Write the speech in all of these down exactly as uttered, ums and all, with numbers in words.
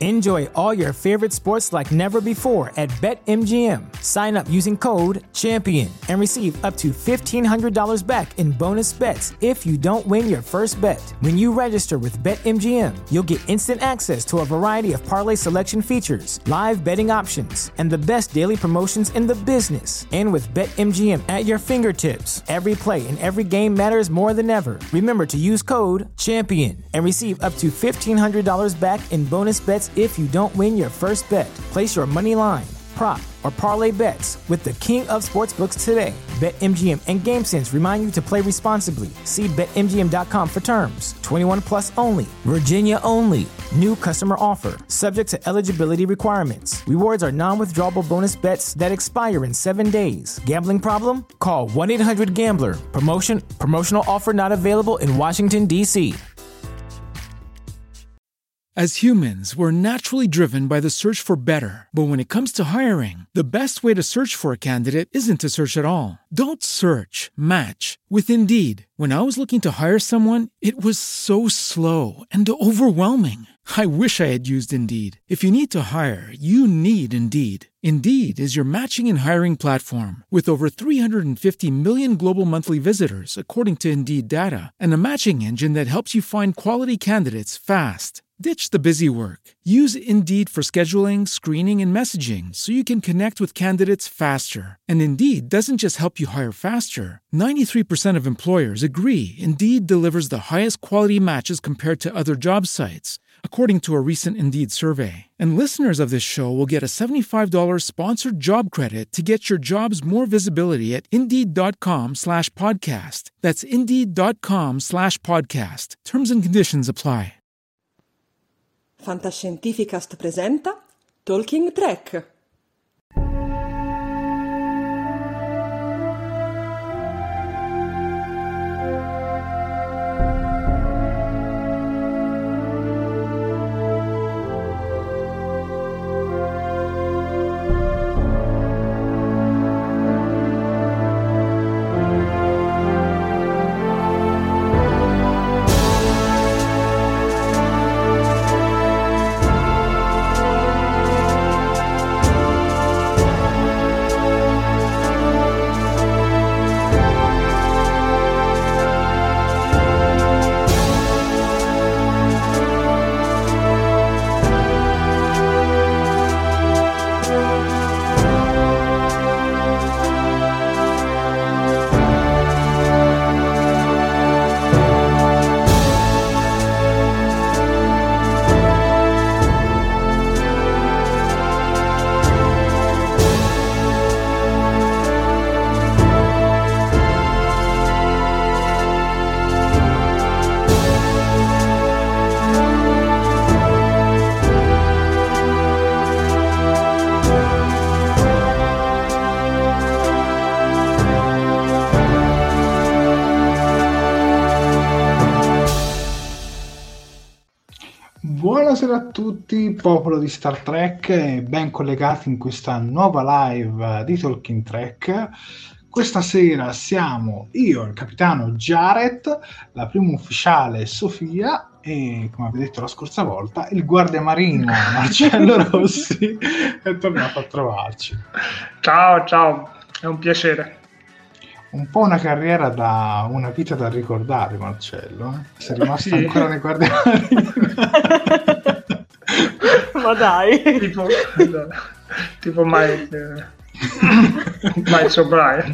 Enjoy all your favorite sports like never before at BetMGM. Sign up using code CHAMPION and receive up to fifteen hundred dollars back in bonus bets if you don't win your first bet. When you register with BetMGM, you'll get instant access to a variety of parlay selection features, live betting options, and the best daily promotions in the business. And with BetMGM at your fingertips, every play and every game matters more than ever. Remember to use code CHAMPION and receive up to fifteen hundred dollars back in bonus bets if you don't win your first bet. Place your money line, prop, or parlay bets with the king of sportsbooks today. BetMGM and GameSense remind you to play responsibly. See Bet M G M dot com for terms. twenty-one plus only. Virginia only. New customer offer. Subject to eligibility requirements. Rewards are non-withdrawable bonus bets that expire in seven days. Gambling problem? Call one eight hundred gambler. Promotion. Promotional offer not available in Washington, D C As humans, we're naturally driven by the search for better. But when it comes to hiring, the best way to search for a candidate isn't to search at all. Don't search, match with Indeed. When I was looking to hire someone, it was so slow and overwhelming. I wish I had used Indeed. If you need to hire, you need Indeed. Indeed is your matching and hiring platform with over three hundred fifty million global monthly visitors, according to Indeed data, and a matching engine that helps you find quality candidates fast. Ditch the busy work. Use Indeed for scheduling, screening, and messaging so you can connect with candidates faster. And Indeed doesn't just help you hire faster. ninety-three percent of employers agree Indeed delivers the highest quality matches compared to other job sites, according to a recent Indeed survey. And listeners of this show will get a seventy-five dollars sponsored job credit to get your jobs more visibility at Indeed.com slash podcast. That's Indeed.com slash podcast. Terms and conditions apply. Fantascientificast presenta Talking Trek. Buonasera a tutti, popolo di Star Trek, e ben collegati in questa nuova live di Talking Trek. Questa sera siamo io, il capitano Jared, la prima ufficiale Sofia e, come avete detto la scorsa volta, il guardiamarino Marcello Rossi è tornato a trovarci. Ciao, ciao, è un piacere. Un po' una carriera da una vita da ricordare, Marcello. Eh? Sei rimasto sì. ancora nei guardiamarino. Ma dai, tipo, tipo Mike, Mike O'Brien.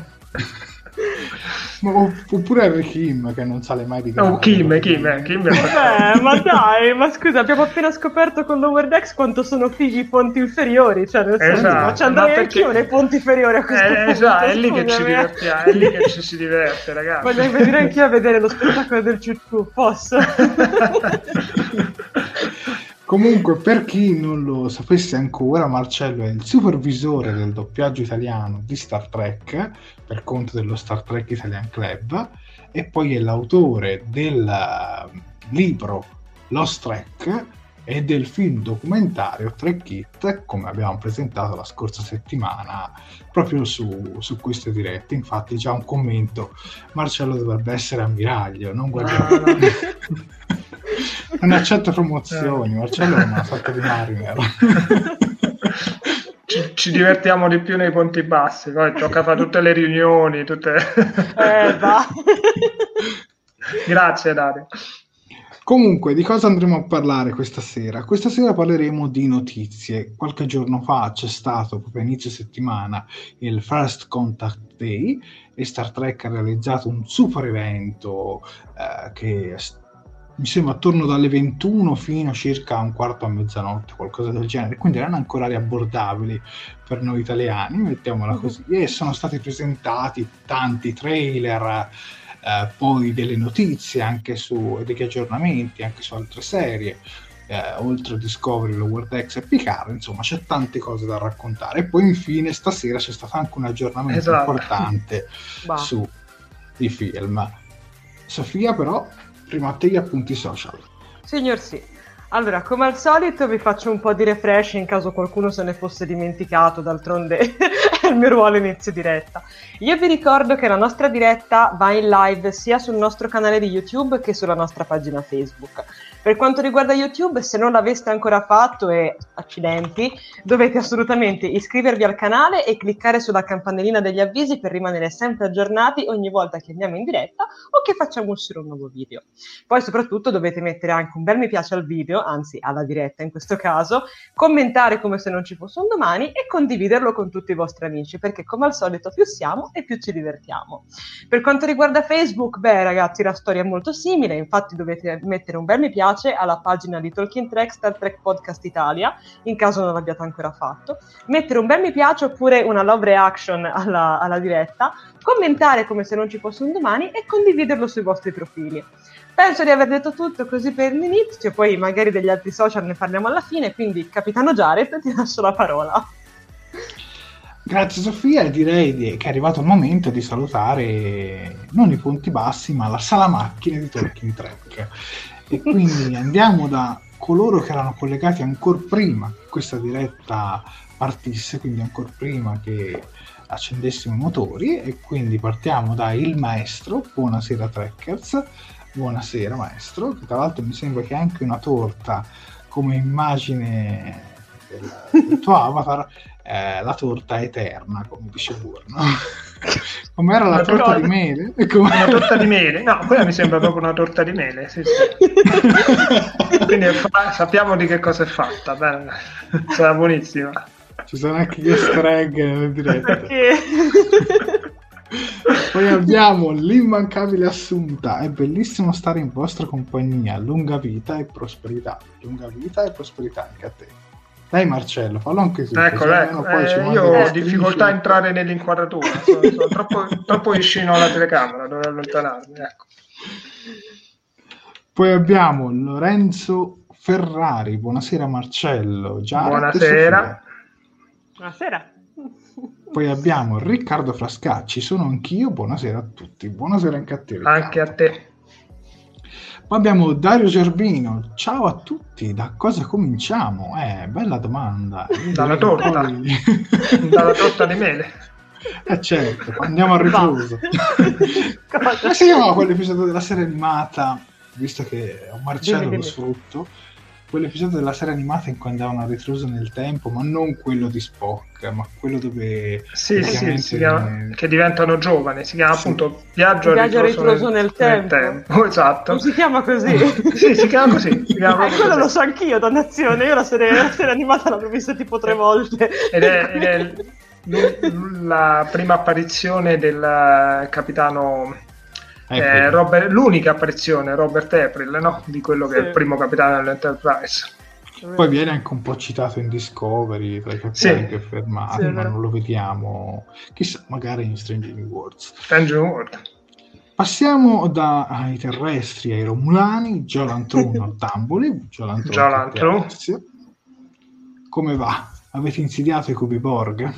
Oppure Harry Kim, che non sale mai di grado. Oh, Kim, Kim, eh, Kim eh, ma dai, ma scusa, abbiamo appena scoperto con Lower Decks quanto sono fighi i ponti inferiori, cioè nel senso, esatto, ci andrei perché... anch'io nei ponti inferiori a questo eh, punto. Esatto, è lì che ci divertiamo, è lì che ci si diverte, ragazzi. Voglio venire anch'io a vedere lo spettacolo del ciucciù, posso? Comunque, per chi non lo sapesse ancora, Marcello è il supervisore del doppiaggio italiano di Star Trek per conto dello Star Trek Italian Club e poi è l'autore del libro Lost Trek e del film documentario Trek It, come abbiamo presentato la scorsa settimana proprio su, su queste dirette. Infatti già un commento: Marcello dovrebbe essere ammiraglio, non guardiamo. Non accetta promozioni, Marcello è una sorta di Mariner. Ci, ci divertiamo di più nei ponti bassi, poi tocca fare tutte le riunioni, tutte... Eh, va. Grazie Dario. Comunque, di cosa andremo a parlare questa sera? Questa sera parleremo di notizie. Qualche giorno fa c'è stato, proprio inizio settimana, il First Contact Day e Star Trek ha realizzato un super evento eh, che mi sembra attorno dalle ventuno fino a circa un quarto a mezzanotte, qualcosa del genere, quindi erano ancora orari abbordabili per noi italiani, mettiamola così, e sono stati presentati tanti trailer, eh, poi delle notizie anche su, e degli aggiornamenti anche su altre serie, eh, oltre a Discovery, Lower Decks e Picard, insomma c'è tante cose da raccontare. E poi infine stasera c'è stato anche un aggiornamento esatto. importante sui film. Sofia, però prima a te gli appunti social. Signor sì. Allora, come al solito vi faccio un po' di refresh in caso qualcuno se ne fosse dimenticato, d'altronde è il mio ruolo inizio diretta. Io vi ricordo che la nostra diretta va in live sia sul nostro canale di YouTube che sulla nostra pagina Facebook. Per quanto riguarda YouTube, se non l'aveste ancora fatto, e accidenti, dovete assolutamente iscrivervi al canale e cliccare sulla campanellina degli avvisi per rimanere sempre aggiornati ogni volta che andiamo in diretta o che facciamo uscire un nuovo video. Poi soprattutto dovete mettere anche un bel mi piace al video, anzi alla diretta in questo caso, commentare come se non ci fosse un domani e condividerlo con tutti i vostri amici, perché come al solito più siamo e più ci divertiamo. Per quanto riguarda Facebook, beh ragazzi, la storia è molto simile, infatti dovete mettere un bel mi piace alla pagina di Talking Trek Star Trek Podcast Italia, in caso non l'abbiate ancora fatto, mettere un bel mi piace oppure una love reaction alla, alla diretta, commentare come se non ci fosse un domani e condividerlo sui vostri profili. Penso di aver detto tutto così per l'inizio, poi magari degli altri social ne parliamo alla fine, quindi Capitano Jared ti lascio la parola. Grazie Sofia, e direi che è arrivato il momento di salutare non i punti bassi ma la sala macchine di Talking Trek. E quindi andiamo da coloro che erano collegati ancora prima che questa diretta partisse, quindi ancora prima che accendessimo i motori, e quindi partiamo da il maestro. Buonasera Trekkers, buonasera maestro, che tra l'altro mi sembra che anche una torta come immagine del, del tuo avatar, eh, la torta eterna, come dice Burno. Com'era la, la torta, torta di mele? Com'era? Una torta di mele? No, quella mi sembra proprio una torta di mele, sì, sì. Quindi fa- sappiamo di che cosa è fatta, bella. Sarà buonissima. Ci sono anche gli easter egg nelle dirette. Perché? Poi abbiamo l'immancabile Assunta. È bellissimo stare in vostra compagnia. Lunga vita e prosperità. Lunga vita e prosperità anche a te. Dai Marcello, fallo anche tu. Ecco, ecco. Eh, io ho difficoltà a entrare nell'inquadratura, sono, sono troppo, troppo vicino alla telecamera, dovrei allontanarmi, ecco. Poi abbiamo Lorenzo Ferrari, buonasera Marcello. Già buonasera. Buonasera. Poi abbiamo Riccardo Frascacci, sono anch'io, buonasera a tutti. Buonasera anche a te Riccardo. Anche a te. Poi abbiamo Dario Gerbino, ciao a tutti, da cosa cominciamo? Eh, bella domanda. Dalla torta, poi... dalla torta di mele. Eh certo, andiamo al ritroso. Come si chiamava quell'episodio della serie animata, visto che un Marcello dimmi, lo dimmi. sfrutto, quell'episodio della serie animata in cui andavano a ritroso nel tempo, ma non quello di Spock, ma quello dove sì, sì, si chiama, che diventano giovani, si chiama sì. appunto Viaggio, Viaggio a ritroso, ritroso nel, nel, tempo. nel tempo. Esatto. Non si chiama così? Sì, si chiama così. Si chiama eh, quello così. Lo so anch'io, dannazione. Io la serie, la serie animata l'avrò vista tipo tre volte. Ed è, ed è la prima apparizione del capitano... Eh, Robert, l'unica apparizione Robert April, no? Di quello che sì. è il primo capitano dell'Enterprise. Poi viene anche un po' citato in Discovery tra i capitani sì. che fermati, sì, ma non lo vediamo, chissà, magari in Strange New Worlds. Strange New World. Passiamo dai terrestri ai Romulani. Giolantron Tamboli. Giolantron, come va? Avete insidiato i cubi Borg?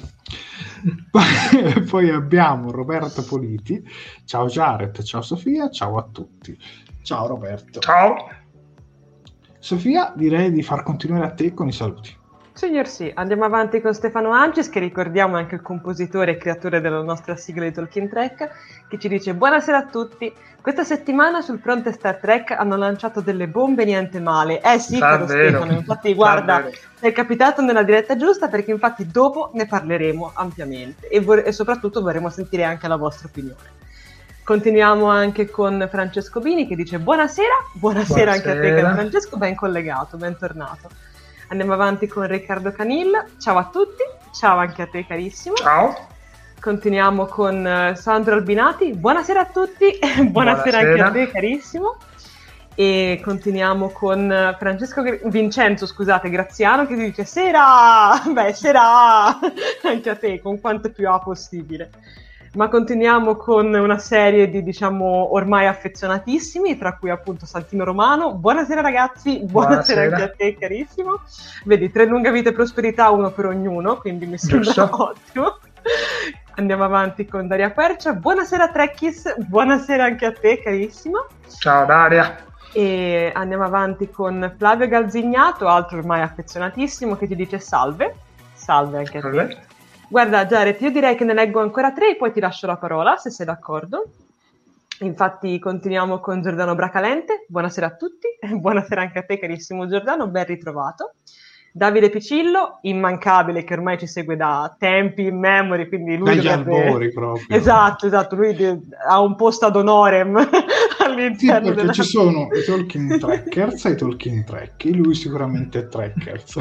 Poi abbiamo Roberto Politi. Ciao Jared, ciao Sofia, ciao a tutti. Ciao Roberto. Ciao. Sofia, direi di far continuare a te con i saluti. Signor sì, andiamo avanti con Stefano Ancis, che ricordiamo è anche il compositore e creatore della nostra sigla di Talking Trek, che ci dice: buonasera a tutti, questa settimana sul fronte Star Trek hanno lanciato delle bombe niente male. Eh sì, caro Stefano, infatti guarda, sei capitato nella diretta giusta, perché infatti dopo ne parleremo ampiamente e, vor- e soprattutto vorremmo sentire anche la vostra opinione. Continuiamo anche con Francesco Bini, che dice buonasera, buonasera, buonasera. Anche a te, caro Francesco, ben collegato, bentornato. Andiamo avanti con Riccardo Canil. Ciao a tutti, ciao anche a te carissimo. Ciao. Continuiamo con uh, Sandro Albinati. Buonasera a tutti, buonasera, buonasera anche a te carissimo. E continuiamo con uh, Francesco Vincenzo, scusate, Graziano, che dice sera, beh sera anche a te, con quanto più A possibile. Ma continuiamo con una serie di, diciamo, ormai affezionatissimi, tra cui appunto Santino Romano. Buonasera ragazzi, buonasera, buonasera. Anche a te carissimo. Vedi, tre lunga vita e prosperità, uno per ognuno, quindi mi sembra Giusto. Ottimo. Andiamo avanti con Daria Quercia. Buonasera Trekkies, buonasera anche a te carissimo. Ciao Daria. E andiamo avanti con Flavio Galzignato, altro ormai affezionatissimo, che ti dice salve. Salve anche a salve. Te. Guarda Jared, io direi che ne leggo ancora tre e poi ti lascio la parola, se sei d'accordo. Infatti continuiamo con Giordano Bracalente. Buonasera a tutti, buonasera anche a te carissimo Giordano, ben ritrovato. Davide Picillo, immancabile, che ormai ci segue da tempi in memory, quindi lui dagli dovrebbe... albori proprio. Esatto, esatto, lui de... ha un posto ad honorem all'interno sì, perché della... ci sono i Talking Trekkers e i Talking Trekkie, lui sicuramente è Trekkers.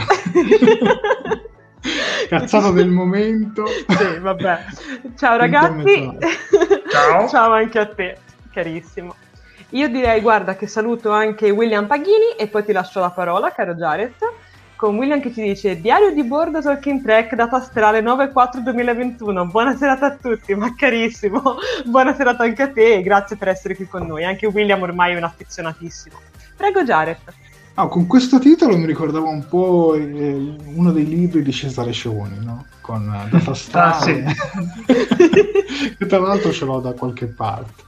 Cazzata del momento. Sì, vabbè. Ciao ragazzi. Ciao. Ciao anche a te, carissimo. Io direi, guarda, che saluto anche William Paghini e poi ti lascio la parola, caro Jared, con William che ci dice: diario di bordo Talking Trek, data astrale nove quattro duemilaventuno. Buona serata a tutti, ma carissimo. Buona serata anche a te e grazie per essere qui con noi. Anche William ormai è un affezionatissimo. Prego Jared. Ah, con questo titolo mi ricordava un po' eh, uno dei libri di Cesare Scioni, no? Con uh, Data Astrale. Ah, sì. Che tra l'altro ce l'ho da qualche parte.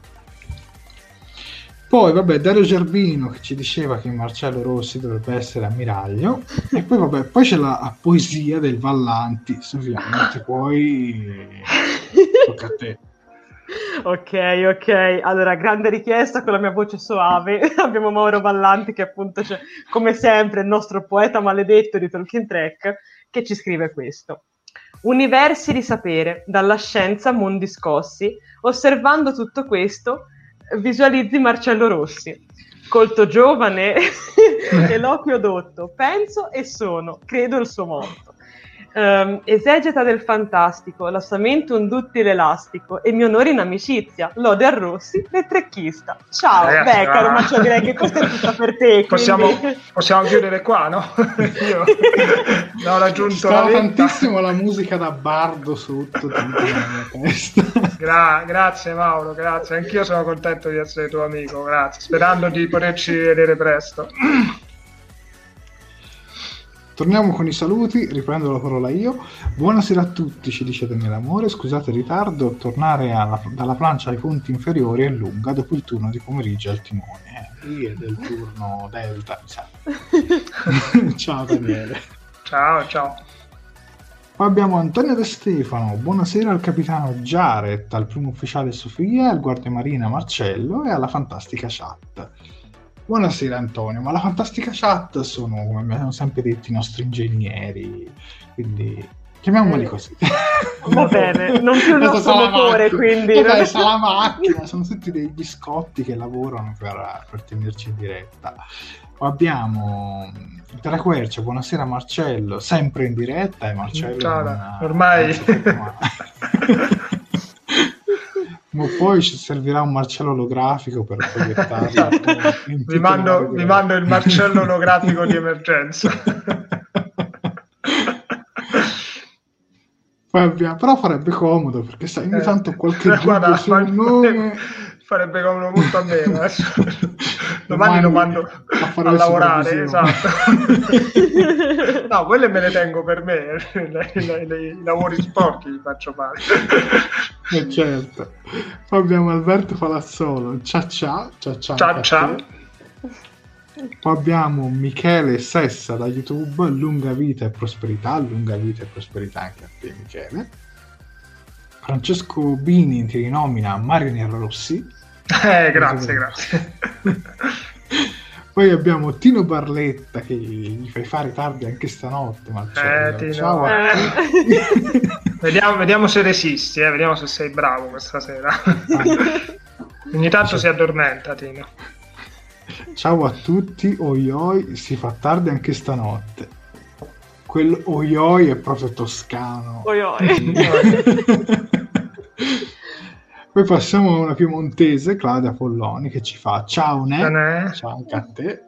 Poi, vabbè, Dario Gerbino che ci diceva che Marcello Rossi dovrebbe essere ammiraglio. E poi, vabbè, poi c'è la poesia del Vallanti. Ovviamente, poi tocca a te. Ok, ok, allora grande richiesta con la mia voce soave. Abbiamo Mauro Vallanti che appunto c'è, come sempre, il nostro poeta maledetto di Talking Trek, che ci scrive questo: universi di sapere, dalla scienza mondi scossi, osservando tutto questo visualizzi Marcello Rossi, colto giovane, eloquio dotto, penso e sono, credo il suo motto. Um, esegeta del fantastico, lassamento un duttile elastico e mi onori in amicizia, lode a Rossi, del trecchista. Ciao, ragazzi, beh, caro Marcello, direi che questa è tutta per te. Possiamo, quindi... possiamo chiudere qua, no? Io ho raggiunto Stava la tantissimo la musica da bardo sotto nella mia testa. Gra- grazie Mauro, grazie. Anch'io sono contento di essere tuo amico, grazie. Sperando di poterci vedere presto. Torniamo con i saluti, riprendo la parola io. Buonasera a tutti, ci dice Daniele Amore. Scusate il ritardo, tornare alla, dalla plancia ai punti inferiori è lunga dopo il turno di pomeriggio al timone. Eh, lì è del turno Delta, mi sa. Ciao Daniele. Ciao, ciao. Poi abbiamo Antonio De Stefano. Buonasera al capitano Jared, al primo ufficiale Sofia, al guardiamarina Marcello e alla fantastica chat. Buonasera Antonio, ma la fantastica chat sono, come abbiamo sempre detto, i nostri ingegneri, quindi chiamiamoli così. Va bene, non più il nostro motore, quindi... Vabbè, sa la macchina, sono tutti dei biscotti che lavorano per, per tenerci in diretta. Abbiamo Daria Quercia, buonasera Marcello, sempre in diretta, e Marcello... Ciao, una, ormai... Ma poi ci servirà un Marcello olografico per proiettarlo. Esatto. vi, mando, vi mando il Marcello olografico di emergenza. Poi abbiamo, però farebbe comodo perché sai, ogni tanto qualche eh, dubbio sul nome farebbe comodo molto a me. Domani lo mando a, a lavorare, esatto. No, quelle me le tengo per me, le, le, le, i lavori sporchi li faccio fare. Eh, certo. Poi abbiamo Alberto Palazzolo. Ciao ciao, ciao ciao. Ciao ciao. Poi abbiamo Michele Sessa da YouTube, lunga vita e prosperità, lunga vita e prosperità anche a te Michele. Francesco Bini ti rinomina Mario Nierrossi. Eh, grazie, grazie. Poi abbiamo Tino Barletta che gli fai fare tardi anche stanotte, Marcello. Eh, Tino. Ciao a Eh. vediamo, vediamo se resisti, eh. Vediamo se sei bravo questa sera. Ogni tanto si addormenta, Tino. Ciao a tutti, oi oi, si fa tardi anche stanotte. Quello oi oi è proprio toscano. Oi oi. Poi passiamo a una piemontese, Claudia Polloni, che ci fa ciao Ne, Ne. ciao anche a te.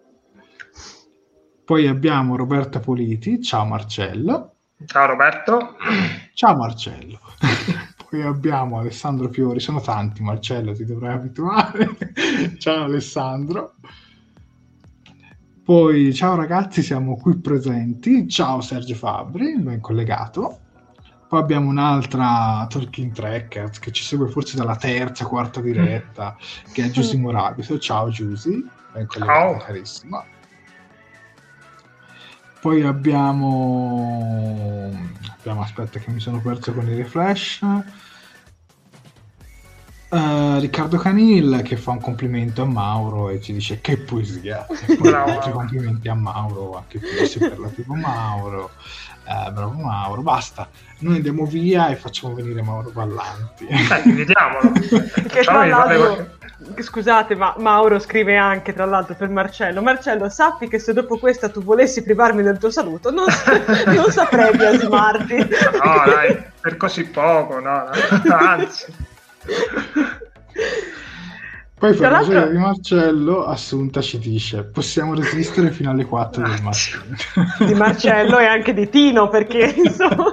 Poi abbiamo Roberta Politi, ciao Marcello. Ciao Roberto. Ciao Marcello. Poi abbiamo Alessandro Fiori, sono tanti Marcello, ti dovrai abituare. Ciao Alessandro. Poi ciao ragazzi, siamo qui presenti. Ciao Sergio Fabbri, ben collegato. Poi abbiamo un'altra Talking Trackers che ci segue forse dalla terza, quarta diretta, che è Giusy Morabito. Ciao Giusy, ben collegato, carissima. Poi abbiamo... abbiamo aspetta che mi sono perso con i refresh. Uh, Riccardo Canil che fa un complimento a Mauro e ci dice che poesia. E poi altri complimenti a Mauro, anche qui superlativo Mauro. Uh, bravo Mauro, basta. Noi andiamo via e facciamo venire Mauro Ballanti. Eh, vediamolo. Che tra l'altro, scusate, ma Mauro scrive anche tra l'altro per Marcello: Marcello, sappi che se dopo questa tu volessi privarmi del tuo saluto non, non saprei biasimarti. No dai, per così poco, no, no. Anzi. Poi per la gioia di Marcello, Assunta ci dice possiamo resistere fino alle quattro del mattino. Di Marcello e anche di Tino, perché insomma...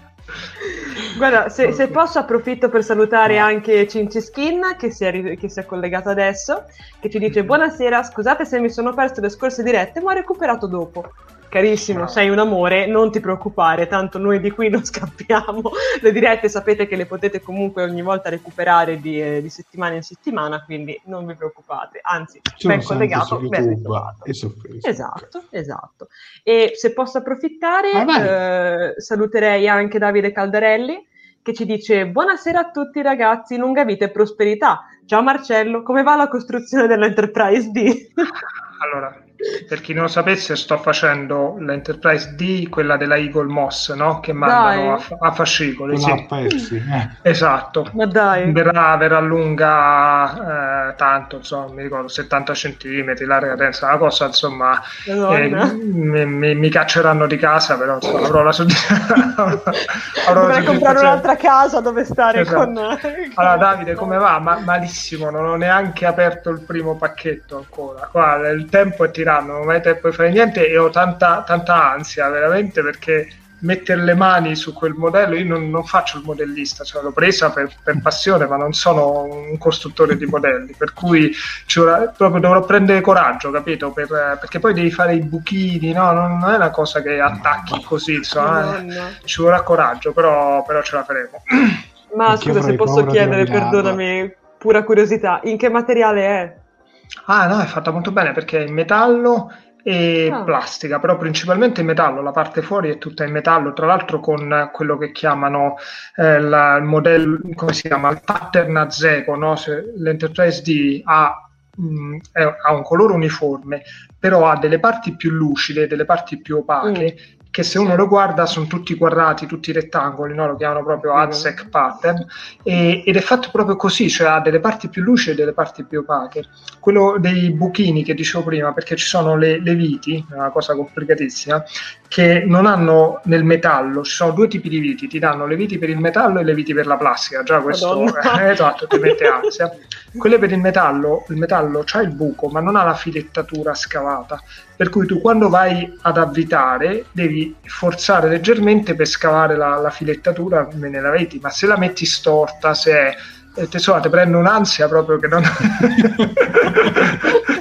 Guarda, se, se posso approfitto per salutare anche Cinciskin che si, è, che si è collegato adesso, che ci dice buonasera, scusate se mi sono perso le scorse dirette ma ho recuperato dopo. Carissimo, no. Sei un amore, non ti preoccupare, tanto noi di qui non scappiamo. Le dirette sapete che le potete comunque ogni volta recuperare di, eh, di settimana in settimana, quindi non vi preoccupate, anzi, sono ben collegato, ben ritrovato. E su Facebook. Esatto, esatto. E se posso approfittare, ah, eh, saluterei anche Davide Caldarelli, che ci dice buonasera a tutti ragazzi, lunga vita e prosperità. Ciao Marcello, come va la costruzione dell'Enterprise D? Allora, per chi non lo sapesse, sto facendo l'Enterprise D, quella della Eagle Moss, no? Che mandano a, a fascicoli. Sì. Pezzi, eh. Esatto. Ma dai. Verrà, verrà lunga eh, tanto, insomma, mi ricordo settanta centimetri, larga densa, una cosa, insomma, eh, mi, mi, mi cacceranno di casa, però insomma, avrò la soddisfazione. Dovrei comprare un'altra casa dove stare. Esatto. Con... Allora Davide, come va? Ma, malissimo, non ho neanche aperto il primo pacchetto ancora. Qua il tempo è tiranno, non ho mai tempo di fare niente e ho tanta, tanta ansia veramente, perché mettere le mani su quel modello, io non, non faccio il modellista, cioè l'ho presa per, per passione, ma non sono un costruttore di modelli, per cui ci vorrà, proprio dovrò prendere coraggio, capito? Per, perché poi devi fare i buchini, no? Non è una cosa che attacchi così, insomma, eh. Ci vorrà coraggio, però, però ce la faremo. Ma perché scusa, se posso chiedere, perdonami, pura curiosità, in che materiale è? Ah no, è fatta molto bene perché è in metallo e ah. plastica, però principalmente in metallo, la parte fuori è tutta in metallo, tra l'altro con quello che chiamano eh, la, il modello, come si chiama, il pattern a zeco, no? Se l'Enterprise D ha, mh, è, ha un colore uniforme, però ha delle parti più lucide, delle parti più opache, mm. che se uno lo guarda sono tutti quadrati, tutti rettangoli, no? Lo chiamano proprio AdSec pattern, e, ed è fatto proprio così, cioè ha delle parti più lucide e delle parti più opache. Quello dei buchini che dicevo prima, perché ci sono le, le viti, è una cosa complicatissima, che non hanno nel metallo, ci sono due tipi di viti, ti danno le viti per il metallo e le viti per la plastica, già questo eh, esatto, ti mette ansia. Quelle per il metallo, il metallo c'ha il buco ma non ha la filettatura scavata, per cui tu quando vai ad avvitare devi forzare leggermente per scavare la, la filettatura nella viti, ma se la metti storta, se è eh, tesoro, ti prende un'ansia proprio che non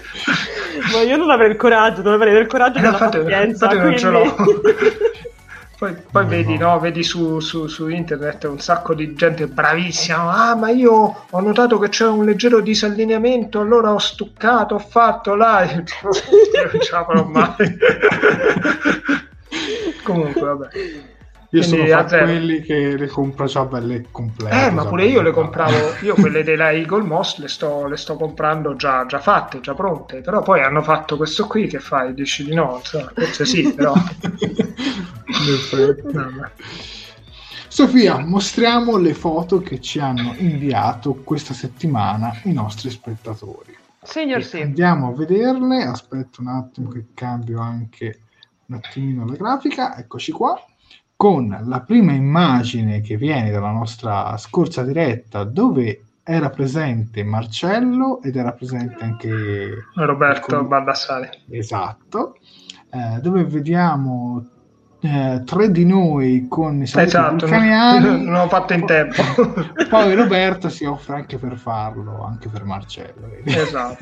ma io non avrei il coraggio, dovrei avere il coraggio eh, della fate, pazienza, fate quindi... non ce l'ho. Poi, poi no, vedi, no. No, vedi su, su, su internet un sacco di gente bravissima. Ah, ma io ho notato che c'è un leggero disallineamento, allora ho stuccato, ho fatto là. Io non ce la farò mai. Comunque, vabbè. Io Quindi, sono fra quelli che le compro già belle complete. Eh, ma pure io le compravo, io quelle della Eagle Moss le sto, le sto comprando già, già fatte, già pronte, però poi hanno fatto questo qui, che fai? Dici di no? Insomma, forse sì, però... no, Sofia, mostriamo le foto che ci hanno inviato questa settimana i nostri spettatori. Signor sì. Andiamo a vederle, aspetta un attimo che cambio anche un attimino la grafica, eccoci qua. Con la prima immagine che viene dalla nostra scorsa diretta, dove era presente Marcello ed era presente anche Roberto con... Baldassari. Esatto, eh, dove vediamo eh, tre di noi con i saluti esatto, vulcaniani. Non l'ho fatto in tempo. Poi Roberto si offre anche per farlo, anche per Marcello. Vedi? Esatto.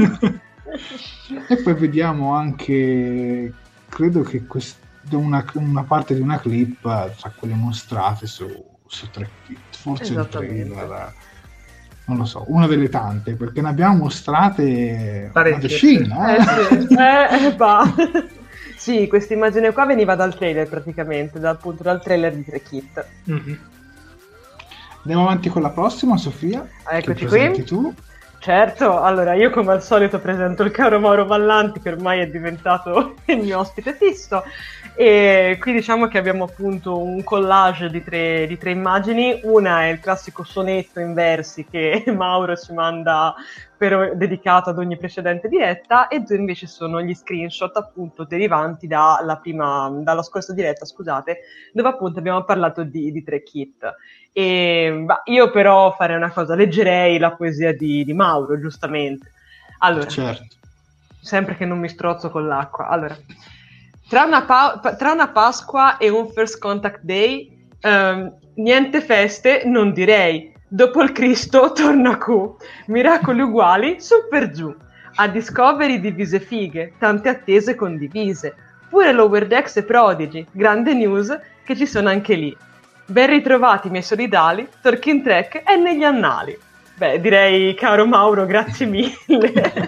E poi vediamo anche, credo che questo Una, una parte di una clip tra quelle mostrate su, su Trek, forse il trailer, non lo so, una delle tante, perché ne abbiamo mostrate una decina. Eh, sì. eh, eh, bah. Sì, questa immagine qua veniva dal trailer praticamente, da, appunto dal trailer di Trek It. Mm-hmm. Andiamo avanti con la prossima, Sofia. Eccoci qui. Tu. Certo, allora io come al solito presento il caro Mauro Vallanti, che ormai è diventato il mio ospite fisso, e qui diciamo che abbiamo appunto un collage di tre, di tre immagini. Una è il classico sonetto in versi che Mauro ci manda per, dedicato ad ogni precedente diretta, e due invece sono gli screenshot appunto derivanti dalla prima, dalla scorsa diretta, scusate, dove appunto abbiamo parlato di, di Trek It. E, bah, io però farei una cosa, leggerei la poesia di, di Mauro, giustamente. Allora, certo. Sempre che non mi strozzo con l'acqua. Allora, tra una, pa- tra una Pasqua e un First Contact Day, um, niente feste, non direi. Dopo il Cristo torna Q, miracoli uguali, su per giù. A Discovery divise fighe, tante attese condivise. Pure Lower Decks e Prodigy, grande news che ci sono anche lì. Ben ritrovati miei solidali, Talking Trek è negli annali. Beh, direi, caro Mauro, grazie mille.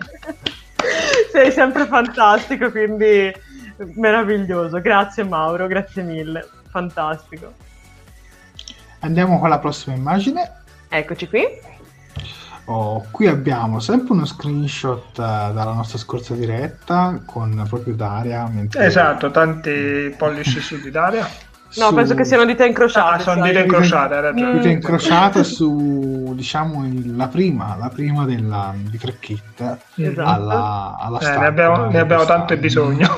Sei sempre fantastico, quindi meraviglioso. Grazie Mauro, grazie mille. Fantastico. Andiamo con la prossima immagine. Eccoci qui. Oh, qui abbiamo sempre uno screenshot uh, dalla nostra scorsa diretta con proprio Daria. Mentre... Esatto, tanti pollici su di Daria. No, su... penso che siano dita incrociate. Ah, sono dita incrociate, hai ragione. Dita incrociate su, diciamo, il, la prima, la prima della, di Trek It, esatto. alla, alla eh, ne abbiamo, ne abbiamo tanto bisogno.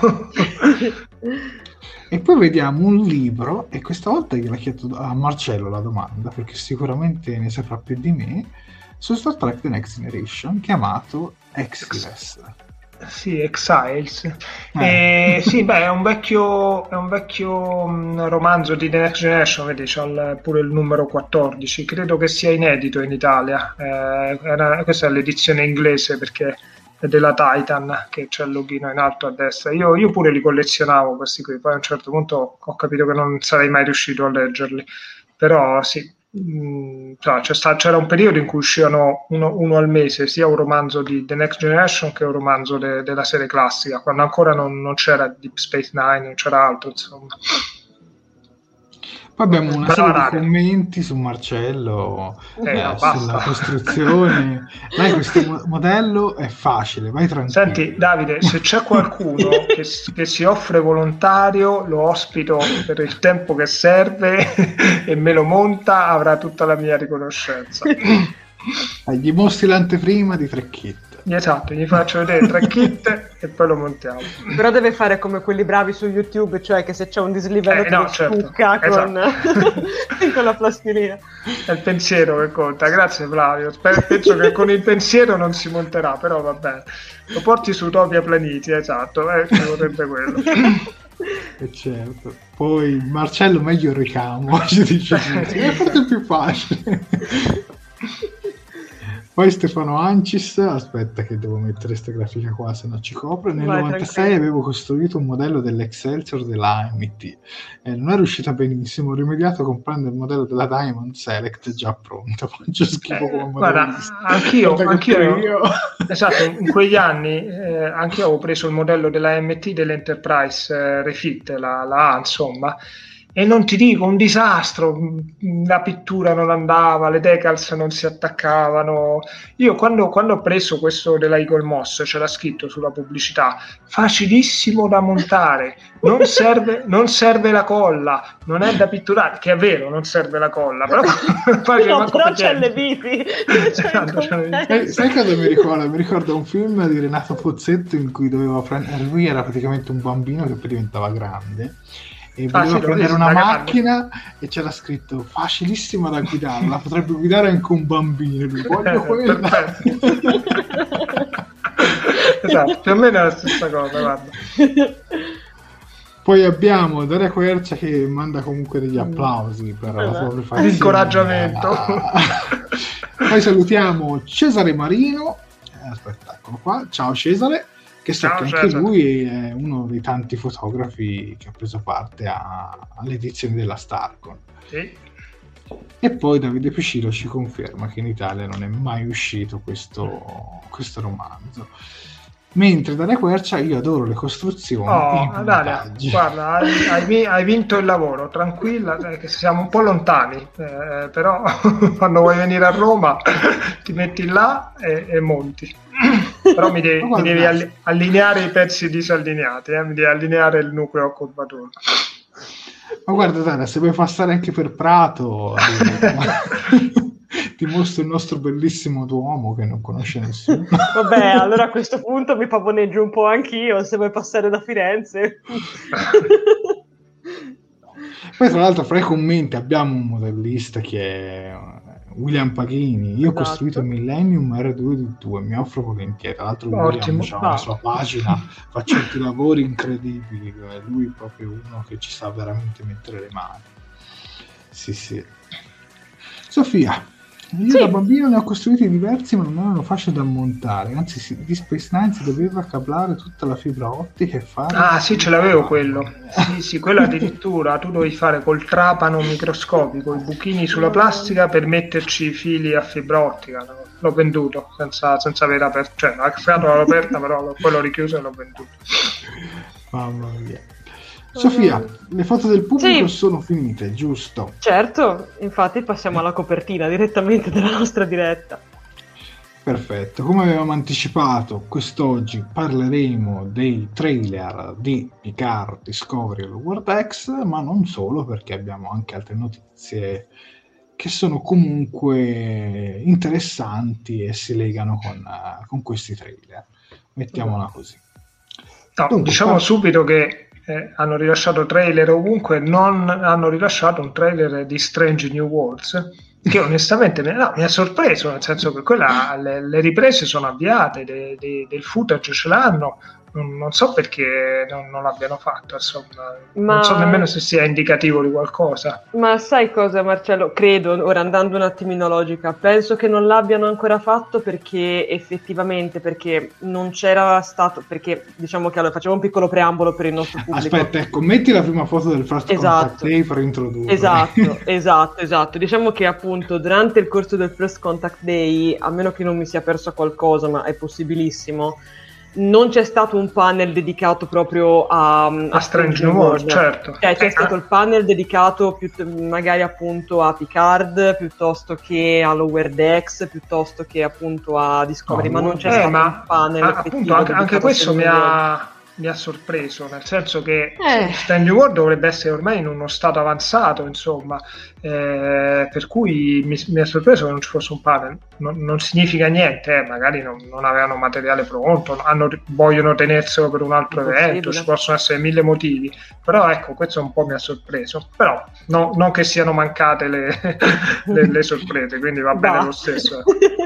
E poi vediamo un libro, e questa volta gliela chiedo a Marcello la domanda, perché sicuramente ne saprà più di me, su Star Trek The Next Generation, chiamato Exiles. Sì, Exiles. Eh. Eh, sì, beh, è un vecchio, è un vecchio mh, romanzo di The Next Generation, vedi, c'ha pure il numero quattordici, credo che sia inedito in Italia. Eh, era, questa è l'edizione inglese, perché è della Titan, che c'è il loghino in alto a destra. Io, io pure li collezionavo questi qui, poi a un certo punto ho capito che non sarei mai riuscito a leggerli, però sì. Mm, cioè, c'è sta, c'era un periodo in cui uscivano uno, uno al mese, sia un romanzo di The Next Generation che un romanzo de, della serie classica, quando ancora non, non c'era Deep Space Nine, non c'era altro, insomma. Poi abbiamo una serie di commenti su Marcello, eh, eh, no, sulla costruzione. Dai, questo mo- modello è facile, vai tranquillo. Senti Davide, se c'è qualcuno che, che si offre volontario, lo ospito per il tempo che serve e me lo monta, avrà tutta la mia riconoscenza. Eh, gli mostri l'anteprima di Trek It. Esatto, gli faccio vedere Trek It e poi lo montiamo. Però deve fare come quelli bravi su YouTube, cioè che se c'è un dislivello eh, no, ti certo, stucca con, esatto. con la plastilina. È il pensiero che conta. Grazie Flavio, penso che con il pensiero non si monterà, però va bene, lo porti su Utopia Planeti, esatto, eh, ci vorrebbe quello. E certo, poi Marcello meglio il ricamo, ci dice, è forse più facile. Poi Stefano Ancis, aspetta che devo mettere questa grafica qua, se no ci copre. Nel Vai, novantasei tranquillo. avevo costruito un modello dell'Excelsior della A M T. Eh, non è riuscita benissimo, ho rimediato comprando il modello della Diamond Select già pronto. Faccio schifo come Guarda, modellista. anch'io, Guarda che anch'io, io. esatto, in quegli anni eh, anch'io avevo preso il modello della A M T dell'Enterprise eh, Refit, la, la A, insomma, e non ti dico, un disastro, la pittura non andava, le decals non si attaccavano. Io quando, quando ho preso questo della Eagle Moss, c'era scritto sulla pubblicità, facilissimo da montare, non serve, non serve la colla, non è da pitturare, che è vero, non serve la colla, però, no, però c'è le viti. Esatto, c'è le viti. Eh, sai cosa mi ricorda? Mi ricorda un film di Renato Pozzetto in cui doveva prendere, lui era praticamente un bambino che poi diventava grande e voleva Ah, sì, prendere visto, una ragazzi. macchina e c'era scritto facilissima da guidare, la potrebbe guidare anche un bambino, lui voglio quella. Esatto, più o meno è la stessa cosa, guarda. Poi abbiamo Daria Quercia che manda comunque degli applausi per la sua prefazione. L'incoraggiamento. Poi salutiamo Cesare Marino, eh, aspetta, eccolo qua, ciao Cesare, che so Ciao, che anche Cesare. lui è uno dei tanti fotografi che ha preso parte a, all'edizione della Starcon. Sì. E poi Davide Piscilo ci conferma che in Italia non è mai uscito questo, questo romanzo. Mentre Daria Quercia, io adoro le costruzioni. Oh, e i Daria, montaggi. guarda, hai, hai vi- hai vinto il lavoro, tranquilla, eh, che siamo un po' lontani, eh, però quando vuoi venire a Roma ti metti là e, e monti. Però mi devi, mi devi alli- allineare i pezzi disallineati, eh, mi devi allineare il nucleo a curvatura. Ma guarda Daria, se vuoi passare anche per Prato, ti mostro il nostro bellissimo Duomo che non conosce nessuno. Vabbè, allora a questo punto mi pavoneggio un po' anch'io, se vuoi passare da Firenze. Poi tra l'altro fra i commenti abbiamo un modellista che è William Paghini. Io ho Esatto. costruito il Millennium R due D due, mi offro volentieri. Tra l'altro Ottimo. William ha la sua pagina, faccio dei lavori incredibili, lui è proprio uno che ci sa veramente mettere le mani. Sì, sì. Sofia, io Sì. da bambino ne ho costruiti diversi ma non erano facili da montare, anzi sì, di Space Nine si doveva cablare tutta la fibra ottica e fare... Ah sì, ce l'avevo quello. Sì, sì, quello addirittura tu dovevi fare col trapano microscopico, i buchini sulla plastica per metterci i fili a fibra ottica. No? L'ho venduto senza, senza aver aperto, cioè la scatola l'ho aperta, però poi l'ho richiuso e l'ho venduto. Mamma mia. Sofia, le foto del pubblico Sì. sono finite, giusto? Certo, infatti passiamo alla copertina direttamente della nostra diretta. Perfetto, come avevamo anticipato, quest'oggi parleremo dei trailer di Picard, Discovery e Lower Decks, ma non solo, perché abbiamo anche altre notizie che sono comunque interessanti e si legano con, uh, con questi trailer. Mettiamola così. No, Dunque, diciamo par- subito che eh, hanno rilasciato trailer ovunque, non hanno rilasciato un trailer di Strange New Worlds, che onestamente mi, no, mi ha sorpreso, nel senso che quella, le, le riprese sono avviate, de, de, del footage ce l'hanno, non, non so perché non, non l'abbiano fatto, insomma, Ma- non so nemmeno se sia indicativo di qualcosa. Ma sai cosa, Marcello? Credo, ora andando un attimino a logica, penso che non l'abbiano ancora fatto perché effettivamente, perché non c'era stato, perché diciamo che allora facciamo un piccolo preambolo per il nostro pubblico. Aspetta, ecco, metti la prima foto del First Esatto. Contact Day per introdurre. Esatto, esatto, esatto. Diciamo che appunto durante il corso del First Contact Day, a meno che non mi sia perso qualcosa, ma è possibilissimo, non c'è stato un panel dedicato proprio a, A Strange New Worlds, certo. Cioè c'è Eh, stato il panel dedicato più, magari appunto a Picard, piuttosto che a Lower Decks, piuttosto che appunto a Discovery, No, ma non c'è Eh, stato ma un panel a- effettivo appunto anche, anche dedicato a questo mi Strange New Worlds. ha, mi ha sorpreso, nel senso che Eh. Strange New World dovrebbe essere ormai in uno stato avanzato, insomma, eh, per cui mi, mi ha sorpreso che non ci fosse un panel. Non, non significa niente, eh, magari non, non avevano materiale pronto, hanno, vogliono tenerselo per un altro Impossibile. evento, ci possono essere mille motivi, però ecco, questo un po' mi ha sorpreso, però no- non che siano mancate le, le, le sorprese, quindi va bene Bah. lo stesso.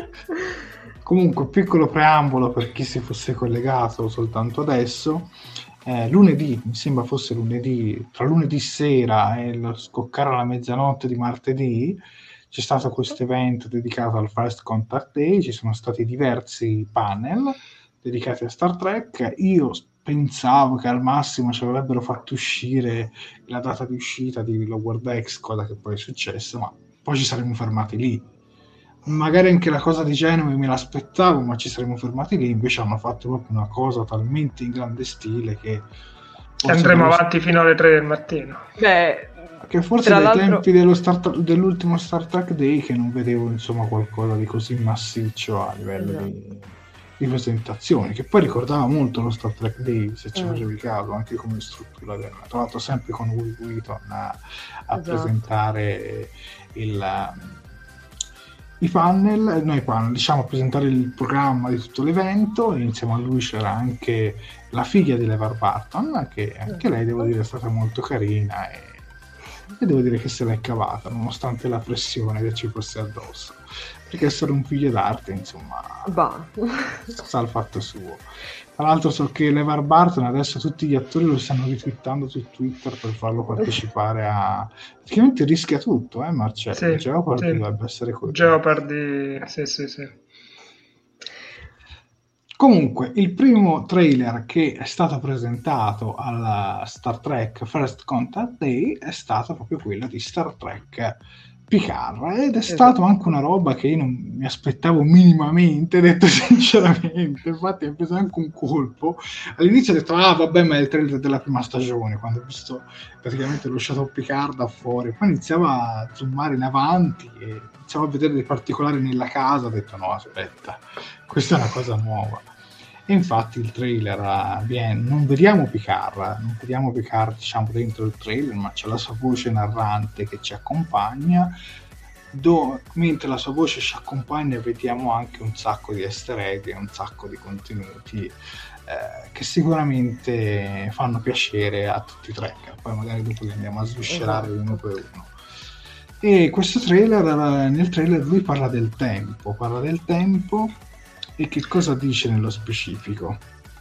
Comunque, piccolo preambolo per chi si fosse collegato soltanto adesso. Eh, lunedì, mi sembra fosse lunedì, tra lunedì sera e lo scoccare alla mezzanotte di martedì, c'è stato questo evento dedicato al First Contact Day, ci sono stati diversi panel dedicati a Star Trek. Io pensavo che al massimo ci avrebbero fatto uscire la data di uscita di Lower Decks, cosa che poi è successa, ma poi ci saremmo fermati lì. Magari anche la cosa di Genova me l'aspettavo, ma ci saremmo fermati lì. Invece hanno fatto proprio una cosa talmente in grande stile che andremo avanti fino alle tre del mattino. Beh, che forse dai l'altro... tempi dello Star... dell'ultimo Star Trek Day che non vedevo insomma qualcosa di così massiccio a livello no. di... di presentazioni, che poi ricordava molto lo Star Trek Day, se ci facevi mm. caso, anche come struttura del... tra l'altro sempre con Will Wheaton a, a esatto. presentare il i panel, noi panel, diciamo, a presentare il programma di tutto l'evento. Insieme a lui c'era anche la figlia di LeVar Burton, che anche lei, devo dire, è stata molto carina e, e devo dire che se l'è cavata, nonostante la pressione che ci fosse addosso, perché essere un figlio d'arte, insomma, bah. sa il fatto suo. Tra l'altro so che LeVar Burton adesso tutti gli attori lo stanno ritwittando su Twitter per farlo partecipare a... praticamente rischia tutto, eh Marcello? Sì, Jeopardy sì. dovrebbe essere quello. Jeopardy, sì sì sì. Comunque, il primo trailer che è stato presentato alla Star Trek First Contact Day è stato proprio quello di Star Trek Picard, ed è stato anche una roba che io non mi aspettavo minimamente, detto sinceramente. Infatti ho preso anche un colpo. All'inizio ho detto ah vabbè, ma è il trailer della prima stagione, quando ho visto praticamente lo Shadow Picard da fuori, poi iniziava a zoomare in avanti e iniziavo a vedere dei particolari nella casa, ho detto no aspetta, questa è una cosa nuova. E infatti il trailer viene, non vediamo Picard, non vediamo Picard diciamo dentro il trailer, ma c'è la sua voce narrante che ci accompagna, do, mentre la sua voce ci accompagna vediamo anche un sacco di easter egg e un sacco di contenuti eh, che sicuramente fanno piacere a tutti i tracker. Poi magari dopo li andiamo a sviscerare esatto. uno per uno. E questo trailer, nel trailer lui parla del tempo, parla del tempo. E che cosa dice nello specifico?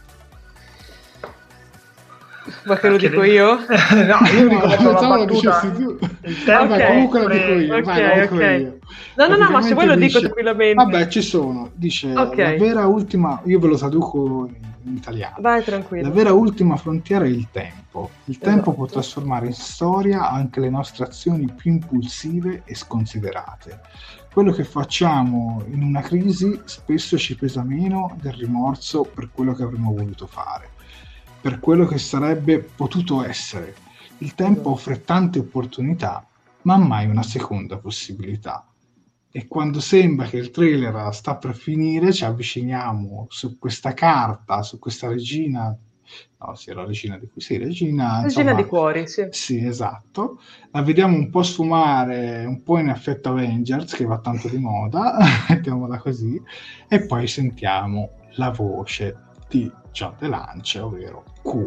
Ma che lo dico io? No, io ricordo la battuta. Tu. Il tempo Vabbè, comunque lo dico io. Okay, Vai, lo dico okay. io. No, no, no, ma se vuoi lo dico tranquillamente. Vabbè, ci sono. Dice okay. la vera ultima. Io ve lo traduco in italiano. Vai tranquillo. La vera ultima frontiera è il tempo. Il esatto. tempo può trasformare in storia anche le nostre azioni più impulsive e sconsiderate. Quello che facciamo in una crisi spesso ci pesa meno del rimorso per quello che avremmo voluto fare, per quello che sarebbe potuto essere. Il tempo offre tante opportunità, ma mai una seconda possibilità. E quando sembra che il trailer sta per finire, ci avviciniamo su questa carta, su questa regina. No, sì, la regina di cui sì, regina, regina insomma, di cuori, sì. Sì, esatto. La vediamo un po' sfumare, un po' in effetto Avengers, che va tanto di moda, mettiamola così, e poi sentiamo la voce di John DeLance, ovvero Q.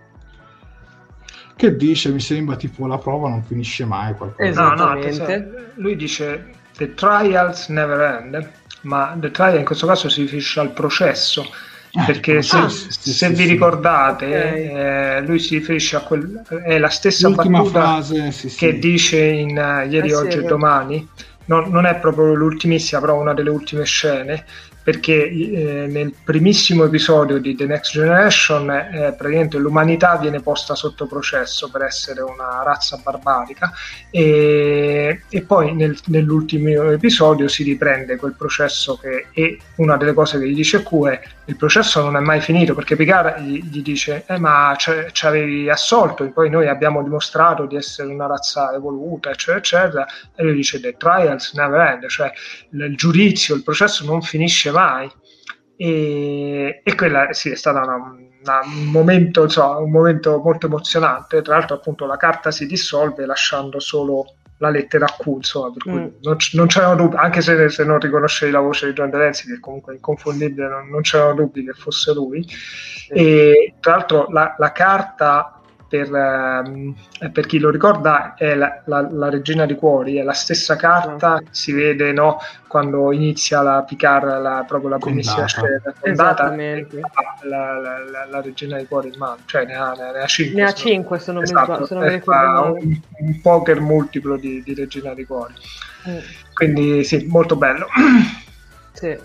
Che dice, mi sembra tipo la prova non finisce mai, qualcosa. Esattamente. No, no, lui dice the trials never end, ma the trial in questo caso si riferisce al processo. Perché se, ah, se sì, vi sì, ricordate okay. eh, lui si riferisce a quel è la stessa l'ultima battuta frase, sì, che sì. dice in uh, Ieri, eh, Oggi sì, e Domani. Non, non è proprio l'ultimissima, però una delle ultime scene, perché eh, nel primissimo episodio di The Next Generation eh, praticamente l'umanità viene posta sotto processo per essere una razza barbarica e, e poi nel, nell'ultimo episodio si riprende quel processo che, e una delle cose che gli dice Q è il processo non è mai finito, perché Picard gli, gli dice eh, ma ci avevi assolto e poi noi abbiamo dimostrato di essere una razza evoluta eccetera eccetera, e lui dice the trials never end, cioè il, il giudizio, il processo non finisce mai. E, e quella sì è stata una, una, un momento insomma, un momento molto emozionante. Tra l'altro appunto la carta si dissolve lasciando solo la lettera Q, insomma, per cui mm. non, non c'erano dubbi, anche se, se non riconoscevi la voce di John DeLance, che comunque è inconfondibile, non, non c'erano dubbi che fosse lui. Mm. E tra l'altro la, la carta per, um, per chi lo ricorda è la, la, la regina di cuori, è la stessa carta che si vede, no, quando inizia la Picard, la, proprio la primissima scena fondata, la, la, la, la regina di cuori in mano, cioè ne ha, ne ha cinque, ne ha cinque se non esatto, mi, se non mi ricordo un, un poker multiplo di, di regina di cuori. Mm. Quindi sì, molto bello. Sì.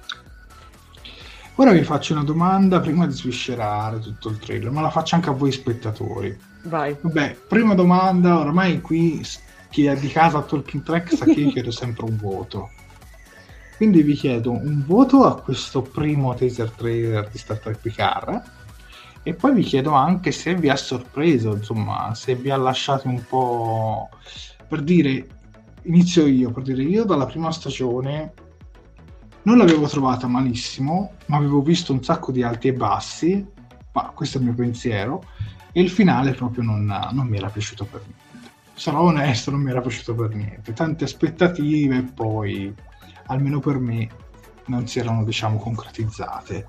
Ora vi faccio una domanda prima di sviscerare tutto il trailer, ma la faccio anche a voi spettatori. Vai. Vabbè, prima domanda, ormai qui chi è di casa a Talking Track sa che io chiedo sempre un voto. Quindi vi chiedo un voto a questo primo teaser trailer di Star Trek Picard e poi vi chiedo anche se vi ha sorpreso, insomma, se vi ha lasciato un po'... Per dire, inizio io, per dire, io dalla prima stagione non l'avevo trovata malissimo, ma avevo visto un sacco di alti e bassi, ma questo è il mio pensiero, e il finale proprio non, non mi era piaciuto per niente. Sarò onesto, non mi era piaciuto per niente. Tante aspettative e poi, almeno per me, non si erano, diciamo, concretizzate.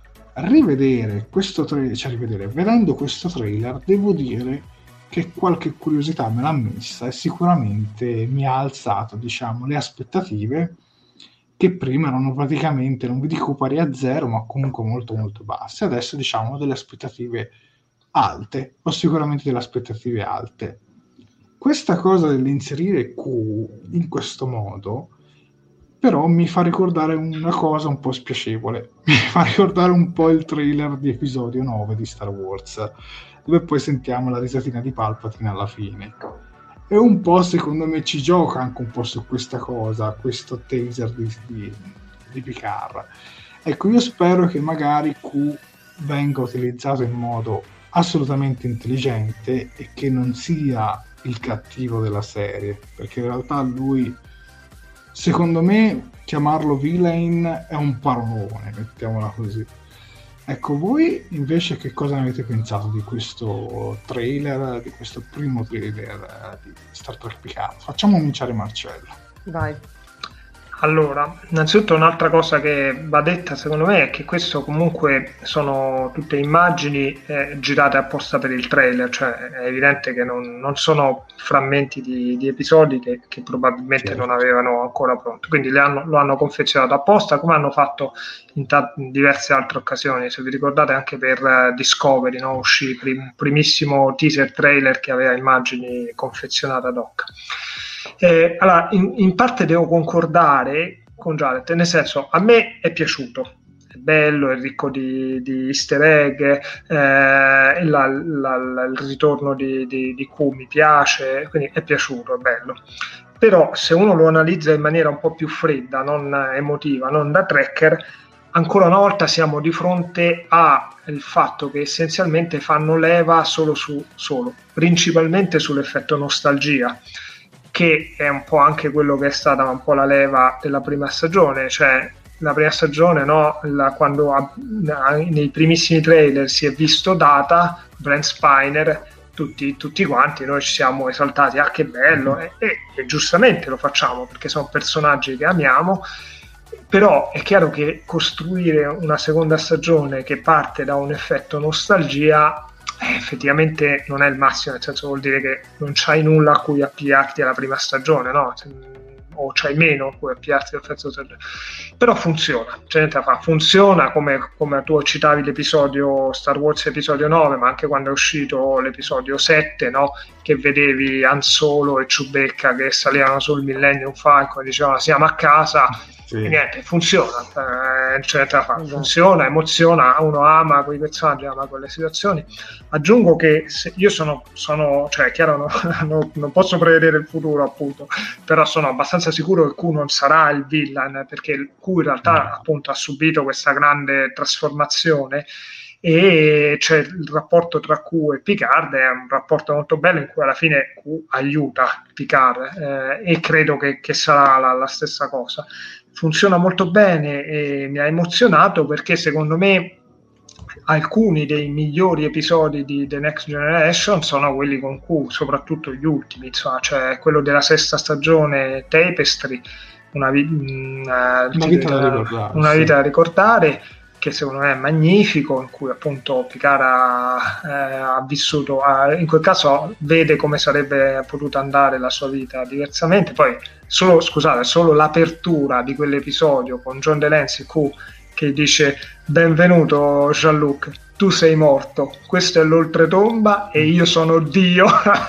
Rivedere questo trailer, cioè rivedere, vedendo questo trailer, devo dire che qualche curiosità me l'ha messa e sicuramente mi ha alzato, diciamo, le aspettative che prima erano praticamente, non vi dico pari a zero, ma comunque molto molto basse. Adesso, diciamo, delle aspettative alte, ho sicuramente delle aspettative alte. Questa cosa dell'inserire Q in questo modo però mi fa ricordare una cosa un po' spiacevole, mi fa ricordare un po' il trailer di episodio nove di Star Wars, dove poi sentiamo la risatina di Palpatine alla fine. E un po', secondo me, ci gioca anche un po' su questa cosa, questo taser di, di, di Picard. Ecco, io spero che magari Q venga utilizzato in modo assolutamente intelligente e che non sia il cattivo della serie, perché in realtà lui, secondo me, chiamarlo villain è un parolone, mettiamola così. Ecco, voi invece che cosa ne avete pensato di questo trailer, di questo primo trailer di Star Trek Picard? Facciamo cominciare Marcello. Vai. Allora, innanzitutto un'altra cosa che va detta secondo me è che questo comunque sono tutte immagini eh, girate apposta per il trailer, cioè è evidente che non, non sono frammenti di, di episodi che, che probabilmente certo. non avevano ancora pronto, quindi le hanno, lo hanno confezionato apposta come hanno fatto in, ta- in diverse altre occasioni. Se vi ricordate anche per uh, Discovery, no? Uscì il prim- primissimo teaser trailer che aveva immagini confezionate ad hoc. Eh, allora, in, in parte devo concordare con Jared, nel senso, a me è piaciuto, è bello, è ricco di, di easter egg, eh, la, la, la, il ritorno di, di, di Q mi piace, quindi è piaciuto, è bello. Però se uno lo analizza in maniera un po' più fredda, non emotiva, non da tracker, ancora una volta siamo di fronte al fatto che essenzialmente fanno leva solo su, solo, principalmente sull'effetto nostalgia, che è un po' anche quello che è stata un po' la leva della prima stagione, cioè la prima stagione, no? La, quando a, a, nei primissimi trailer si è visto Data, Brent Spiner, tutti, tutti quanti noi ci siamo esaltati, ah che bello, e, e, e giustamente lo facciamo perché sono personaggi che amiamo, però è chiaro che costruire una seconda stagione che parte da un effetto nostalgia Eh, effettivamente non è il massimo, nel senso vuol dire che non c'hai nulla a cui appigliarti alla prima stagione, no? O c'hai meno a cui appigliarti al terzo stagione. Però funziona, c'è niente da fare, funziona come, come tu citavi l'episodio Star Wars episodio nove, ma anche quando è uscito l'episodio sette, no? Che vedevi Han Solo e Chewbacca che salivano sul Millennium Falcon e dicevano siamo a casa. Sì. E niente, funziona, eh, cioè, funziona, emoziona, uno ama quei personaggi, ama quelle situazioni. Aggiungo che se io sono, sono cioè è chiaro, no, no, non posso prevedere il futuro appunto, però sono abbastanza sicuro che Q non sarà il villain, perché Q in realtà appunto ha subito questa grande trasformazione e cioè, il rapporto tra Q e Picard è un rapporto molto bello in cui alla fine Q aiuta Picard eh, e credo che, che sarà la, la stessa cosa. Funziona molto bene e mi ha emozionato perché secondo me alcuni dei migliori episodi di The Next Generation sono quelli con Q, soprattutto gli ultimi, insomma, cioè quello della sesta stagione Tapestry, una, vi- una, una vita da ricordare, una vita sì. da ricordare che secondo me è magnifico, in cui appunto Picard ha, eh, ha vissuto, ha, in quel caso vede come sarebbe potuta andare la sua vita diversamente. Poi solo, scusate, solo l'apertura di quell'episodio con John Delancey Q che dice benvenuto Jean-Luc, tu sei morto, questo è l'oltretomba e io sono Dio.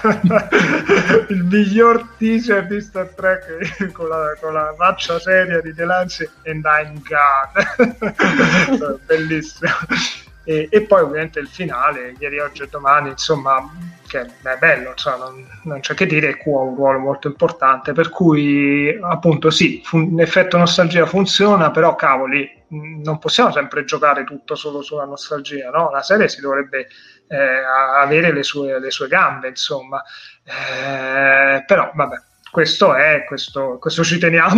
Il miglior teaser di Star Trek con la, con la faccia seria di Delancey, and I'm God. Bellissimo. E, e poi ovviamente il finale, ieri, oggi e domani, insomma, che è bello, insomma, non, non c'è che dire, Q ha un ruolo molto importante, per cui appunto sì, fun- l'effetto nostalgia funziona, però cavoli, non possiamo sempre giocare tutto solo sulla nostalgia, no? La serie si dovrebbe eh, avere le sue, le sue gambe, insomma, eh, però vabbè, questo è, questo, questo ci teniamo.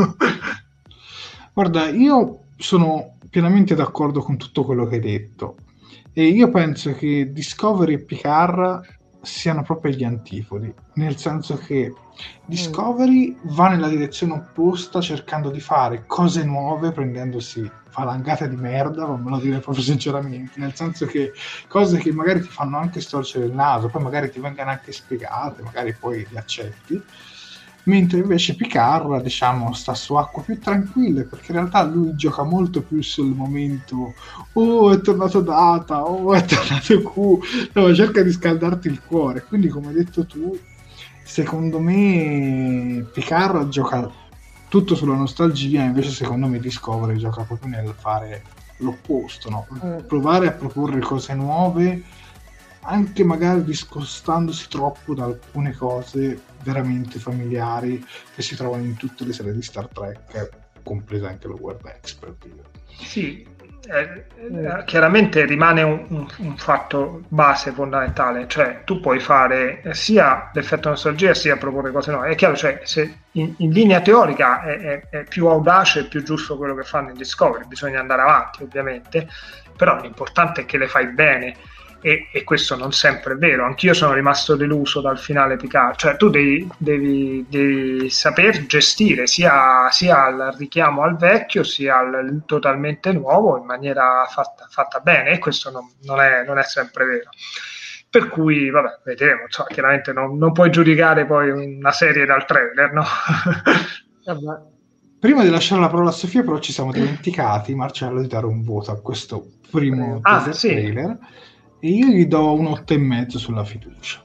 Guarda, io sono pienamente d'accordo con tutto quello che hai detto e io penso che Discovery e Picard siano proprio gli antipodi, nel senso che Discovery va nella direzione opposta cercando di fare cose nuove, prendendosi falangate di merda, fammelo dire proprio sinceramente, nel senso che cose che magari ti fanno anche storcere il naso, poi magari ti vengano anche spiegate, magari poi li accetti, mentre invece Picard, diciamo, sta su acque più tranquille, perché in realtà lui gioca molto più sul momento oh è tornato Data, oh è tornato Q, no, cerca di scaldarti il cuore, quindi come hai detto tu, secondo me Picard gioca tutto sulla nostalgia, invece secondo me Discovery gioca proprio nel fare l'opposto, no? Provare a proporre cose nuove, anche magari discostandosi troppo da alcune cose veramente familiari che si trovano in tutte le serie di Star Trek, compresa anche lo Lower Decks, per dire. Sì, eh, eh, chiaramente rimane un, un, un fatto base fondamentale, cioè tu puoi fare sia l'effetto nostalgia sia proporre cose nuove. È chiaro, cioè se in, in linea teorica è, è, è più audace e più giusto quello che fanno in Discovery, bisogna andare avanti ovviamente, però l'importante è che le fai bene. E, e questo non sempre è vero, anch'io sono rimasto deluso dal finale Picard, cioè tu devi, devi, devi saper gestire sia, sia il richiamo al vecchio sia il totalmente nuovo in maniera fatta, fatta bene, e questo non, non, è, non è sempre vero, per cui vabbè, vedremo, cioè, chiaramente non, non puoi giudicare poi una serie dal trailer, no? Vabbè. Prima di lasciare la parola a Sofia però ci siamo dimenticati, Marcello, di dare un voto a questo primo ah, teaser sì. trailer. E io gli do un otto e mezzo sulla fiducia.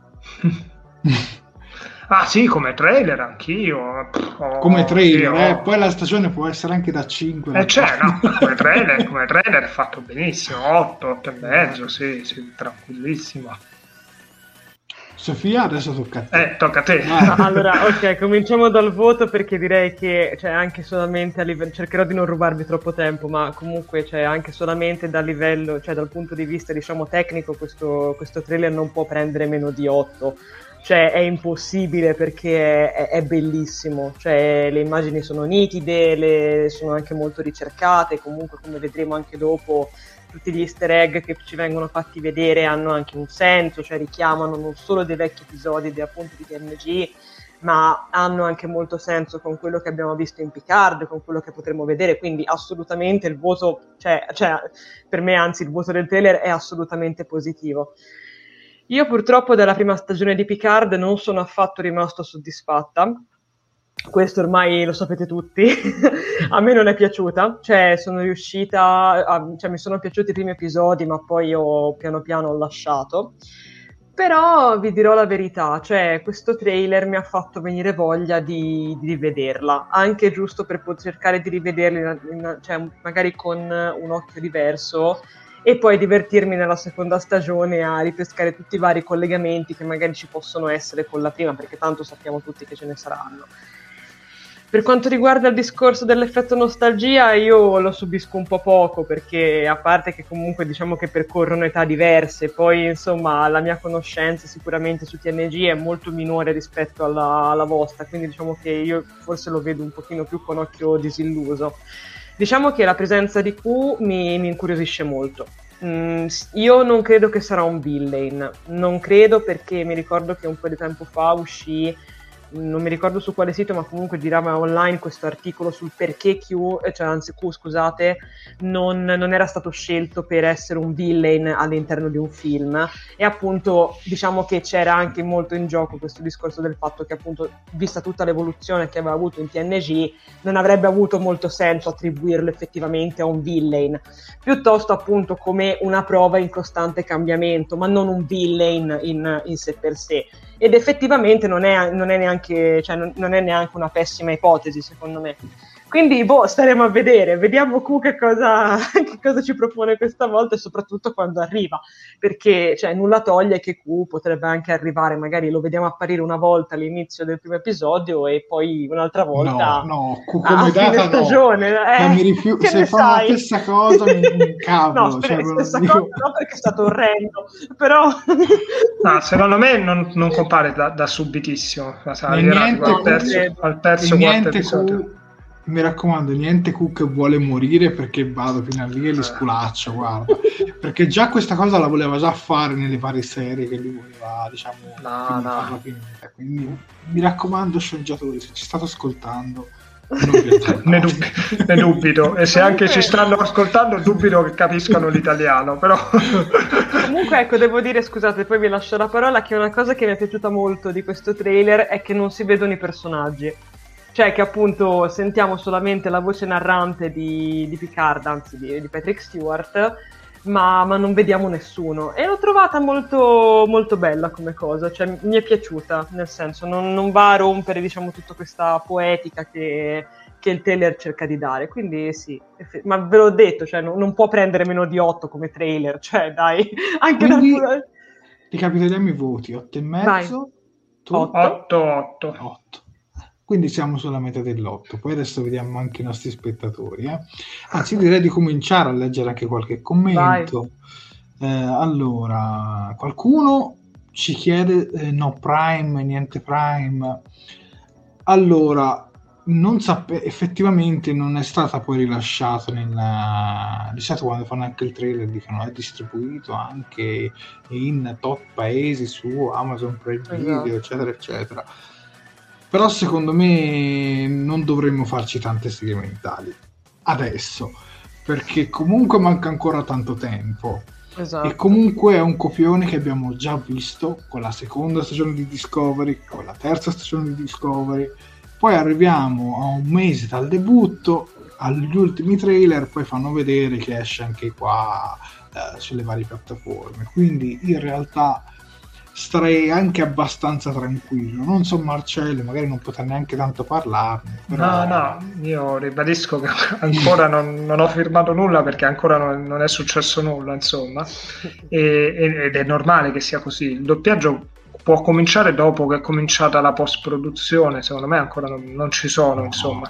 Ah sì, come trailer anch'io. Oh, come trailer, sì, eh. oh. Poi la stagione può essere anche da cinque. Eh c'è, no, come trailer, come trailer è fatto benissimo, otto, otto e mezzo, sì, sì, tranquillissimo. Sofia, adesso tocca a te. Eh, tocca a te. Allora, ok, cominciamo dal voto, perché direi che cioè, anche solamente a livello, cercherò di non rubarvi troppo tempo, ma comunque cioè, anche solamente dal livello, cioè dal punto di vista diciamo tecnico, questo, questo trailer non può prendere meno di otto. Cioè è impossibile, perché è, è bellissimo, cioè le immagini sono nitide, le, sono anche molto ricercate, comunque come vedremo anche dopo tutti gli easter egg che ci vengono fatti vedere hanno anche un senso, cioè richiamano non solo dei vecchi episodi di, appunto, di T N G, ma hanno anche molto senso con quello che abbiamo visto in Picard, con quello che potremo vedere, quindi assolutamente il voto, cioè, cioè per me anzi il voto del trailer è assolutamente positivo. Io purtroppo dalla prima stagione di Picard non sono affatto rimasto soddisfatta, questo ormai lo sapete tutti. A me non è piaciuta, cioè sono riuscita a, cioè mi sono piaciuti i primi episodi, ma poi ho piano piano ho lasciato. Però vi dirò la verità, cioè questo trailer mi ha fatto venire voglia di, di rivederla, anche giusto per poter cercare di rivederla in, in, cioè magari con un occhio diverso, e poi divertirmi nella seconda stagione a ripescare tutti i vari collegamenti che magari ci possono essere con la prima, perché tanto sappiamo tutti che ce ne saranno. Per quanto riguarda il discorso dell'effetto nostalgia, io lo subisco un po' poco, perché a parte che comunque diciamo che percorrono età diverse, poi insomma la mia conoscenza sicuramente su T N G è molto minore rispetto alla, alla vostra, quindi diciamo che io forse lo vedo un pochino più con occhio disilluso. Diciamo che la presenza di Q mi, mi incuriosisce molto. Mm, io non credo che sarà un villain, non credo, perché mi ricordo che un po' di tempo fa uscì non mi ricordo su quale sito, ma comunque girava online questo articolo sul perché Q, cioè anzi Q scusate, non, non era stato scelto per essere un villain all'interno di un film, e appunto diciamo che c'era anche molto in gioco questo discorso del fatto che appunto, vista tutta l'evoluzione che aveva avuto in T N G, non avrebbe avuto molto senso attribuirlo effettivamente a un villain, piuttosto appunto come una prova in costante cambiamento, ma non un villain in, in sé per sé. Ed effettivamente non è, non è neanche, cioè non, non è neanche una pessima ipotesi, secondo me. Quindi boh, staremo a vedere, vediamo Q che cosa, che cosa ci propone questa volta, e soprattutto quando arriva, perché cioè, nulla toglie che Q potrebbe anche arrivare, magari lo vediamo apparire una volta all'inizio del primo episodio e poi un'altra volta no, no, Q come data stagione. No. Eh, mi rifiu- se fa la stessa cosa mi incavolo. No, cioè, stessa dico... cosa no, perché è stato orrendo, però no, secondo me non, non compare da, da subitissimo, niente, al terzo, al terzo quarto episodio. Q... Mi raccomando, niente Q che vuole morire perché vado fino a lì e li sculaccio, guarda. Perché già questa cosa la voleva già fare nelle varie serie che lui voleva, diciamo, no, no. finita. Quindi mi raccomando, sceneggiatori, se ci state ascoltando, ne, dubbi, ne dubito, e se anche ci stanno ascoltando dubito che capiscano l'italiano, però comunque ecco, devo dire, scusate, poi vi lascio la parola, che una cosa che mi è piaciuta molto di questo trailer è che non si vedono i personaggi. Cioè che appunto sentiamo solamente la voce narrante di, di Picard, anzi di, di Patrick Stewart, ma, ma non vediamo nessuno. E l'ho trovata molto, molto bella come cosa, cioè mi è piaciuta, nel senso non, non va a rompere, diciamo, tutta questa poetica che, che il trailer cerca di dare. Quindi sì, ma ve l'ho detto, cioè non, non può prendere meno di otto come trailer, cioè dai, anche quindi, dal... Ricapitoliamo i voti, otto e mezzo, otto, otto. otto. Quindi siamo sulla metà dell'otto. Poi adesso vediamo anche i nostri spettatori. Eh? Anzi, direi di cominciare a leggere anche qualche commento. Eh, allora, qualcuno ci chiede eh, no Prime, niente Prime. Allora, non sape- effettivamente non è stata poi rilasciata nella... di solito quando fanno anche il trailer dicono è distribuito anche in top paesi su Amazon Prime Video, esatto, eccetera eccetera. Però secondo me non dovremmo farci tante seghe mentali adesso, perché comunque manca ancora tanto tempo. Esatto. E comunque è un copione che abbiamo già visto con la seconda stagione di Discovery, con la terza stagione di Discovery, poi arriviamo a un mese dal debutto, agli ultimi trailer, poi fanno vedere che esce anche qua eh, sulle varie piattaforme, quindi in realtà starei anche abbastanza tranquillo. Non so Marcello, magari non potrà neanche tanto parlarne, però... no no io ribadisco che ancora non, non ho firmato nulla, perché ancora non, non è successo nulla, insomma, e, ed è normale che sia così. Il doppiaggio può cominciare dopo che è cominciata la post produzione, secondo me ancora non, non ci sono, no. Insomma,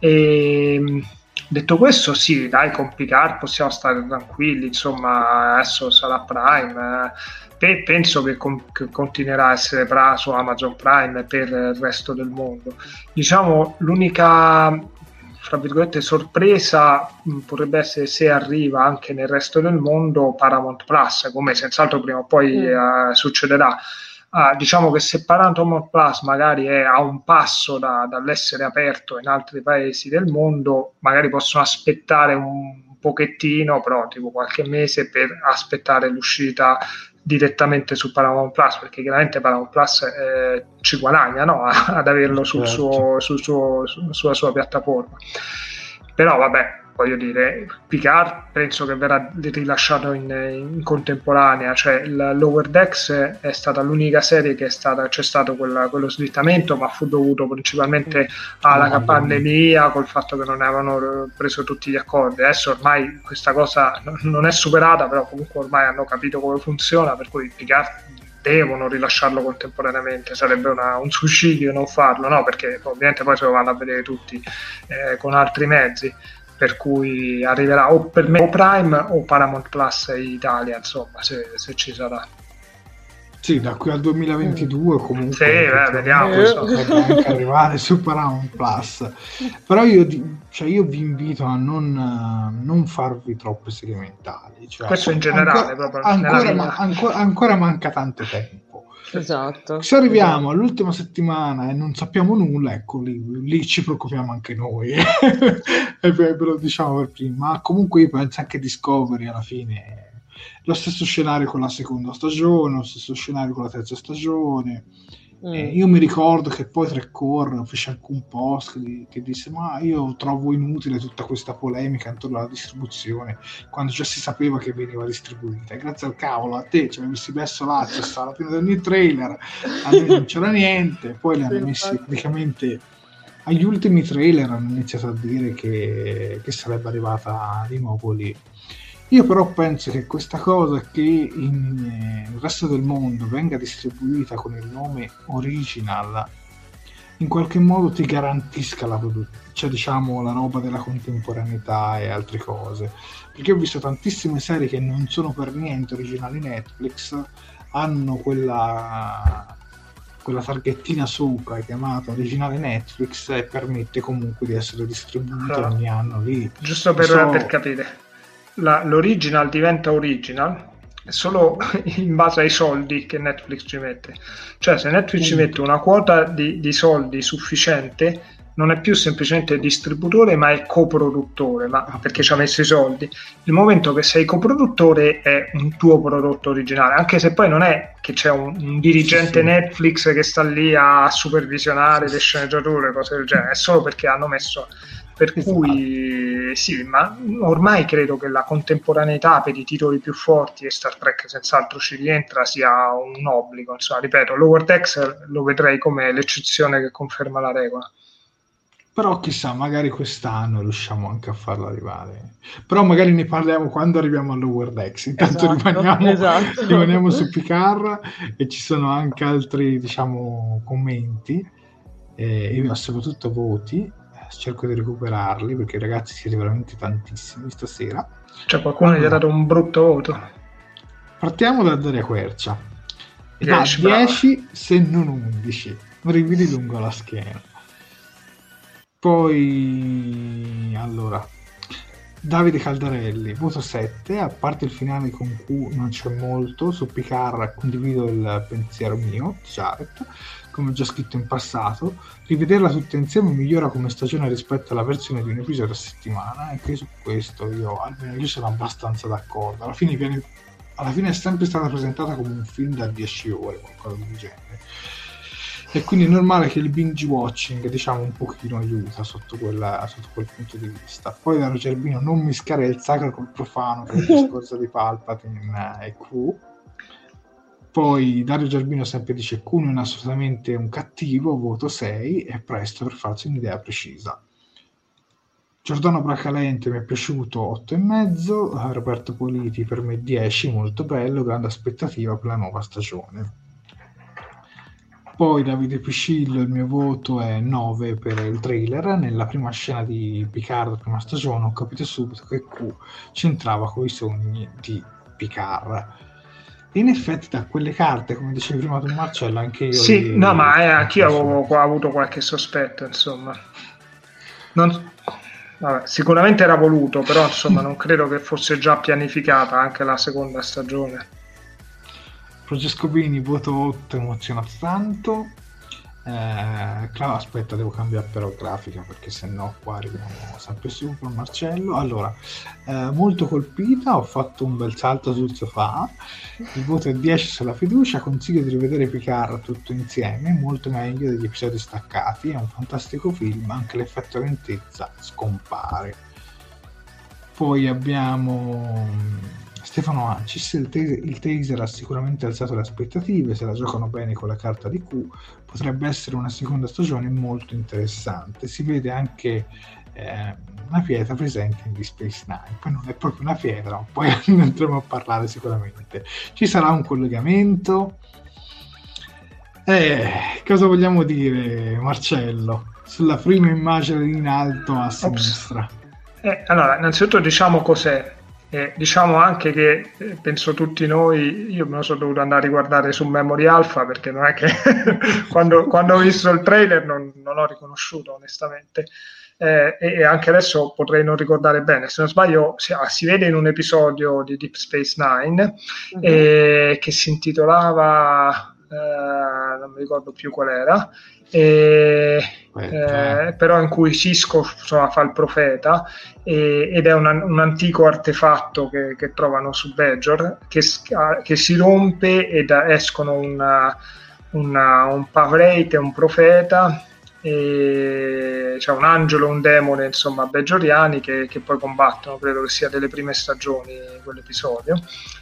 e detto questo, sì, dai, con Picard possiamo stare tranquilli, insomma, adesso sarà Prime, eh, penso che, con, che continuerà a essere pra, su Amazon Prime per il resto del mondo. Diciamo, l'unica, fra virgolette, sorpresa mh, potrebbe essere se arriva anche nel resto del mondo Paramount Plus, come senz'altro prima o poi mm. uh, succederà. Uh, diciamo che se Paramount Plus magari è a un passo da, dall'essere aperto in altri paesi del mondo, magari possono aspettare un pochettino, però tipo qualche mese, per aspettare l'uscita direttamente su Paramount Plus, perché chiaramente Paramount Plus eh, ci guadagna, no? ad averlo sul suo, sul suo, su, sulla sua piattaforma. Però vabbè, voglio dire, Picard penso che verrà rilasciato in, in contemporanea, cioè il Lower Decks è stata l'unica serie che è stata, c'è stato quella, quello slittamento, ma fu dovuto principalmente alla oh, pandemia, col fatto che non avevano preso tutti gli accordi. Adesso ormai questa cosa non è superata, però comunque ormai hanno capito come funziona, per cui Picard devono rilasciarlo contemporaneamente. Sarebbe una, un suicidio non farlo, no? Perché ovviamente poi se lo vanno a vedere tutti eh, con altri mezzi, per cui arriverà o per me o Prime o Paramount Plus Italia, insomma, se, se ci sarà. Sì, da qui al duemilaventidue mm. comunque sì, beh, vediamo, potrebbe anche arrivare su Paramount Plus. Però io, cioè, io vi invito a non, uh, non farvi troppe seghe mentali, cioè, questo in generale, ancora, proprio ancora, ma, ancora, ancora manca tanto tempo. Esatto. Se arriviamo esatto. all'ultima settimana e non sappiamo nulla, ecco lì, lì ci preoccupiamo anche noi. E ve lo diciamo per prima. Ma comunque io penso anche Discovery alla fine lo stesso scenario con la seconda stagione, lo stesso scenario con la terza stagione. Mm. Eh, io mi ricordo che poi Tre Core fece anche un post che, che disse ma io trovo inutile tutta questa polemica intorno alla distribuzione quando già si sapeva che veniva distribuita, e grazie al cavolo a te ci avevi messo l'access alla fine di ogni trailer, a noi non c'era niente, poi li hanno messi praticamente agli ultimi trailer, hanno iniziato a dire che, che sarebbe arrivata di nuovo lì. Io però penso che questa cosa che in, eh, nel resto del mondo venga distribuita con il nome original in qualche modo ti garantisca la produzione, cioè diciamo la roba della contemporaneità e altre cose, perché ho visto tantissime serie che non sono per niente originali Netflix, hanno quella quella targhettina sopra chiamata originale Netflix e permette comunque di essere distribuita allora, ogni anno lì. Giusto per, so, per capire, La, l'original diventa original solo in base ai soldi che Netflix ci mette, cioè se Netflix mm. ci mette una quota di, di soldi sufficiente non è più semplicemente distributore ma è coproduttore, ma perché ci ha messo i soldi. Il momento che sei coproduttore è un tuo prodotto originale, anche se poi non è che c'è un, un dirigente sì, sì. Netflix che sta lì a supervisionare sì, le sceneggiature, cose del genere, è solo perché hanno messo. Per esatto. cui sì, ma ormai credo che la contemporaneità per i titoli più forti, e Star Trek senz'altro ci rientra, sia un obbligo. Insomma, ripeto, Lower Decks lo vedrei come l'eccezione che conferma la regola. Però chissà, magari quest'anno riusciamo anche a farlo arrivare. Però magari ne parliamo quando arriviamo a Lower Decks. Intanto esatto, rimaniamo, esatto. rimaniamo su Picard e ci sono anche altri, diciamo, commenti eh, e soprattutto voti. Cerco di recuperarli perché ragazzi siete veramente tantissimi stasera. C'è qualcuno allora, che gli ha dato un brutto voto. Partiamo da Daria Quercia, da dieci se non undici, brividi lungo la schiena. Poi allora Davide Caldarelli, voto sette, a parte il finale con cui non c'è molto. Su Picard condivido il pensiero mio, Jared, come ho già scritto in passato. Rivederla tutta insieme migliora come stagione rispetto alla versione di un episodio a settimana, e che su questo io almeno io sono abbastanza d'accordo. Alla fine viene, alla fine è sempre stata presentata come un film da dieci ore, qualcosa del genere, e quindi è normale che il binge watching, diciamo, un pochino aiuta sotto, quella, sotto quel punto di vista. Poi da Rogerbino non mischiare il sacro col profano per il discorso di Palpatine e Q. Poi Dario Gerbino sempre dice Q non è assolutamente un cattivo, voto sei, è presto per farsi un'idea precisa. Giordano Bracalente mi è piaciuto otto e mezzo, Roberto Politi per me dieci, molto bello, grande aspettativa per la nuova stagione. Poi Davide Piscillo, il mio voto è nove per il trailer. Nella prima scena di Picard, prima stagione, ho capito subito che Q c'entrava con i sogni di Picard. In effetti da quelle carte, come dicevi prima tu Marcello, anche io... Sì, li... no, ma eh, anch'io avevo qua avuto qualche sospetto, insomma. Non... Vabbè, sicuramente era voluto, però insomma non credo che fosse già pianificata anche la seconda stagione. Francesco Bini, voto otto, emozionato tanto. Eh, Cla- aspetta, devo cambiare però grafica perché sennò qua arriviamo sempre su con Marcello. Allora, eh, molto colpita, ho fatto un bel salto sul sofà. Il voto è dieci sulla fiducia. Consiglio di rivedere Picard tutto insieme, molto meglio degli episodi staccati. È un fantastico film, anche l'effetto lentezza scompare. Poi abbiamo Stefano Ancis, il, te- il taser ha sicuramente alzato le aspettative, se la giocano bene con la carta di Q potrebbe essere una seconda stagione molto interessante. Si vede anche eh, una pietra presente in Deep Space Nine, poi non è proprio una pietra, poi ne andremo a parlare sicuramente. Ci sarà un collegamento. Eh, cosa vogliamo dire, Marcello, sulla prima immagine in alto a sinistra? Eh, allora, innanzitutto diciamo cos'è. Eh, diciamo anche che eh, penso tutti noi, io me lo sono dovuto andare a riguardare su Memory Alpha perché non è che quando, quando ho visto il trailer non, non l'ho riconosciuto onestamente, eh, e, e anche adesso potrei non ricordare bene, se non sbaglio si, ah, si vede in un episodio di Deep Space Nine uh-huh. eh, che si intitolava eh, non mi ricordo più qual era, e, eh, però in cui Sisko insomma, fa il profeta, e, ed è una, un antico artefatto che, che trovano su Bajor che, che si rompe ed escono una, una, un Pavrate e un profeta, e c'è un angelo e un demone insomma bajoriani che, che poi combattono, credo che sia delle prime stagioni quell'episodio.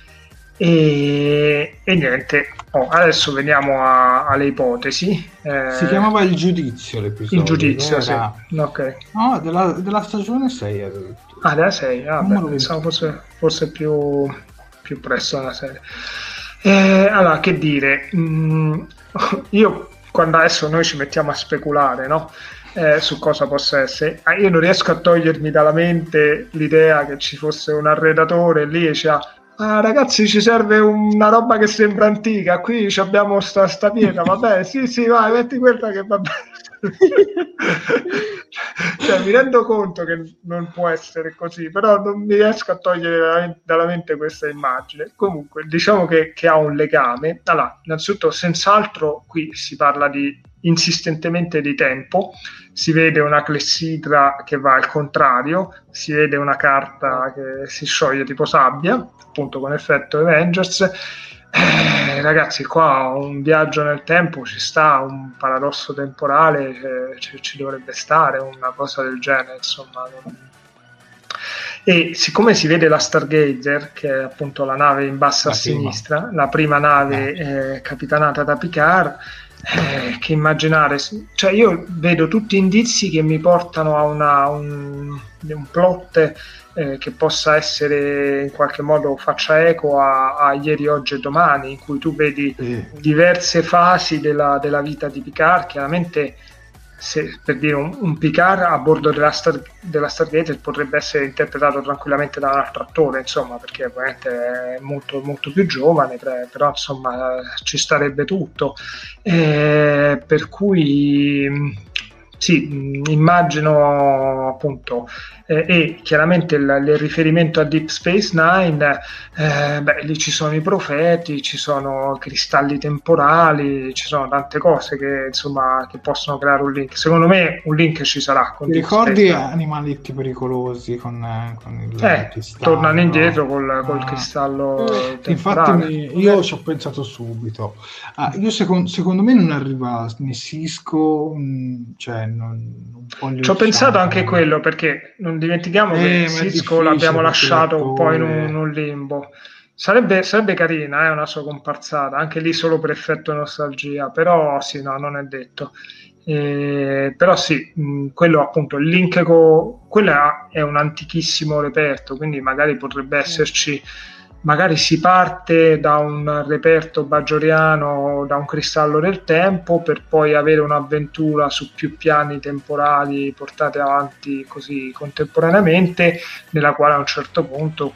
E, e niente, oh, adesso veniamo a, alle ipotesi. Eh, si chiamava Il Giudizio l'episodio. Il Giudizio, era... sì. Ok. No, della, della stagione sei. Ah, della sei? Ah, beh, pensavo fosse, fosse più, più presto della serie. Eh, allora, che dire, mm, io quando adesso noi ci mettiamo a speculare, no? Eh, su cosa possa essere, ah, io non riesco a togliermi dalla mente l'idea che ci fosse un arredatore lì e diceva: ah ragazzi, ci serve una roba che sembra antica, qui abbiamo sta, sta pietra, vabbè, sì sì, vai, metti quella che va bene. Cioè, mi rendo conto che non può essere così, però non mi riesco a togliere dalla mente questa immagine. Comunque, diciamo che, che ha un legame. Allora, innanzitutto, senz'altro qui si parla di insistentemente di tempo, si vede una clessidra che va al contrario, si vede una carta che si scioglie tipo sabbia, appunto con effetto Avengers. Eh, ragazzi, qua un viaggio nel tempo ci sta, un paradosso temporale eh, ci, ci dovrebbe stare, una cosa del genere, insomma. E siccome si vede la Stargazer, che è appunto la nave in basso la a prima. sinistra, la prima nave eh, capitanata da Picard, Eh, che immaginare, cioè io vedo tutti indizi che mi portano a una, un, un plot eh, che possa essere in qualche modo faccia eco a, a Ieri, Oggi e Domani, in cui tu vedi eh. diverse fasi della, della vita di Picard. Chiaramente, se, per dire un, un Picard a bordo della, Star, della Stargate potrebbe essere interpretato tranquillamente da un altro attore, insomma, perché ovviamente è molto, molto più giovane, però insomma ci starebbe tutto, eh, per cui sì, immagino appunto, eh, e chiaramente il, il riferimento a Deep Space Nine, eh, beh, lì ci sono i profeti, ci sono cristalli temporali, ci sono tante cose che insomma che possono creare un link. Secondo me un link ci sarà. Con Ti ricordi Animaletti Pericolosi con, con il eh, cristallo? Tornano indietro col, col ah. cristallo mm. Infatti mi, io ci ho pensato subito. Ah, io secondo, secondo me non arriva né Sisko, mh, cioè non, non ci ho pensato anche quello, perché non dimentichiamo eh, che Sisko l'abbiamo lasciato un po' in un, un limbo. Sarebbe, sarebbe carina eh, una sua comparsata, anche lì solo per effetto nostalgia, però sì, no, non è detto. Eh, però sì, mh, quello appunto, il link con quello è un antichissimo reperto, quindi magari potrebbe esserci, magari si parte da un reperto bajoriano, da un cristallo del tempo, per poi avere un'avventura su più piani temporali portate avanti così contemporaneamente, nella quale a un certo punto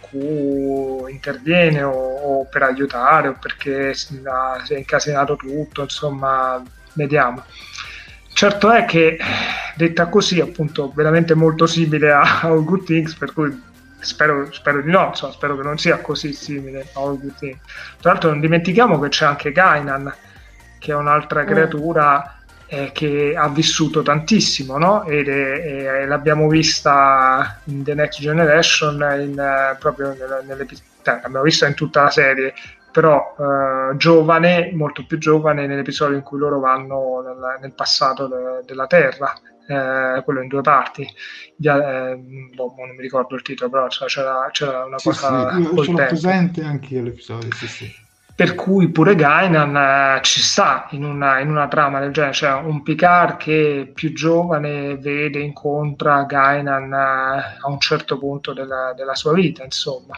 Q interviene o, o per aiutare o perché si è incasinato tutto, insomma, vediamo. Certo è che, detta così, appunto, veramente molto simile a All Good Things, per cui spero, spero di no, insomma, spero che non sia così simile a All Good Things. Tra l'altro non dimentichiamo che c'è anche Guinan, che è un'altra creatura eh, che ha vissuto tantissimo, no? Ed è, è, l'abbiamo vista in The Next Generation, in, uh, proprio nell'episodio, cioè, l'abbiamo vista in tutta la serie, però uh, giovane, molto più giovane, nell'episodio in cui loro vanno nel, nel passato de, della Terra, eh, quello in due parti. Già, eh, boh, non mi ricordo il titolo, però cioè, c'era, c'era una sì, cosa sì, io col ce l'ho tempo. presente anche io l'episodio, sì sì. Per cui pure Guinan eh, ci sta in una, in una trama del genere, cioè un Picard che più giovane vede, incontra Guinan eh, a un certo punto della, della sua vita, insomma.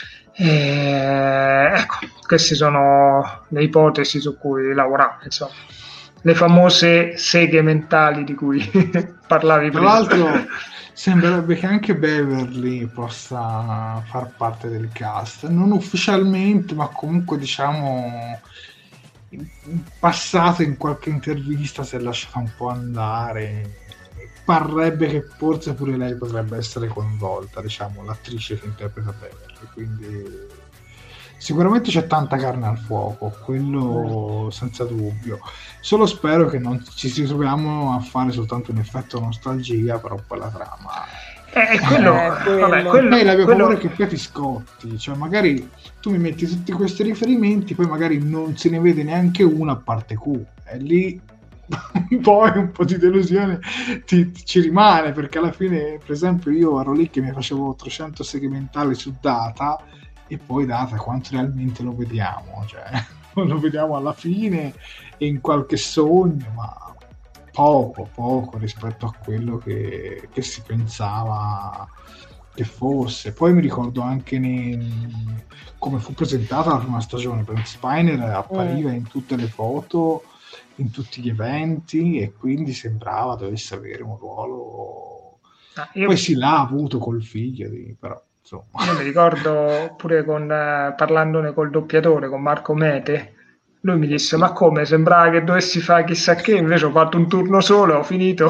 Eh, ecco, queste sono le ipotesi su cui lavorare, insomma, le famose seghe mentali di cui parlavi tra prima. l'altro sembrerebbe che anche Beverly possa far parte del cast, non ufficialmente, ma comunque diciamo in passato in qualche intervista si è lasciata un po' andare. Parrebbe che forse pure lei potrebbe essere coinvolta, diciamo, l'attrice che interpreta Beverly, quindi sicuramente c'è tanta carne al fuoco, quello senza dubbio. Solo spero che non ci si troviamo a fare soltanto un effetto nostalgia, però poi la trama è quello, eh, quello. Vabbè, quello, eh, la mia quello... paura è che poi ti scotti, cioè magari tu mi metti tutti questi riferimenti, poi magari non se ne vede neanche una a parte Q, e lì poi un po' di delusione ti, ti ci rimane, perché alla fine, per esempio, io ero lì che mi facevo trecento segmentali su Data, e poi Data quanto realmente lo vediamo, cioè lo vediamo alla fine e in qualche sogno, ma poco poco rispetto a quello che, che si pensava che fosse. Poi mi ricordo anche nei, come fu presentata la prima stagione, Brent Spiner appariva mm. in tutte le foto, in tutti gli eventi, e quindi sembrava dovesse avere un ruolo. Ah, io... poi sì, l'ha avuto col figlio di, però insomma. Io mi ricordo pure con eh, parlandone col doppiatore, con Marco Mete, lui mi disse: ma come, sembrava che dovessi fare chissà che, invece ho fatto un turno solo, ho finito.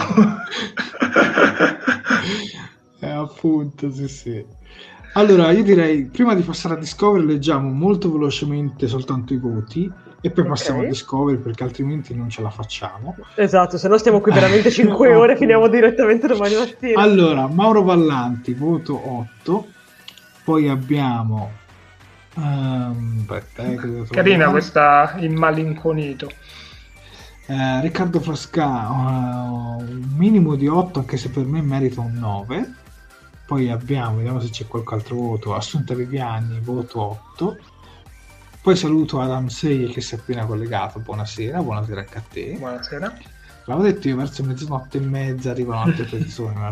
eh, appunto, sì sì. Allora io direi, prima di passare a Discovery, leggiamo molto velocemente soltanto i voti e poi passiamo okay. a Discovery, perché altrimenti non ce la facciamo. Esatto, se no stiamo qui veramente cinque ore e finiamo direttamente domani mattina. Allora, Mauro Vallanti, voto otto. Poi abbiamo um, aspetta, eh, carina questa immalinconito. eh, Riccardo Frasca, uh, un minimo di otto, anche se per me merita un nove. Poi abbiamo, vediamo se c'è qualche altro voto, Assunta Viviani, voto otto. Poi saluto Adam Sei che si è appena collegato, buonasera, buonasera anche a te. Buonasera. L'avevo detto io, verso mezzanotte e mezza arrivano altre persone.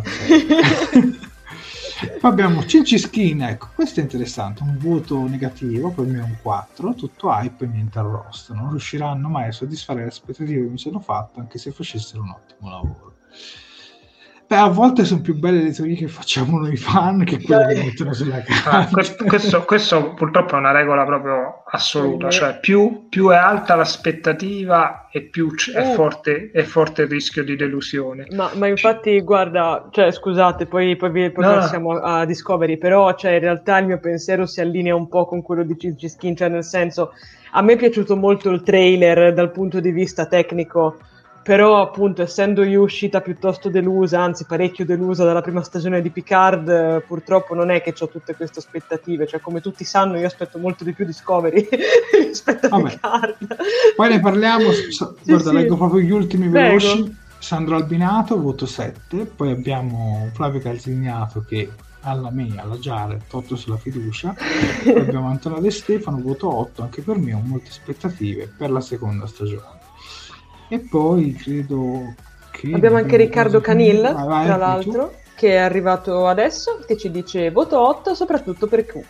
Poi abbiamo Cincischina, ecco, questo è interessante, un voto negativo, per me è un quattro, tutto hype e niente arrosto, non riusciranno mai a soddisfare le aspettative che mi sono fatto, anche se facessero un ottimo lavoro. Beh, a volte sono più belle le teorie che facciamo noi fan che quelle che mettono sulla carta. Ah, questo, questo, questo purtroppo è una regola proprio assoluta, cioè più, più è alta l'aspettativa e più è forte, è forte il rischio di delusione. Ma, ma infatti guarda, cioè scusate, poi, poi, poi no. passiamo a Discovery, però cioè, in realtà il mio pensiero si allinea un po' con quello di Cincischin, cioè nel senso, a me è piaciuto molto il trailer dal punto di vista tecnico, però appunto essendo io uscita piuttosto delusa, anzi parecchio delusa dalla prima stagione di Picard, eh, purtroppo non è che ho tutte queste aspettative, cioè come tutti sanno io aspetto molto di più Discovery rispetto a Vabbè. Picard. Poi ne parliamo, so, sì, guarda sì. leggo proprio gli ultimi veloci. Prego. Sandro Albinato, voto sette, poi abbiamo Flavio Calzignato che alla me, alla Jared, otto sulla fiducia, poi abbiamo Antonio De Stefano, voto otto, anche per me ho molte aspettative per la seconda stagione. E poi credo che abbiamo anche Riccardo Canil, ah, vai, tra l'altro, tu? Che è arrivato adesso, che ci dice voto otto soprattutto per Q.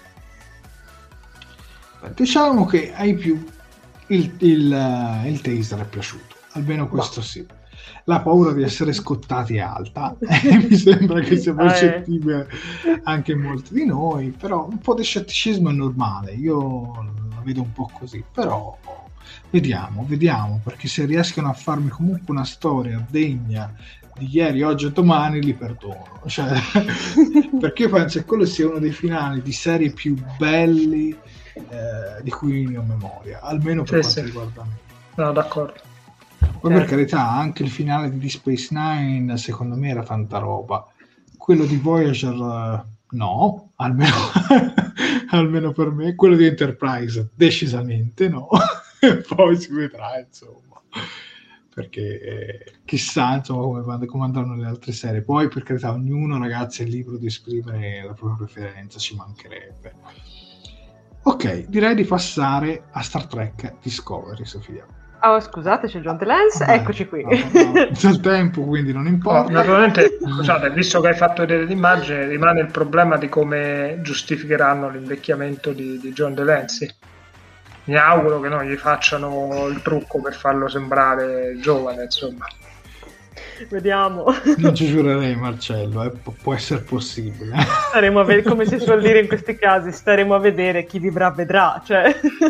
Diciamo che ai più il, il, il taser è piaciuto, almeno questo no. sì. La paura di essere scottati è alta e mi sembra che sia percettibile eh. anche in molti di noi, però un po' di scetticismo è normale, io la vedo un po' così, però vediamo, vediamo, perché se riescono a farmi comunque una storia degna di ieri, oggi e domani li perdono, cioè, perché penso che quello sia uno dei finali di serie più belli eh, di cui ne ho memoria, almeno per sì, quanto sì. riguarda me. No, d'accordo. Poi eh. per carità, anche il finale di Deep Space Nine secondo me era tanta roba, quello di Voyager no, almeno, almeno per me, quello di Enterprise decisamente no. Poi si vedrà, insomma, perché eh, chissà insomma come, come andranno le altre serie. Poi per carità ognuno, ragazzi, è libero di esprimere la propria preferenza, ci mancherebbe. Ok, direi di passare a Star Trek Discovery, Sofia. Oh, scusate, c'è John Telens, ah, eccoci qui. No, no, c'è il tempo, quindi non importa. No, naturalmente, scusate, visto che hai fatto vedere l'immagine, rimane il problema di come giustificheranno l'invecchiamento di, di John Delancey. Mi auguro che non gli facciano il trucco per farlo sembrare giovane, insomma. Vediamo. Non ci giurerei, Marcello, eh? Pu- può essere possibile. Staremo a vedere, come si suol dire in questi casi, staremo a vedere, chi vivrà vedrà, cioè...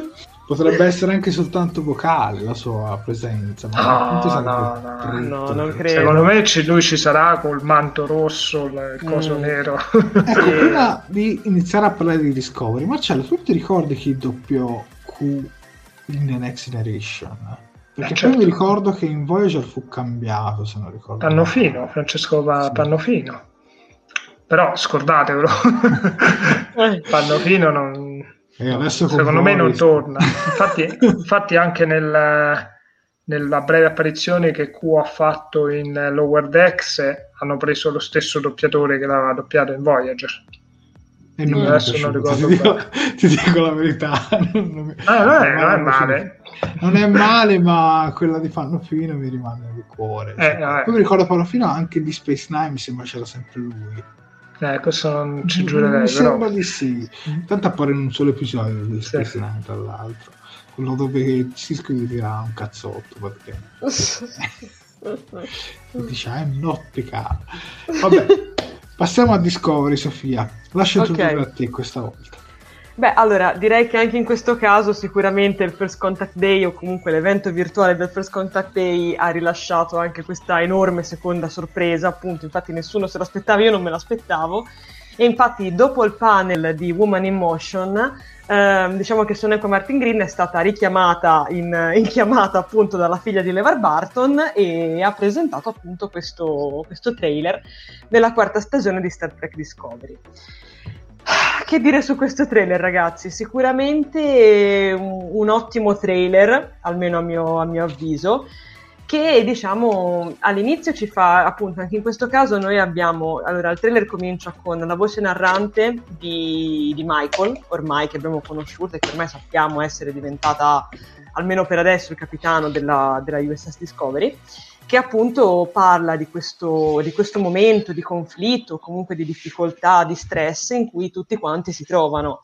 Potrebbe essere anche soltanto vocale la sua presenza, ma no, no, no, no, non credo. Secondo me ci, lui ci sarà col manto rosso, il coso mm. nero. Ecco, prima di iniziare a parlare di Discovery, Marcello, tu ti ricordi chi doppiò Q in The Next Generation? Perché eh, certo. poi mi ricordo che in Voyager fu cambiato, se non ricordo. Pannofino, Francesco pa- sì. Pannofino. Però scordatevelo. Pannofino non... E adesso secondo me non torna. Infatti, infatti anche nel, nella breve apparizione che Q ha fatto in Lower Decks hanno preso lo stesso doppiatore che l'aveva doppiato in Voyager. E non adesso non ricordo ti dico, ti dico la verità. Non, ah, non, è, non è male. Non è male, ma quella di Pannofino mi rimane nel cuore. Eh, Poi mi ricordo Pannofino anche di Space Nine, mi sembra c'era sempre lui. Eh, questo non ci giurerei. Mi però. sembra di sì. Tanto appare in un solo episodio di Space sì. Nine, tra l'altro. Quello dove Cisco gli tira un cazzotto perché dice I'm not piccato. Vabbè, passiamo a Discovery, Sofia. Lascia okay. tutto a te questa volta. Beh, allora, direi che anche in questo caso sicuramente il First Contact Day o comunque l'evento virtuale del First Contact Day ha rilasciato anche questa enorme seconda sorpresa, appunto, infatti nessuno se l'aspettava, io non me l'aspettavo, e infatti dopo il panel di Woman in Motion, eh, diciamo che Sonequa Martin Green è stata richiamata in, in chiamata appunto dalla figlia di LeVar Burton e ha presentato appunto questo, questo trailer della quarta stagione di Star Trek Discovery. Che dire su questo trailer, ragazzi? Sicuramente un, un ottimo trailer, almeno a mio, a mio avviso, che diciamo all'inizio ci fa, appunto, anche in questo caso noi abbiamo, allora il trailer comincia con la voce narrante di, di Michael, ormai che abbiamo conosciuto e che ormai sappiamo essere diventata, almeno per adesso, il capitano della, della U S S Discovery, che appunto parla di questo, di questo momento di conflitto, comunque di difficoltà, di stress in cui tutti quanti si trovano.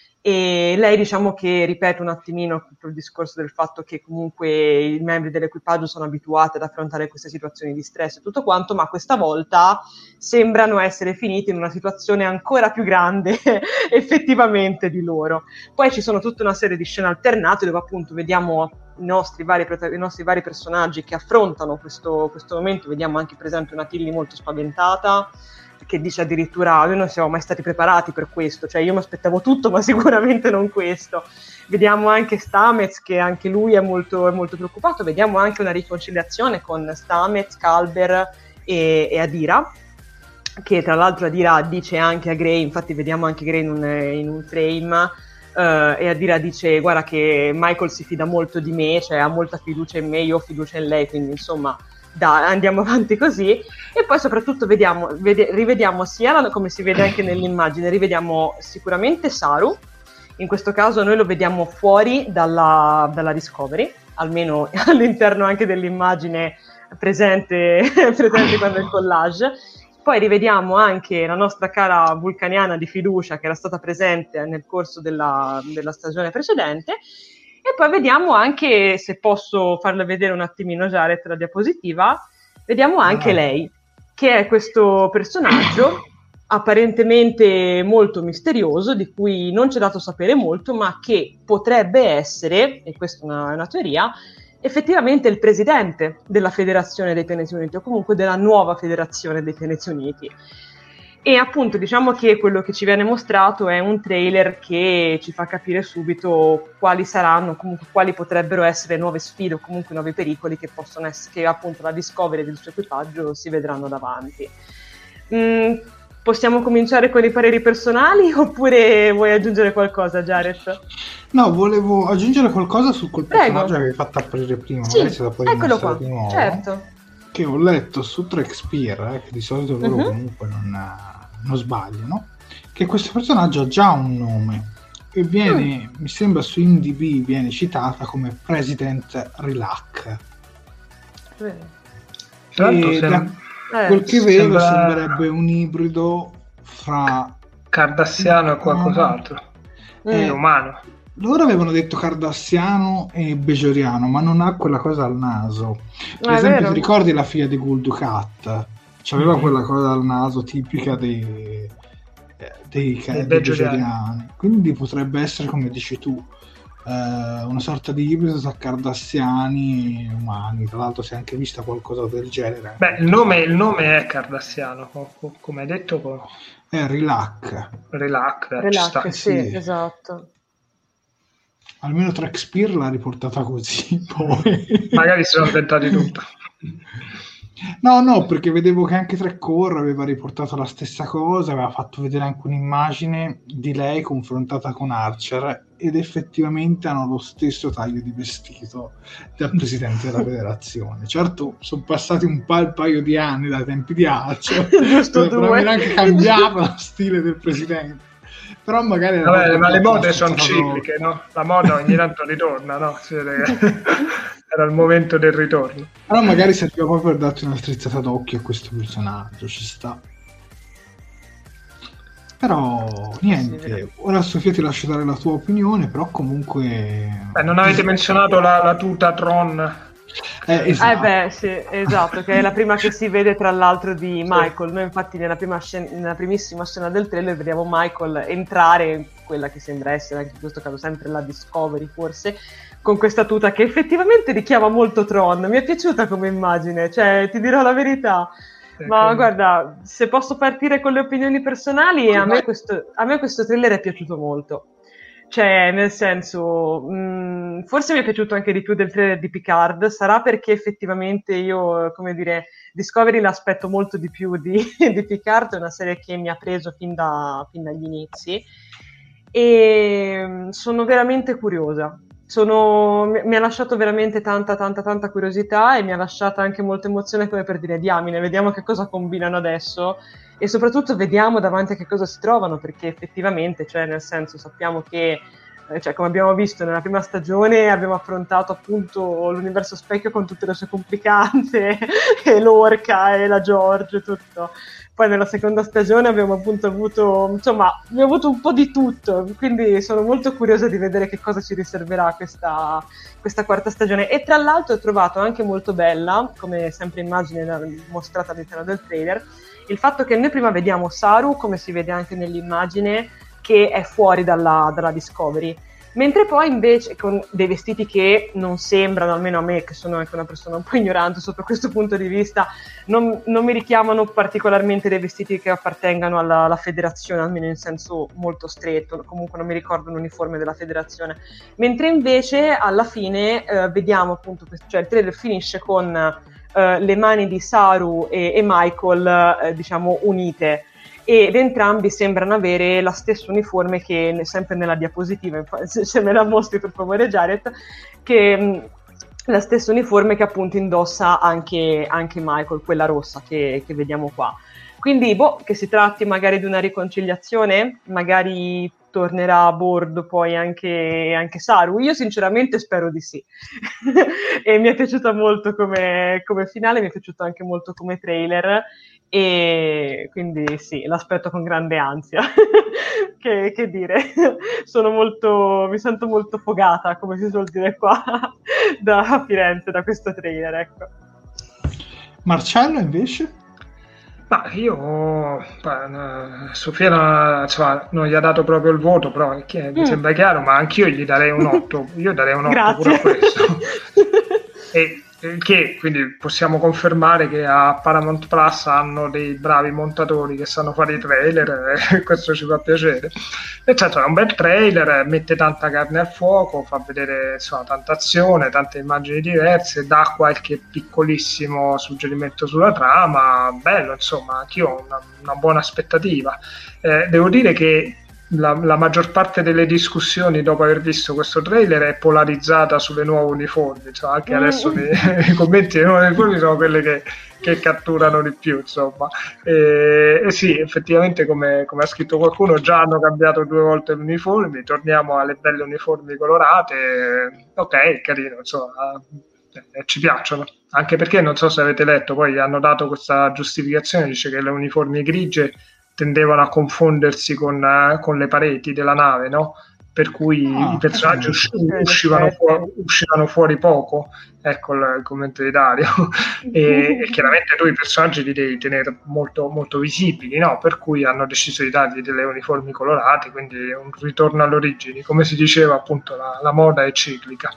E lei diciamo che ripete un attimino tutto il discorso del fatto che comunque i membri dell'equipaggio sono abituati ad affrontare queste situazioni di stress e tutto quanto, ma questa volta sembrano essere finiti in una situazione ancora più grande effettivamente di loro. Poi ci sono tutta una serie di scene alternate dove appunto vediamo i nostri vari, i nostri vari personaggi che affrontano questo, questo momento. Vediamo anche per esempio una Tilly molto spaventata, che dice addirittura noi non siamo mai stati preparati per questo, cioè io mi aspettavo tutto ma sicuramente non questo. Vediamo anche Stamets che anche lui è molto, è molto preoccupato, vediamo anche una riconciliazione con Stamets, Culber e, e Adira, che tra l'altro Adira dice anche a Gray, infatti vediamo anche Gray in un, in un frame, uh, e Adira dice guarda che Michael si fida molto di me, cioè ha molta fiducia in me, io ho fiducia in lei, quindi insomma da, andiamo avanti così. E poi soprattutto vediamo, vede, rivediamo sia, come si vede anche nell'immagine, rivediamo sicuramente Saru, in questo caso noi lo vediamo fuori dalla, dalla Discovery, almeno all'interno anche dell'immagine presente, presente quando è il collage. Poi rivediamo anche la nostra cara vulcaniana di fiducia che era stata presente nel corso della, della stagione precedente. E poi vediamo anche, se posso farle vedere un attimino Jared la diapositiva, vediamo anche ah. lei, che è questo personaggio apparentemente molto misterioso, di cui non ci è dato sapere molto, ma che potrebbe essere, e questa è una, una teoria, effettivamente il presidente della Federazione dei Pianeti Uniti, o comunque della nuova Federazione dei Pianeti Uniti. E appunto diciamo che quello che ci viene mostrato è un trailer che ci fa capire subito quali saranno, comunque quali potrebbero essere nuove sfide o comunque nuovi pericoli che possono essere, che appunto la Discovery e il suo equipaggio si vedranno davanti. Mm, possiamo cominciare con i pareri personali oppure vuoi aggiungere qualcosa, Jared? No, volevo aggiungere qualcosa su quel Prego. personaggio che avevi fatto apparire prima, sì, magari se la puoi eccolo qua, di nuovo. Certo. Che ho letto su Trek-Spear, eh, che di solito loro uh-huh. comunque non, non sbagliano, che questo personaggio ha già un nome e viene, mm. mi sembra su I M D B viene citata come President Relac. Eh. E da eh, quel che vedo sembra... sembrerebbe un ibrido fra cardassiano e qualcos'altro, è mm. umano. Loro avevano detto cardassiano e bejoriano, ma non ha quella cosa al naso. Per ah, esempio, ti ricordi la figlia di Gul Dukat? C'aveva mm-hmm. quella cosa al naso tipica dei, dei, dei bejoriani. Quindi potrebbe essere come dici tu. uh, una sorta di ibrido tra cardassiani e umani. Tra l'altro si è anche vista qualcosa del genere. Beh, il nome, il nome è cardassiano, come hai detto. È Relac. Relac, eh, Relac, sì, sì, esatto. Almeno Trackspear l'ha riportata così, poi magari si sono inventati tutto. No, no, perché vedevo che anche Trecore aveva riportato la stessa cosa, aveva fatto vedere anche un'immagine di lei confrontata con Archer ed effettivamente hanno lo stesso taglio di vestito del presidente della federazione. Certo, sono passati un, pa- un paio di anni dai tempi di Archer, giusto per aver anche cambiato lo stile del presidente. Però magari Vabbè, ma le mode sono cicliche, no? La moda ogni tanto ritorna, no? Si vede che era il momento del ritorno. Però magari serviva proprio per darti una strizzata d'occhio a questo personaggio, ci sta. Però niente, ora Sofia ti lascio dare la tua opinione, però comunque... Beh, non avete menzionato la, la tuta Tron? Eh, esatto. Eh beh, sì, esatto, che è la prima che si vede tra l'altro di Michael. Noi infatti nella, prima scena, nella primissima scena del trailer vediamo Michael entrare in quella che sembra essere anche in questo caso sempre la Discovery forse, con questa tuta che effettivamente richiama molto Tron. Mi è piaciuta come immagine, cioè ti dirò la verità. Okay. Ma guarda, se posso partire con le opinioni personali, a me questo, a me questo trailer è piaciuto molto. Cioè, nel senso, mh, forse mi è piaciuto anche di più del trailer di Picard, sarà perché effettivamente io, come dire, Discovery l'aspetto molto di più di, di Picard, è una serie che mi ha preso fin, da, fin dagli inizi e mh, sono veramente curiosa. Sono, mi, mi ha lasciato veramente tanta, tanta, tanta curiosità e mi ha lasciato anche molta emozione come per dire, diamine, vediamo che cosa combinano adesso. E soprattutto vediamo davanti a che cosa si trovano, perché effettivamente, cioè nel senso, sappiamo che, eh, cioè, come abbiamo visto nella prima stagione, abbiamo affrontato appunto l'universo specchio con tutte le sue complicanze, e l'orca e la George, tutto. Poi nella seconda stagione abbiamo appunto avuto, insomma, abbiamo avuto un po' di tutto, quindi sono molto curiosa di vedere che cosa ci riserverà questa, questa quarta stagione. E tra l'altro ho trovato anche molto bella, come sempre immagine mostrata all'interno del trailer, il fatto che noi prima vediamo Saru, come si vede anche nell'immagine, che è fuori dalla, dalla Discovery, mentre poi invece con dei vestiti che non sembrano, almeno a me che sono anche una persona un po' ignorante sotto questo punto di vista, non, non mi richiamano particolarmente dei vestiti che appartengano alla, alla federazione, almeno in senso molto stretto, comunque non mi ricordo un uniforme della federazione, mentre invece alla fine eh, vediamo appunto, cioè il trailer finisce con Uh, le mani di Saru e, e Michael uh, diciamo unite, ed entrambi sembrano avere la stessa uniforme che ne, sempre nella diapositiva, se, se me la mostri per favore Jared, che mh, la stessa uniforme che appunto indossa anche, anche Michael, quella rossa che, che vediamo qua. Quindi boh, che si tratti magari di una riconciliazione, magari tornerà a bordo poi anche, anche Saru. Io sinceramente spero di sì. E mi è piaciuta molto come, come finale, mi è piaciuto anche molto come trailer, e quindi sì, l'aspetto con grande ansia. che, che dire, sono molto, mi sento molto fogata, come si suol dire qua, da Firenze, da questo trailer, ecco. Marcello invece? Ma io, beh, Sofia insomma, non gli ha dato proprio il voto, però che, mi mm. sembra chiaro, ma anch'io gli darei un otto, io darei un otto pure a questo. E che quindi possiamo confermare che a Paramount Plus hanno dei bravi montatori che sanno fare i trailer, e questo ci fa piacere. Nel senso, è un bel trailer, mette tanta carne al fuoco, fa vedere insomma tanta azione, tante immagini diverse, dà qualche piccolissimo suggerimento sulla trama, bello, insomma, anch'io ho una, una buona aspettativa. Eh, devo dire che La, la maggior parte delle discussioni dopo aver visto questo trailer è polarizzata sulle nuove uniformi, cioè anche mm. adesso i commenti delle nuove uniformi sono quelle che, che catturano di più, insomma. E, e sì, effettivamente come, come ha scritto qualcuno, già hanno cambiato due volte le uniformi, torniamo alle belle uniformi colorate, ok, carino, insomma, eh, ci piacciono, anche perché non so se avete letto, poi hanno dato questa giustificazione, dice che le uniformi grigie tendevano a confondersi con, uh, con le pareti della nave, no? per cui ah, i personaggi usci- uscivano, fuori, uscivano fuori poco, ecco il, il commento di Dario, e, e chiaramente tu i personaggi li devi tenere molto, molto visibili, no? Per cui hanno deciso di dargli delle uniformi colorate, quindi un ritorno alle origini, come si diceva appunto la, la moda è ciclica.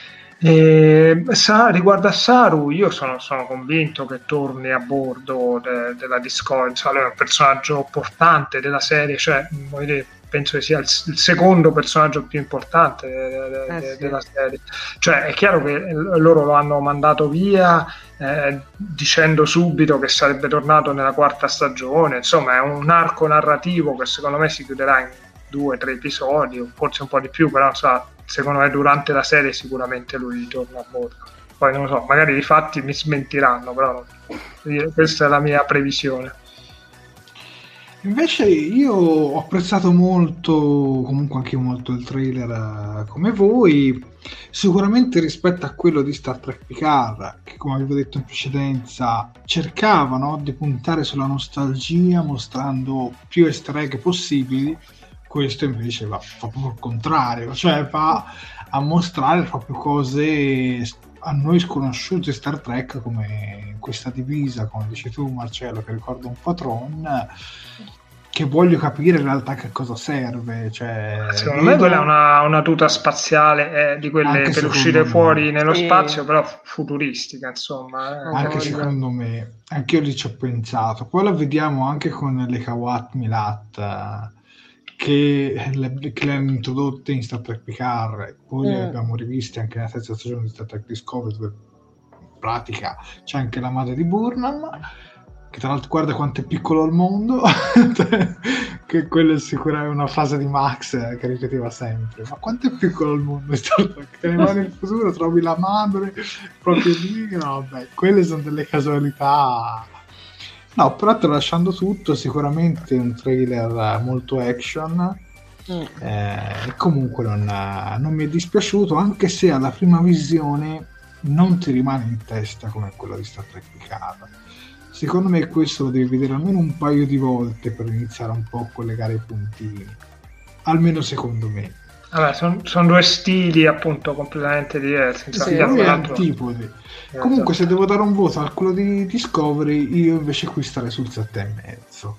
E, sa, riguardo a Saru, io sono, sono convinto che torni a bordo de, della Discovery, cioè, è un personaggio importante della serie, cioè dire, penso che sia il, il secondo personaggio più importante de, de, eh sì. della serie. Cioè è chiaro che loro lo hanno mandato via eh, dicendo subito che sarebbe tornato nella quarta stagione, insomma è un arco narrativo che secondo me si chiuderà in due, tre episodi, forse un po' di più, però so, secondo me durante la serie sicuramente lui torna a bordo. Poi non lo so, magari i fatti mi smentiranno, però questa è la mia previsione. Invece io ho apprezzato molto, comunque anche molto il trailer come voi, sicuramente rispetto a quello di Star Trek Picard, che come avevo detto in precedenza cercava, no, di puntare sulla nostalgia mostrando più easter egg possibili. Questo invece va, fa proprio il contrario, cioè va a mostrare proprio cose a noi sconosciute Star Trek, come questa divisa, come dici tu Marcello, che ricorda un po' Tron, che voglio capire in realtà che cosa serve. Cioè, secondo vedo... me quella è una, una tuta spaziale eh, di quelle anche per uscire me. fuori nello sì. spazio, però futuristica, insomma. Eh, anche secondo me, anche io lì ci ho pensato. Poi la vediamo anche con le Kawat Milat, che le, che le hanno introdotte in Star Trek Picard, poi mm. le abbiamo riviste anche nella terza stagione di Star Trek Discovery, dove in pratica c'è anche la madre di Burnham, che tra l'altro guarda quanto è piccolo il mondo, che quella è sicuramente una frase di Max eh, che ripeteva sempre, ma quanto è piccolo il mondo Star Trek, che nel futuro trovi la madre proprio lì, no, beh, quelle sono delle casualità. No, però tralasciando tutto, sicuramente un trailer molto action, mm. eh, comunque non, non mi è dispiaciuto, anche se alla prima visione non ti rimane in testa come quello di Star Trek Picard. Secondo me questo lo devi vedere almeno un paio di volte per iniziare un po' a collegare i puntini, almeno secondo me. Vabbè, sono son due stili appunto completamente diversi. Sì, lui è antipodi. Comunque se devo dare un voto al quello di Discovery, io invece qui starei sul sette e mezzo,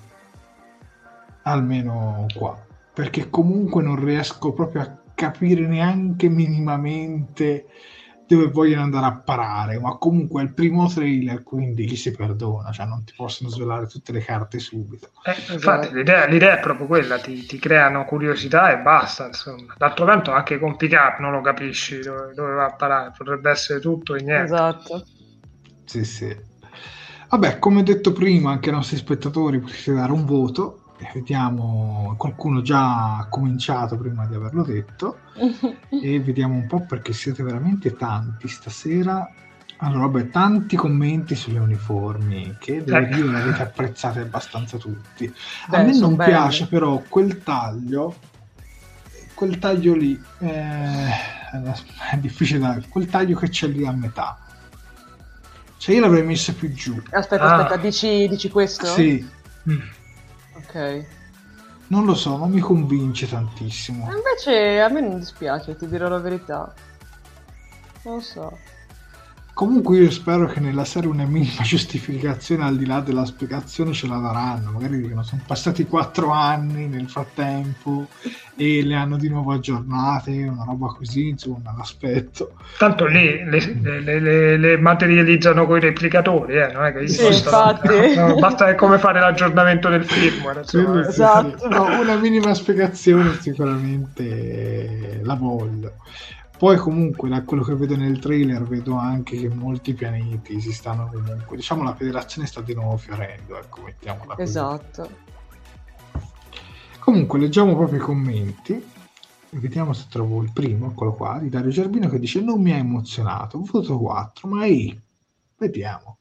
almeno qua, perché comunque non riesco proprio a capire neanche minimamente dove vogliono andare a parare, ma comunque è il primo trailer, quindi chi si perdona, cioè non ti possono svelare tutte le carte subito. Eh, infatti l'idea, l'idea è proprio quella, ti, ti creano curiosità e basta, insomma. D'altro canto anche con Picard non lo capisci dove, dove va a parare, potrebbe essere tutto e niente. Esatto. Sì, sì. Vabbè, come detto prima, anche ai nostri spettatori potete dare un voto. Vediamo, qualcuno già ha cominciato prima di averlo detto e vediamo un po', perché siete veramente tanti stasera. Allora, vabbè, tanti commenti sulle uniformi che devo eh. dire avete apprezzate abbastanza tutti. Beh, a me non belli. piace però quel taglio quel taglio lì eh, è difficile da quel taglio che c'è lì a metà, cioè io l'avrei messo più giù. Aspetta, ah. aspetta, dici, dici questo? Sì. Mm. Ok. Non lo so, non mi convince tantissimo. Invece a me non dispiace, ti dirò la verità. Non lo so. Comunque io spero che nella serie una minima giustificazione al di là della spiegazione ce la daranno, magari dicono sono passati quattro anni nel frattempo e le hanno di nuovo aggiornate, una roba così, insomma, l'aspetto. Tanto lì le, le, le, le materializzano con i replicatori, eh? Non è che sì, infatti. No, basta come fare l'aggiornamento del firmware. Sì, sì, esatto. Sì. No, una minima spiegazione sicuramente la voglio. Poi comunque da quello che vedo nel trailer vedo anche che molti pianeti si stanno comunque, diciamo la federazione sta di nuovo fiorendo, ecco, mettiamola così. Esatto. Comunque leggiamo proprio i commenti e vediamo se trovo il primo, eccolo qua, di Dario Gerbino, che dice non mi ha emozionato, voto quattro, ma ehi, vediamo.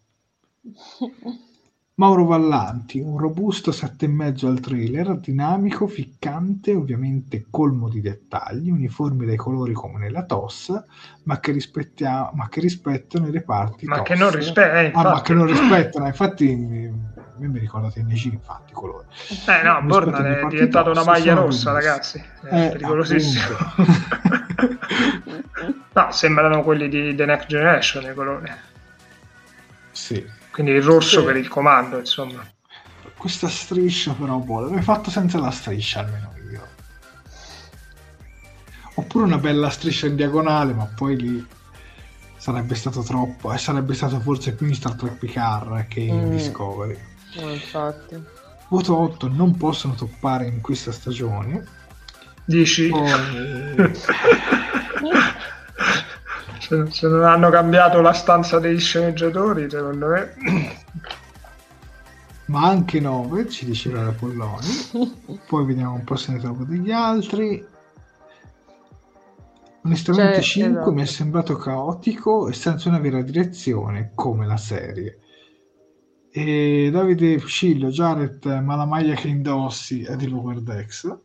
Mauro Vallanti, un robusto sette e mezzo al trailer, dinamico, ficcante, ovviamente colmo di dettagli, uniformi dai colori come nella T O S, ma che, rispettia- ma che rispettano i reparti ma T O S. Che non rispe- eh, ah, ma che non rispettano, infatti me mi ricorda T N G infatti colore. Eh no, Borna è diventata una maglia rossa, ragazzi, è eh, pericolosissimo. No, sembrano quelli di The Next Generation i colori. Sì. Quindi il rosso sì. Per il comando, insomma. Questa striscia però, boh, l'avrei fatto senza la striscia almeno io. Oppure una bella striscia in diagonale, ma poi lì sarebbe stato troppo, e sarebbe stato forse più in Star Trek Picard che in mm. Discovery. No, infatti. Voto otto, non possono toppare in questa stagione. Dici? Poi... se, se non hanno cambiato la stanza degli sceneggiatori, secondo me... Ma anche nove, ci diceva la Polloni. Poi vediamo un po' se ne trovo degli altri. Onestamente cioè, cinque esatto. Mi è sembrato caotico e senza una vera direzione, come la serie. E Davide Fucillo, Jared, ma la maglia che indossi è di Lower Decks.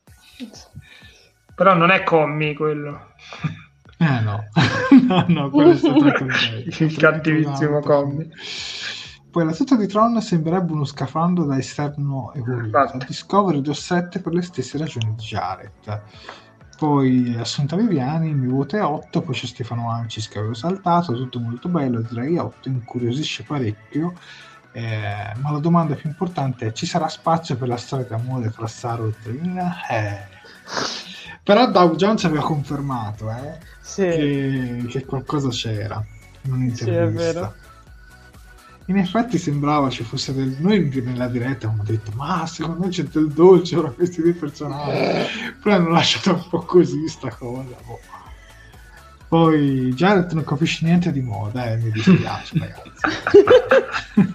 Però non è Commi quello. Eh no, no, no, quello è stato il cattivissimo Commi. Poi la tuta di Tron sembrerebbe uno scafandro da esterno evoluto. Discovery do sette per le stesse ragioni di Jared. Poi Assunta Viviani, il mio voto è otto, poi c'è Stefano Ancis che avevo saltato, tutto molto bello, direi otto, incuriosisce parecchio, eh, ma la domanda più importante è: ci sarà spazio per la storia d'amore tra Saru e Trina? Eh. Però Doug Jones aveva confermato eh, sì. che, che qualcosa c'era in un'intervista. Sì, è vero. In effetti sembrava ci fosse del... Noi nella diretta abbiamo detto ma secondo me c'è del dolce ora questi due personaggi, però hanno lasciato un po' così sta cosa. Boh. Poi Jared non capisce niente di moda, eh, mi dispiace ragazzi.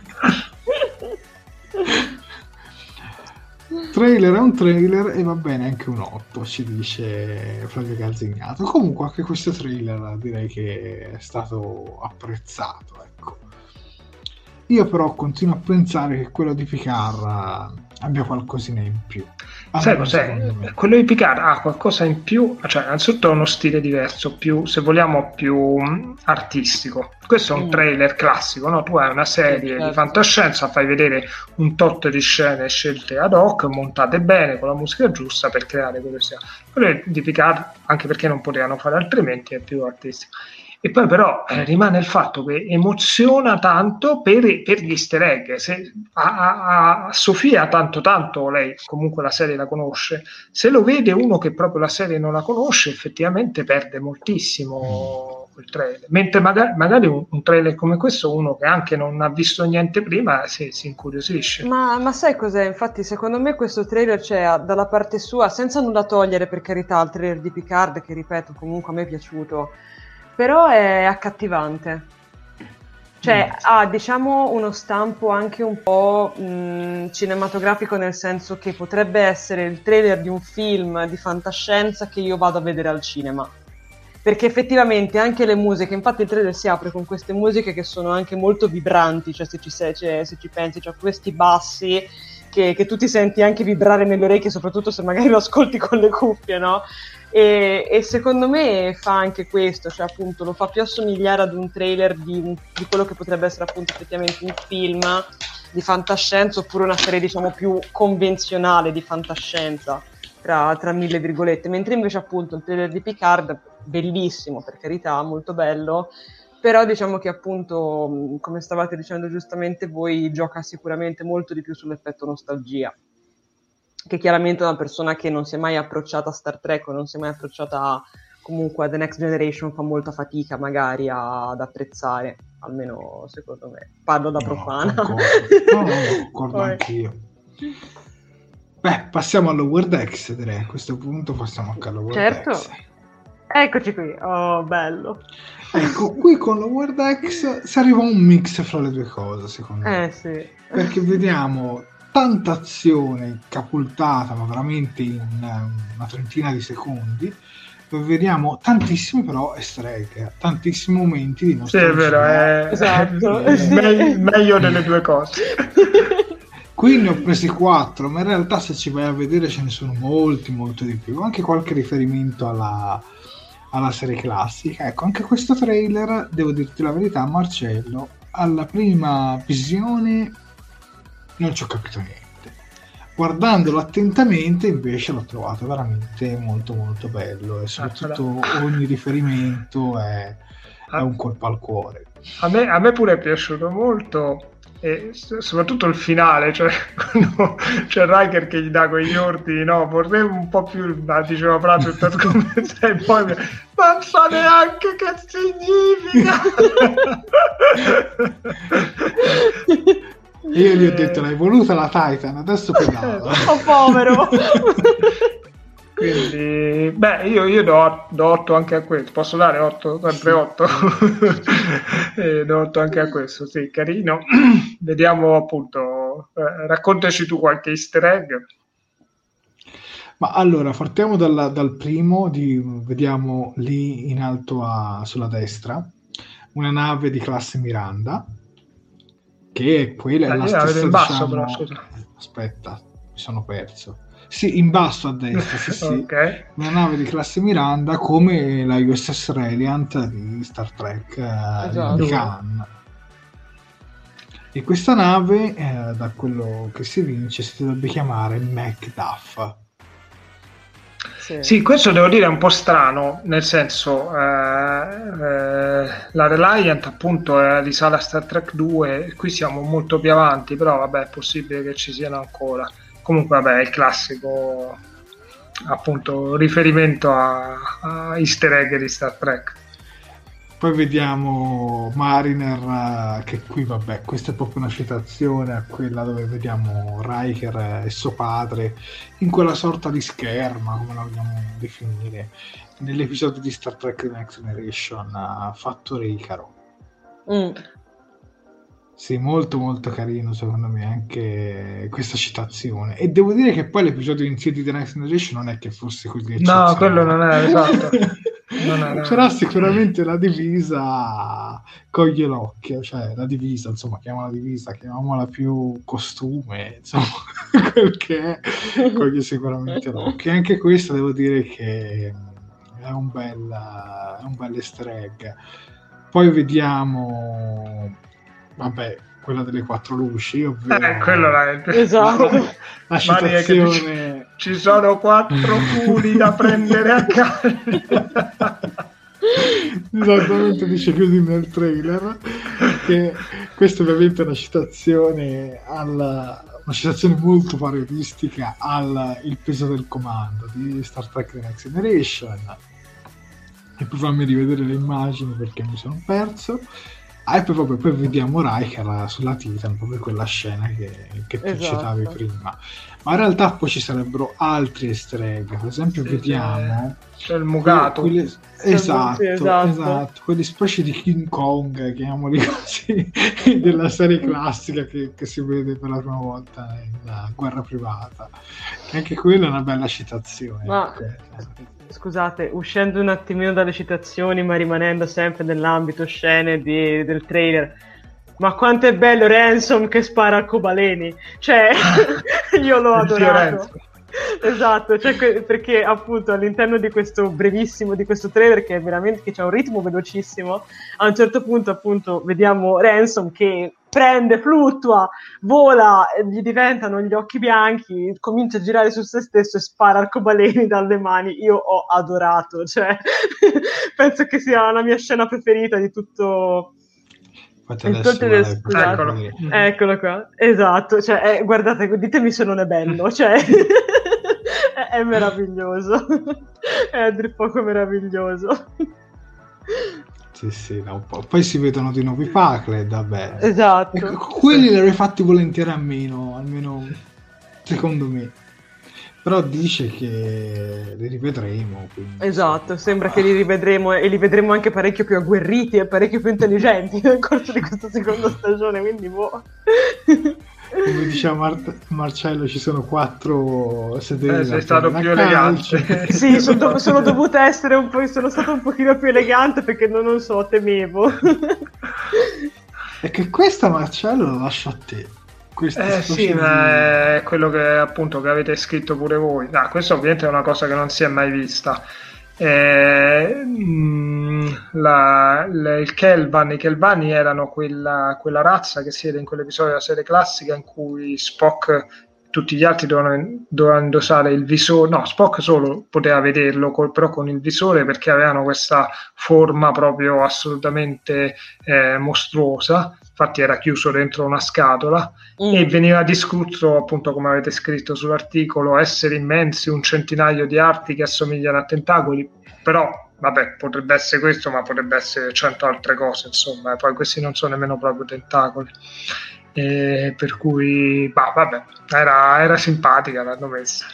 Trailer è un trailer e va bene anche un otto, ci dice Flavio Calzignato. Comunque anche questo trailer direi che è stato apprezzato, ecco. Io però continuo a pensare che quello di Picard abbia qualcosina in più. Allora, sai cos'è? Quello di Picard ha qualcosa in più, cioè innanzitutto ha uno stile diverso, più, se vogliamo, più artistico. Questo è un mm. trailer classico, no? Tu hai una serie certo. di fantascienza, fai vedere un tot di scene scelte ad hoc, montate bene, con la musica giusta per creare quello che sia. Quello di Picard, anche perché non potevano fare altrimenti, è più artistico. E poi però eh, rimane il fatto che emoziona tanto per, per gli easter egg. Se, a, a, a Sofia tanto tanto, lei comunque la serie la conosce, se lo vede uno che proprio la serie non la conosce, effettivamente perde moltissimo quel trailer. Mentre magari, magari un, un trailer come questo, uno che anche non ha visto niente prima, si, si incuriosisce. Ma, ma sai cos'è? Infatti secondo me questo trailer c'è dalla parte sua, senza nulla togliere per carità al trailer di Picard, che ripeto comunque a me è piaciuto, però è accattivante, cioè mm. ha diciamo uno stampo anche un po' mh, cinematografico, nel senso che potrebbe essere il trailer di un film di fantascienza che io vado a vedere al cinema, perché effettivamente anche le musiche, infatti il trailer si apre con queste musiche che sono anche molto vibranti, cioè se ci, se, cioè, se ci pensi, cioè questi bassi che, che tu ti senti anche vibrare nelle orecchie, soprattutto se magari lo ascolti con le cuffie, no? E, e secondo me fa anche questo, cioè appunto lo fa più assomigliare ad un trailer di, un, di quello che potrebbe essere appunto effettivamente un film di fantascienza, oppure una serie diciamo più convenzionale di fantascienza tra, tra mille virgolette, mentre invece appunto il trailer di Picard, bellissimo per carità, molto bello, però diciamo che appunto, come stavate dicendo giustamente voi, gioca sicuramente molto di più sull'effetto nostalgia, che chiaramente una persona che non si è mai approcciata a Star Trek o non si è mai approcciata comunque a The Next Generation fa molta fatica magari a, ad apprezzare, almeno secondo me. Parlo da no, profana. Concordo. No, no, concordo anch'io. Beh, passiamo allo Lower Decks, direi. A questo punto passiamo anche allo Lower certo. Decks. Eccoci qui, oh bello. Ecco, qui con Lower Decks si arriva a un mix fra le due cose, secondo eh, me. Sì. Perché vediamo tanta azione capultata, ma veramente in una trentina di secondi, vediamo tantissimi però easter egg, tantissimi momenti di nostalgia. Sì, è vero, è, esatto. è meglio, meglio delle due cose. Qui ne ho presi quattro, ma in realtà se ci vai a vedere ce ne sono molti, molto di più, anche qualche riferimento alla, alla serie classica. Ecco, anche questo trailer, devo dirti la verità Marcello, alla prima visione non ci ho capito niente. Guardandolo attentamente invece l'ho trovato veramente molto molto bello e soprattutto ogni riferimento è, è un colpo al cuore. A me, a me pure è piaciuto molto, e soprattutto il finale, cioè quando c'è Riker che gli dà quegli ordini, no, vorrei un po' più, diceva Prato come te, e poi non so neanche che significa. Io gli ho detto l'hai voluta la Titan, adesso pedala. Oh povero. Quindi beh, io, io do, do otto anche a questo, posso dare otto, sempre otto. eh, do otto anche a questo, sì, carino. Vediamo appunto, eh, raccontaci tu qualche easter egg. Ma allora, partiamo dalla, dal primo, di, vediamo lì in alto a, sulla destra, una nave di classe Miranda, che è quella, è la stessa, in basso, diciamo, però, scusa. Aspetta, mi sono perso. Sì, in basso a destra, sì, sì. Okay. Una nave di classe Miranda come la U S S Reliant di Star Trek, esatto, di Khan. E questa nave, eh, da quello che si evince, si dovrebbe chiamare Macduff. Sì. Sì, questo devo dire è un po' strano, nel senso, eh, eh, la Reliant appunto è risale a Star Trek due, qui siamo molto più avanti, però vabbè è possibile che ci siano ancora. Comunque vabbè è il classico appunto riferimento a, a easter egg di Star Trek. Poi vediamo Mariner, che qui vabbè, questa è proprio una citazione a quella dove vediamo Riker e suo padre in quella sorta di scherma, come la vogliamo definire, nell'episodio di Star Trek The Next Generation, uh, Fattore Icaro. Mm. Sì, molto molto carino secondo me anche questa citazione, e devo dire che poi l'episodio in sé di The Next Generation non è che fosse così eccezionale. No, quello non è, esatto. Non era... C'era sicuramente la divisa coglie l'occhio, cioè la divisa, insomma, chiamiamola divisa, chiamiamola più costume, insomma, quel che è, coglie sicuramente l'occhio. E anche questo devo dire che è un bel, è un bel easter egg. Poi vediamo, vabbè, quella delle quattro luci, ovvero eh, quello là, esatto. La citazione... Ci sono quattro culi da prendere a casa. Esattamente, dice così nel trailer, che questa ovviamente è una citazione alla, una citazione molto parodistica al Il peso del comando di Star Trek The Next Generation, e poi fammi rivedere le immagini perché mi sono perso. Ah, e poi, vabbè, poi vediamo Riker sulla Titan, proprio quella scena che, che tu esatto. citavi prima. Ma in realtà poi ci sarebbero altri easter egg, per esempio sì, vediamo c'è il Mugato, quelle, esatto, esatto. esatto, quelle specie di King Kong, chiamiamoli così, della serie classica che, che si vede per la prima volta nella Guerra Privata, che anche quella è una bella citazione. Ma... ecco. Scusate, uscendo un attimino dalle citazioni ma rimanendo sempre nell'ambito scene di, del trailer, ma quanto è bello Ransom che spara arcobaleni, cioè io l'ho adorato. Esatto, cioè, perché appunto all'interno di questo brevissimo, di questo trailer che è veramente, che c'ha un ritmo velocissimo, a un certo punto appunto vediamo Ransom che prende, fluttua, vola, gli diventano gli occhi bianchi, comincia a girare su se stesso e spara arcobaleni dalle mani. Io ho adorato, cioè penso che sia la mia scena preferita di tutto. Il trailer, Eccolo. Eccolo qua, esatto, cioè, eh, guardate, ditemi se non è bello, cioè è, è meraviglioso, è a dir poco meraviglioso. Sì, sì, da un po'. Poi si vedono di nuovo i Pacled, vabbè. Esatto. Ecco, quelli li avrei fatti volentieri a meno, almeno secondo me. Però dice che li rivedremo. Quindi... Esatto, sembra ah. che li rivedremo e li vedremo anche parecchio più agguerriti e parecchio più intelligenti nel corso di questa seconda stagione, quindi boh. Come diceva Mar- Marcello, ci sono quattro sedili. Eh, sei stato più elegante. Sì, sono, do- sono dovuta essere un po', sono stato un pochino più elegante perché non, non so, temevo. È che questa, Marcello, la lascio a te. Eh sì, ma è quello che appunto che avete scritto pure voi. No, questo ovviamente è una cosa che non si è mai vista. Eh, la, la, il Kelvan, i Kelvani erano quella, quella razza che si vede in quell'episodio della serie classica in cui Spock, tutti gli altri dovevano, dovevano indossare il visore, no, Spock solo poteva vederlo, col, però con il visore, perché avevano questa forma proprio assolutamente eh, mostruosa. Infatti era chiuso dentro una scatola mm. e veniva discusso, appunto come avete scritto sull'articolo, esseri immensi, un centinaio di arti che assomigliano a tentacoli, però vabbè, potrebbe essere questo, ma potrebbe essere cento altre cose, insomma, e poi questi non sono nemmeno proprio tentacoli, e per cui bah, vabbè, era, era simpatica, l'hanno messa.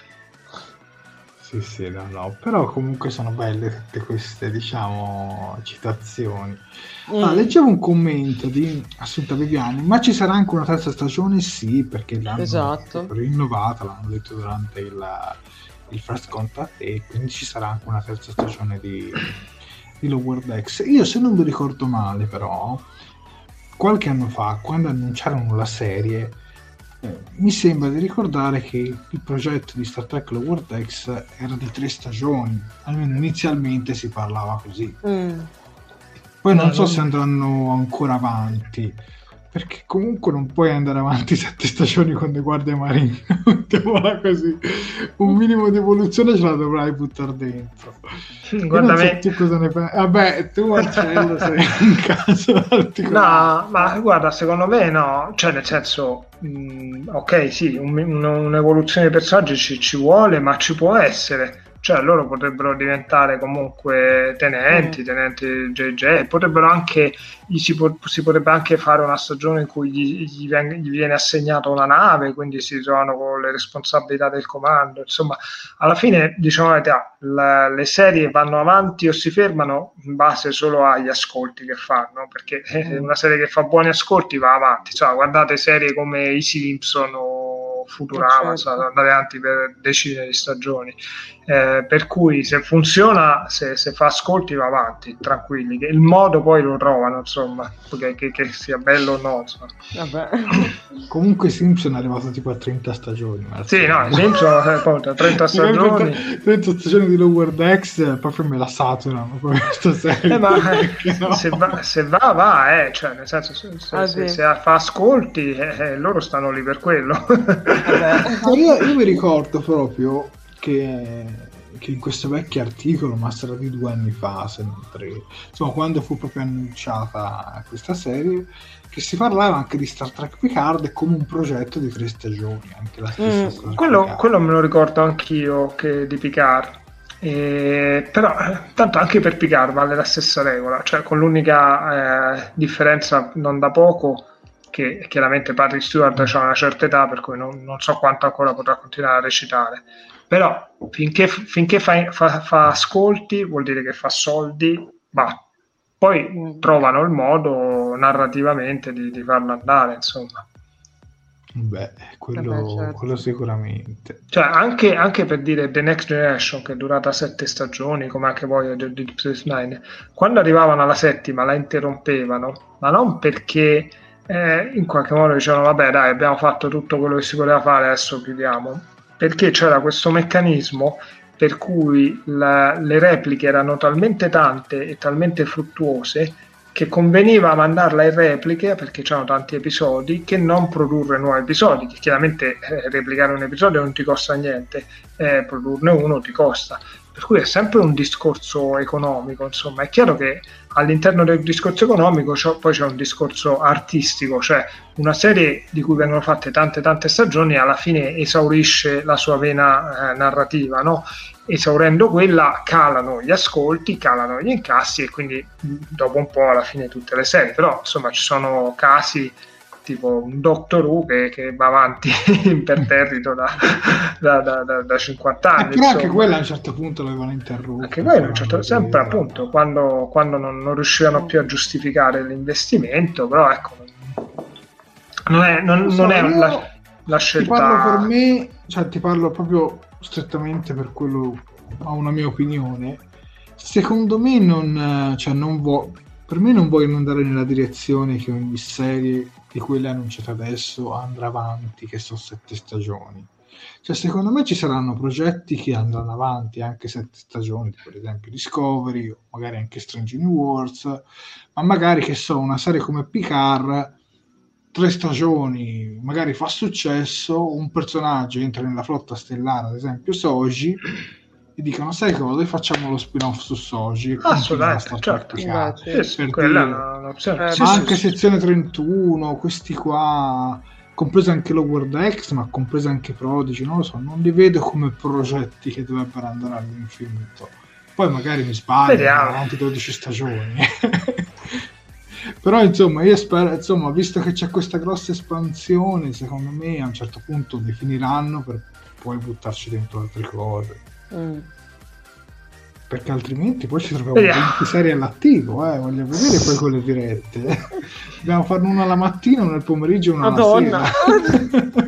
Sì, sì, no, no, però comunque sono belle tutte queste, diciamo, citazioni. Mm. Ah, leggevo un commento di Assunta Viviani, ma ci sarà anche una terza stagione? Sì, perché l'hanno esatto. rinnovata, l'hanno detto durante il, il First Contact, e quindi ci sarà anche una terza stagione di, di Lower Decks. Io, se non mi ricordo male, però, qualche anno fa, quando annunciarono la serie, Eh, mi sembra di ricordare che il progetto di Star Trek Lower Decks era di tre stagioni, almeno inizialmente si parlava così. Mm. Poi non no, so non... se andranno ancora avanti, perché comunque non puoi andare avanti sette stagioni con dei guardie marini, così. Un minimo di evoluzione ce la dovrai buttare dentro. Guarda me... so tu cosa ne pensi. Vabbè, tu Marcello sei in caso. No, ma guarda, secondo me no, cioè nel senso, mh, ok, sì, un, un, un'evoluzione dei personaggi ci, ci vuole, ma ci può essere. Cioè loro potrebbero diventare comunque tenenti, mm. tenenti J J, potrebbero anche, gli si, po- si potrebbe anche fare una stagione in cui gli, gli, veng- gli viene assegnata una nave, quindi si trovano con le responsabilità del comando. Insomma, alla fine, diciamo la verità, la, le serie vanno avanti o si fermano in base solo agli ascolti che fanno, perché mm. una serie che fa buoni ascolti va avanti. Cioè, guardate serie come I Simpson o Futurama, certo. Sono andate avanti per decine di stagioni, eh, per cui se funziona, se, se fa ascolti va avanti, tranquilli, che il modo poi lo trovano, insomma, che, che, che sia bello o no, vabbè. Comunque Simpson è arrivato tipo a trenta stagioni, sì, no, Simpson a trenta stagioni trenta stagioni di Lower Decks proprio me la saturano questa serie, eh, ma no? se, va, se va va eh, cioè nel senso se, se, ah, se, sì. se fa ascolti eh, loro stanno lì per quello. No, io, io mi ricordo proprio che, che in questo vecchio articolo, ma sarà di due anni fa, se non tre, insomma, quando fu proprio annunciata questa serie, che si parlava anche di Star Trek Picard come un progetto di tre stagioni, anche la stessa mm, quello, quello me lo ricordo anch'io, che di Picard. Eh, però tanto anche per Picard vale la stessa regola, cioè con l'unica eh, differenza non da poco che chiaramente Patrick Stewart ha una certa età, per cui non, non so quanto ancora potrà continuare a recitare, però finché, finché fa, fa, fa ascolti vuol dire che fa soldi, ma poi trovano il modo narrativamente di, di farlo andare, insomma. Beh, quello, Vabbè, certo. quello sicuramente. Cioè, anche, anche per dire The Next Generation, che è durata sette stagioni, come anche voi di Deep Space Nine, quando arrivavano alla settima la interrompevano, ma non perché eh, in qualche modo dicevano vabbè dai, abbiamo fatto tutto quello che si poteva fare, adesso chiudiamo, perché c'era questo meccanismo per cui la, le repliche erano talmente tante e talmente fruttuose che conveniva mandarla in repliche, perché c'erano tanti episodi, che non produrre nuovi episodi, che chiaramente eh, replicare un episodio non ti costa niente, eh, produrne uno ti costa, per cui è sempre un discorso economico, insomma. È chiaro che all'interno del discorso economico c'è, poi c'è un discorso artistico, cioè una serie di cui vengono fatte tante tante stagioni alla fine esaurisce la sua vena eh, narrativa, no? Esaurendo quella calano gli ascolti, calano gli incassi, e quindi dopo un po' alla fine tutte le serie. Però insomma ci sono casi tipo un Doctor Who che, che va avanti imperterrito da, da, da, da, da cinquanta anni, eh, però anche quella a un certo punto l'avevano interrotto, anche quello, un certo, sempre appunto quando, quando non, non riuscivano più a giustificare l'investimento. Però ecco, non è, non, so, non è la, la scelta. Ti parlo per me, cioè ti parlo proprio strettamente per quello, ho una mia opinione. Secondo me non, cioè non vo- per me non vogliono andare nella direzione che ogni serie di quelle annunciate adesso andrà avanti, che sono sette stagioni. Cioè, secondo me ci saranno progetti che andranno avanti anche sette stagioni, per esempio Discovery, o magari anche Strange New Worlds, ma magari, che so, una serie come Picard, tre stagioni, magari fa successo, un personaggio entra nella flotta stellare, ad esempio Soji, e dicono, sai cosa, facciamo lo spin-off su Soji, assolutamente, certo. Picard, Beh, sì, per quella dire, è una, un'opzione. ma Sì, anche sì, sezione trentuno, questi qua, compreso anche Lower Decks, ma compreso anche Prodigy, non lo so, non li vedo come progetti che dovrebbero andare all'infinito. Poi magari mi sbaglio, avanti dodici stagioni. Però insomma, io spero, insomma, visto che c'è questa grossa espansione, secondo me a un certo punto li finiranno per poi buttarci dentro altre cose. Mm. Perché altrimenti poi ci troviamo venti serie all'attivo, eh? Voglio vedere poi quelle dirette. Dobbiamo farne una la mattina, una al pomeriggio, una Madonna. la sera.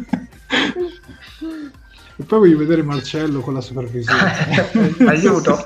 E poi voglio vedere Marcello con la supervisione. Aiuto.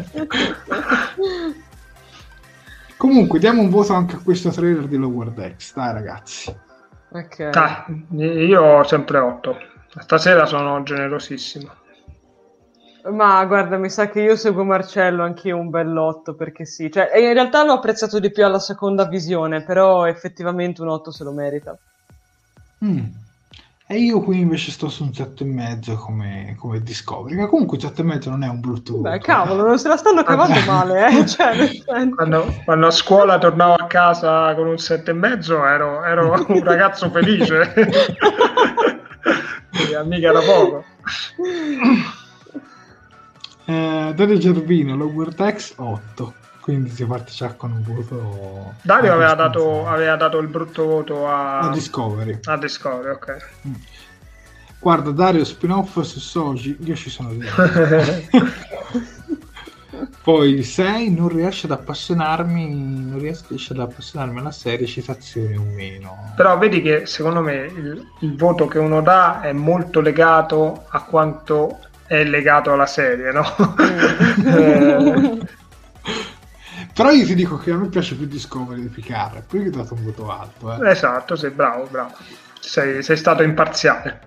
Comunque diamo un voto anche a questo trailer di Lower Decks, dai ragazzi. Ok. Dai, io ho sempre otto. Stasera sono generosissimo. Ma guarda, mi sa che io seguo Marcello, anch'io un bell'otto, perché sì. Cioè, in realtà l'ho apprezzato di più alla seconda visione, però effettivamente un otto se lo merita. Mm. E io qui invece sto su un sette e mezzo come, come Discovery, ma comunque sette e mezzo non è un brutto voto. Beh, cavolo, non se la stanno cavando male, eh? Cioè, quando, quando a scuola tornavo a casa con un sette e mezzo ero, ero un ragazzo felice. Mica da poco. Eh, Dario Gervino, Lower Decks otto, quindi si parte già con un voto. Dario aveva dato, aveva dato il brutto voto a, a Discovery. A Discovery, ok. Mm. Guarda, Dario, spin-off su Soji, io ci sono dentro. Poi sei, non riesce ad appassionarmi, non riesce ad appassionarmi alla serie, citazioni o meno. Però vedi che secondo me il, il voto che uno dà è molto legato a quanto è legato alla serie, no? eh. Però io ti dico che a me piace più Discovery di Picard, qui ho dato un voto alto. Eh. Esatto, sei bravo, bravo. Sei, sei stato imparziale.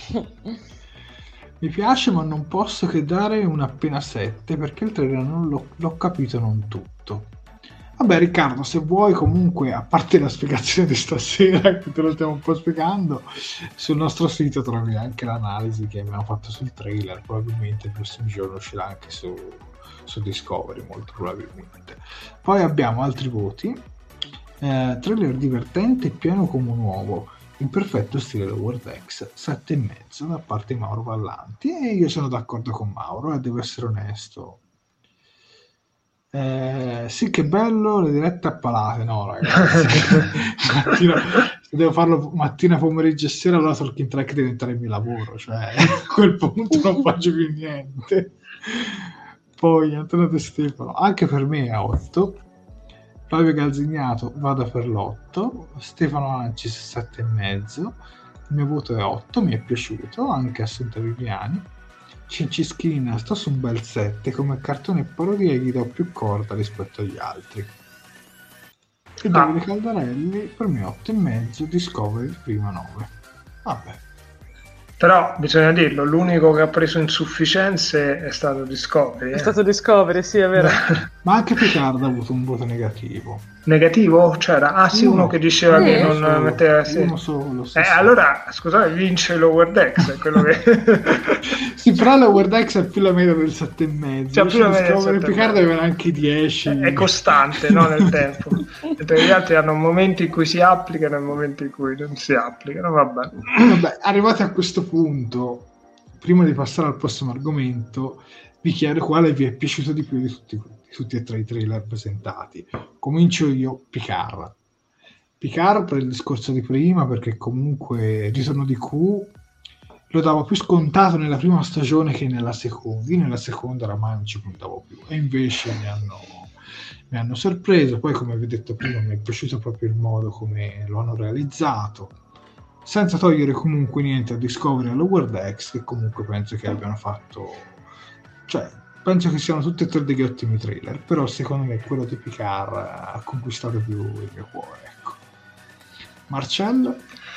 Mi piace, ma non posso che dare un appena sette, perché il trailer non l'ho, l'ho capito non tutto. Vabbè Riccardo, se vuoi comunque, a parte la spiegazione di stasera, che te lo stiamo un po' spiegando, sul nostro sito trovi anche l'analisi che abbiamo fatto sul trailer, probabilmente il prossimo giorno uscirà anche su, su Discovery, molto probabilmente. Poi abbiamo altri voti, eh, trailer divertente e pieno come un uovo, in perfetto stile Lower Decks, sette e mezzo da parte di Mauro Vallanti, e io sono d'accordo con Mauro, e devo essere onesto. Eh, sì, che bello, le dirette a palate, no ragazzi. mattina, se devo farlo mattina, pomeriggio e sera, allora Talking Track diventare il mio lavoro, cioè a quel punto non faccio più niente. Poi Antonio De Stefano, anche per me è otto. Fabio Calzignato, vado per l'otto. Stefano Ancis sette e mezzo. Il mio voto è otto, mi è piaciuto, anche Assunta Viviani. Cincischina, sto su un bel sette, come cartone parodia gli do più corda rispetto agli altri. E ah. Davide Caldarelli, per me otto e mezzo, Discovery prima nove. Vabbè. Però bisogna dirlo, l'unico che ha preso insufficienze è stato Discovery. Eh? È stato Discovery, sì, è vero. Ma anche Picard ha avuto un voto negativo. Negativo? C'era? Ah sì, uno, uno che diceva eh, che non solo, metteva... Sì. Uno solo, eh, allora, scusate, vince Lower Decks, è quello che... Sì, però Lower Decks è più la media del sette e mezzo. Cioè, più la media del sette Picard aveva anche dieci. È costante, no, nel tempo. Mentre gli altri hanno momenti in cui si applicano e momenti in cui non si applicano, vabbè. Vabbè, arrivati a questo punto, prima di passare al prossimo argomento, vi chiedo quale vi è piaciuto di più di tutti, di tutti e tre i trailer presentati. Comincio io, Picard. Picard per il discorso di prima, perché comunque il ritorno di Q lo davo più scontato nella prima stagione che nella seconda. Io nella seconda oramai non ci puntavo più, e invece mi hanno, mi hanno sorpreso. Poi, come vi ho detto prima, mi è piaciuto proprio il modo come lo hanno realizzato, senza togliere comunque niente a Discovery e a Lower Decks, che comunque penso che abbiano fatto, cioè penso che siano tutti e tre degli ottimi trailer, però secondo me quello di Picard ha conquistato più il mio cuore, ecco. Marcello?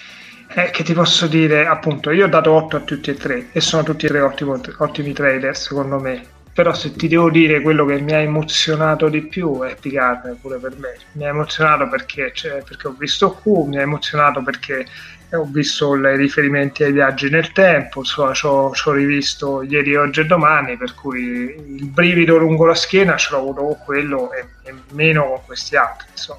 Eh, che ti posso dire, appunto, io ho dato otto a tutti e tre e sono tutti e tre ottimo, ottimi trailer secondo me, però se ti devo dire quello che mi ha emozionato di più è Picard, pure per me. Mi ha emozionato perché, cioè, perché ho visto Q, mi ha emozionato perché ho visto i riferimenti ai viaggi nel tempo, so, ci ho rivisto ieri, oggi e domani, per cui il brivido lungo la schiena ce l'ho avuto con quello e, e meno con questi altri, insomma.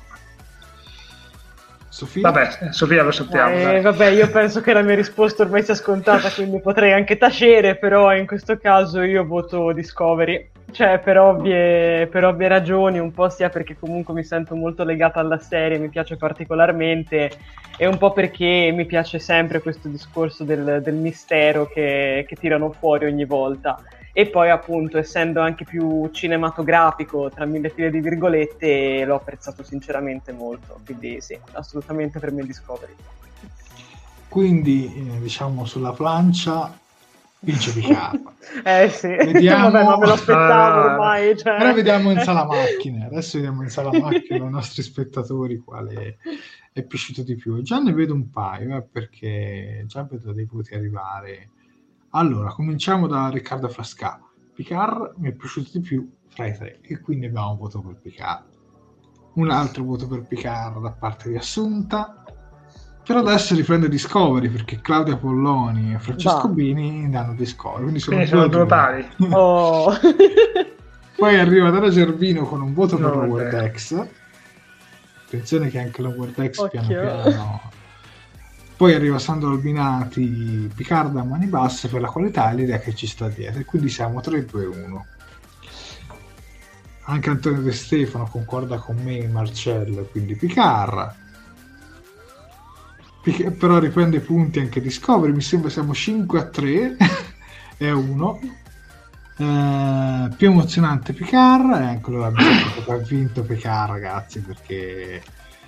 Sofia? Vabbè, Sofia lo sappiamo. Eh, vabbè, io penso che la mia risposta ormai sia scontata, quindi potrei anche tacere, però in questo caso io voto Discovery, cioè per ovvie, per ovvie ragioni, un po' sia perché comunque mi sento molto legata alla serie, mi piace particolarmente, e un po' perché mi piace sempre questo discorso del, del mistero che, che tirano fuori ogni volta. E poi appunto, essendo anche più cinematografico, tra mille file di virgolette, l'ho apprezzato sinceramente molto, quindi sì, assolutamente per me Discovery. Quindi eh, diciamo sulla plancia vince Picard. Eh sì, vediamo... vabbè, ma me lo aspettavo ormai, cioè... Ora vediamo in sala macchine, adesso vediamo in sala macchine i nostri spettatori quale è piaciuto di più. Già ne vedo un paio, eh, perché già vedo dei voti arrivare. Allora, cominciamo da Riccardo Frasca. Picard mi è piaciuto di più fra i tre, e quindi abbiamo un voto per Picard. Un altro voto per Picard da parte di Assunta. Per adesso riprende Discovery, perché Claudia Polloni e Francesco Va. Bini danno Discovery, quindi sono, Quindi due, sono due pari. Oh. Poi arriva Dara Gervino con un voto per No, Lower Decks. Attenzione che anche Lower Decks Occhio. piano piano. Poi arriva Sandro Albinati, Picard a mani basse per la qualità e l'idea che ci sta dietro, e quindi siamo tre due uno. Anche Antonio De Stefano concorda con me e Marcello, quindi Picard. Pic- però riprende punti anche Discovery, mi sembra siamo cinque a tre e uno. Eh, più emozionante Picard, e anche allora ha vinto Picard, ragazzi, perché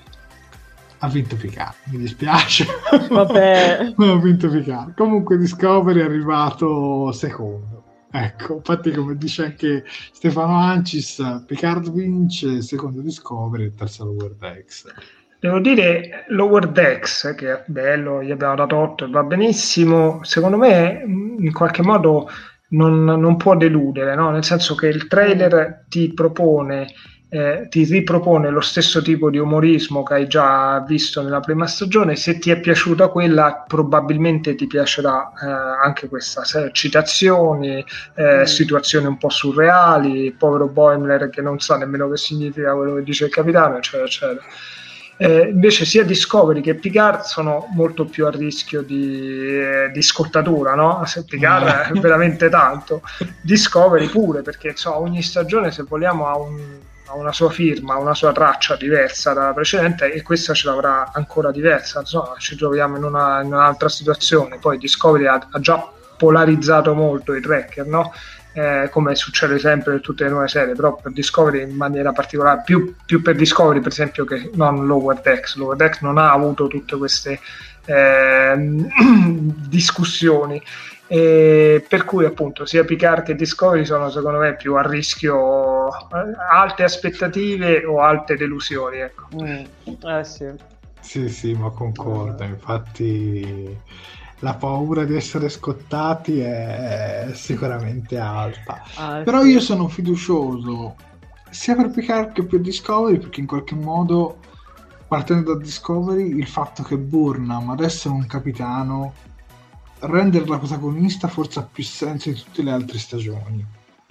ha vinto Picard, mi dispiace. Vabbè. Ha vinto Picard. Comunque Discovery è arrivato secondo. Ecco, infatti come dice anche Stefano Ancis, Picard vince, secondo Discovery e terzo Lower Decks. Devo dire, Lower Decks, che è bello, gli abbiamo dato otto e va benissimo, secondo me in qualche modo non, non può deludere, no? Nel senso che il trailer ti propone Eh, ti ripropone lo stesso tipo di umorismo che hai già visto nella prima stagione. Se ti è piaciuta quella, probabilmente ti piacerà eh, anche questa, se, citazioni, eh, mm. situazioni un po' surreali, povero Boimler che non sa nemmeno che significa quello che dice il capitano, eccetera, eccetera. Eh, invece sia Discovery che Picard sono molto più a rischio di, eh, di scottatura, no? Se Picard è veramente tanto, Discovery pure, perché insomma, ogni stagione, se vogliamo, ha un ha una sua firma, una sua traccia diversa dalla precedente, e questa ce l'avrà ancora diversa, insomma ci troviamo in, una, in un'altra situazione. Poi Discovery ha, ha già polarizzato molto i tracker, no? Eh, come succede sempre per tutte le nuove serie, però per Discovery in maniera particolare, più, più per Discovery per esempio che non Lower Decks. Lower Decks non ha avuto tutte queste eh, discussioni, e per cui appunto sia Picard che Discovery sono secondo me più a rischio alte aspettative o alte delusioni, ecco. Mm. Eh sì. Sì, sì, ma concordo, infatti la paura di essere scottati è sicuramente alta. Ah, però sì. Io sono fiducioso sia per Picard che per Discovery, perché in qualche modo, partendo da Discovery, il fatto che Burnham adesso è un capitano, rendere la protagonista forse ha più senso di tutte le altre stagioni,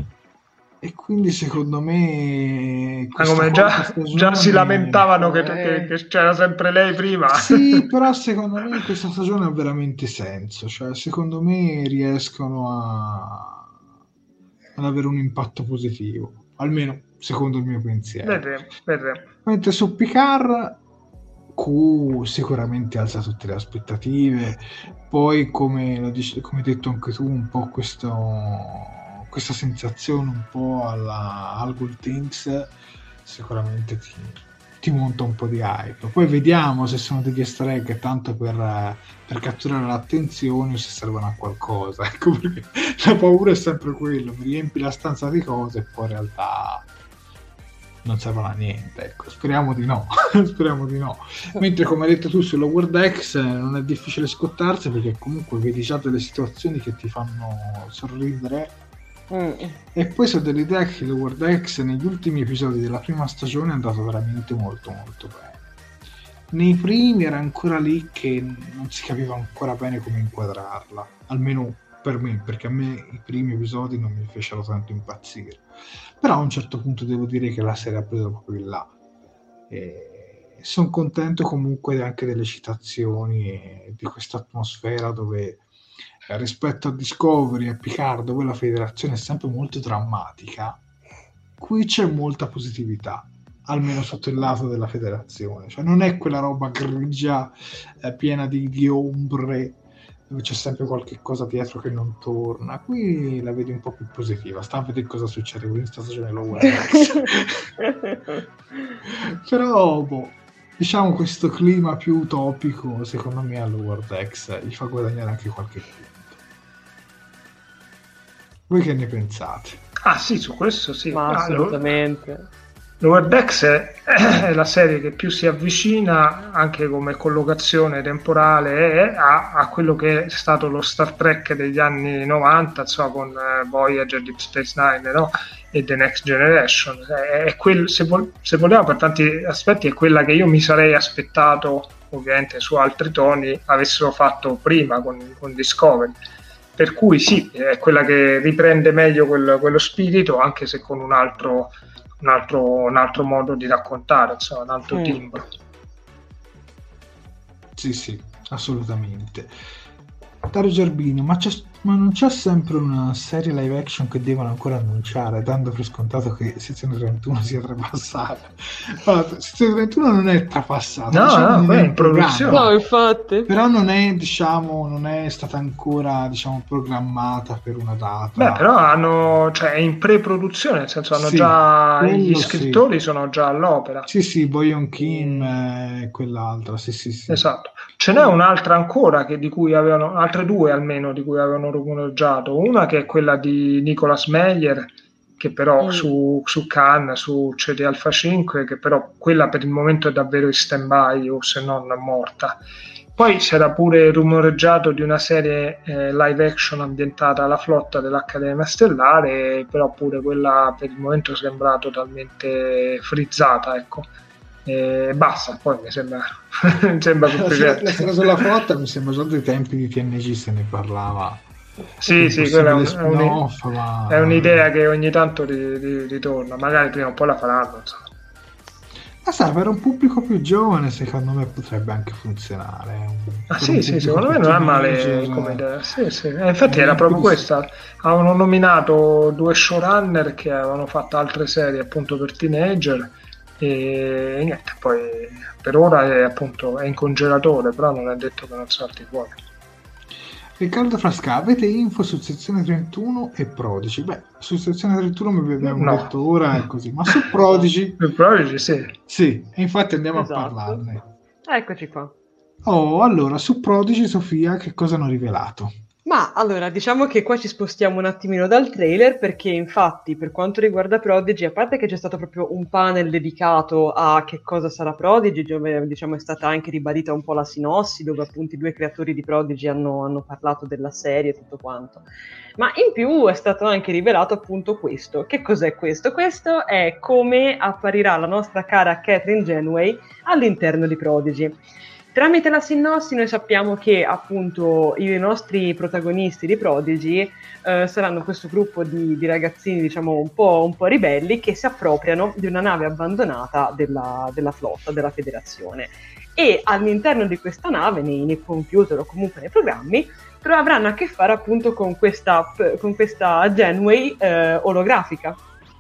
e quindi secondo me ma come già, già si lamentavano che, che, che c'era sempre lei prima. Sì, però secondo me questa stagione ha veramente senso, cioè secondo me riescono a ad avere un impatto positivo, almeno secondo il mio pensiero. Vedremo, vedremo. Mentre su Picard Q sicuramente alza tutte le aspettative, poi come lo dici, come hai detto anche tu, un po' questo, questa sensazione un po' alla All Good Things sicuramente ti, ti monta un po' di hype. Poi vediamo se sono degli easter egg tanto per, per catturare l'attenzione o se servono a qualcosa, ecco, perché la paura è sempre quello, mi riempi la stanza di cose e poi in realtà non servono a niente, ecco, speriamo di no. Speriamo di no. Mentre, come hai detto tu, su Lower Decks non è difficile scottarsi, perché comunque vedi già delle situazioni che ti fanno sorridere. Mm. E poi so dell'idea che Lower Decks negli ultimi episodi della prima stagione è andato veramente molto molto bene. Nei primi era ancora lì che non si capiva ancora bene come inquadrarla, almeno per me, perché a me i primi episodi non mi fecero tanto impazzire. Però a un certo punto devo dire che la serie ha preso proprio in là. E sono contento comunque anche delle citazioni e di questa atmosfera dove, eh, rispetto a Discovery e Picard, dove la federazione è sempre molto drammatica, qui c'è molta positività, almeno sotto il lato della federazione. Cioè non è quella roba grigia, eh, piena di, di ombre, dove c'è sempre qualche cosa dietro che non torna. Qui la vedi un po' più positiva. Sta a vedere cosa succede in questa stagione Lower Decks. Però boh, diciamo questo clima più utopico secondo me a Lower Decks gli fa guadagnare anche qualche punto. Voi che ne pensate? Ah sì, su questo sì. Ma assolutamente. Lower Decks è, è la serie che più si avvicina, anche come collocazione temporale, a, a quello che è stato lo Star Trek degli anni novanta, insomma, con uh, Voyager, Deep Space Nine, no? E The Next Generation. È, è quel, se, vol- se vogliamo, per tanti aspetti, è quella che io mi sarei aspettato, ovviamente su altri toni, avessero fatto prima con, con Discovery. Per cui sì, è quella che riprende meglio quel, quello spirito, anche se con un altro... Un altro, un altro modo di raccontare, insomma, un altro mm. timbro. Sì, sì, assolutamente. Dario Gerbino, ma, c'è, ma non c'è sempre una serie live action che devono ancora annunciare, dando per scontato che sezione trentuno sia trapassata? Allora, sezione trentuno non è trapassata, no, diciamo, no, è in produzione. No, infatti. Però non è, diciamo, non è stata ancora, diciamo, programmata per una data. Beh, però hanno, cioè, è in pre-produzione, nel senso hanno sì, già gli scrittori sì. sono già all'opera. Sì, sì, Boyon Kim e eh, quell'altra, sì, sì, sì. Esatto. Ce n'è un'altra ancora che di cui avevano, altre due almeno di cui avevano rumoreggiato. Una che è quella di Nicolas Meyer, che però mm. su, su Khan, su C D Alpha cinque, che però quella per il momento è davvero in stand-by o se non morta. Poi c'era pure rumoreggiato di una serie eh, live action ambientata alla flotta dell'Accademia Stellare, però pure quella per il momento sembra totalmente frizzata, ecco. E basta, poi mi sembra mi sembra sufficiente. La storia sulla flotta mi sembra già dei tempi di T N G se ne parlava. Sì, sì, quella è, un, è, un, ma... è un'idea che ogni tanto ri, ri, ritorna, magari prima o poi la faranno, insomma. Ma sai, per un pubblico più giovane secondo me potrebbe anche funzionare. Ah sì, sì, secondo me non è male come idea. Sì, sì. Eh, infatti era proprio questa. Avevano nominato due showrunner che avevano fatto altre serie appunto per teenager e niente, poi per ora è appunto è in congelatore, però non è detto che non salti fuori. Riccardo Frasca, avete info su sezione trentuno e Prodigy? Beh, su sezione trentuno mi abbiamo no. detto ora è così, ma su Prodigy? Su Prodigy sì. Sì, e infatti andiamo esatto. a parlarne. Eccoci qua. Oh, allora, su Prodigy, Sofia, che cosa hanno rivelato? Ma allora, diciamo che qua ci spostiamo un attimino dal trailer, perché infatti per quanto riguarda Prodigy, a parte che c'è stato proprio un panel dedicato a che cosa sarà Prodigy, dove diciamo è stata anche ribadita un po' la sinossi, dove appunto i due creatori di Prodigy hanno, hanno parlato della serie e tutto quanto. Ma in più è stato anche rivelato appunto questo. Che cos'è questo? Questo è come apparirà la nostra cara Catherine Janeway all'interno di Prodigy. Tramite la sinossi noi sappiamo che appunto i nostri protagonisti di Prodigy eh, saranno questo gruppo di, di ragazzini diciamo un po', un po' ribelli che si appropriano di una nave abbandonata della, della flotta, della federazione, e all'interno di questa nave, nei, nei computer o comunque nei programmi, avranno a che fare appunto con questa, con questa Janeway eh, olografica,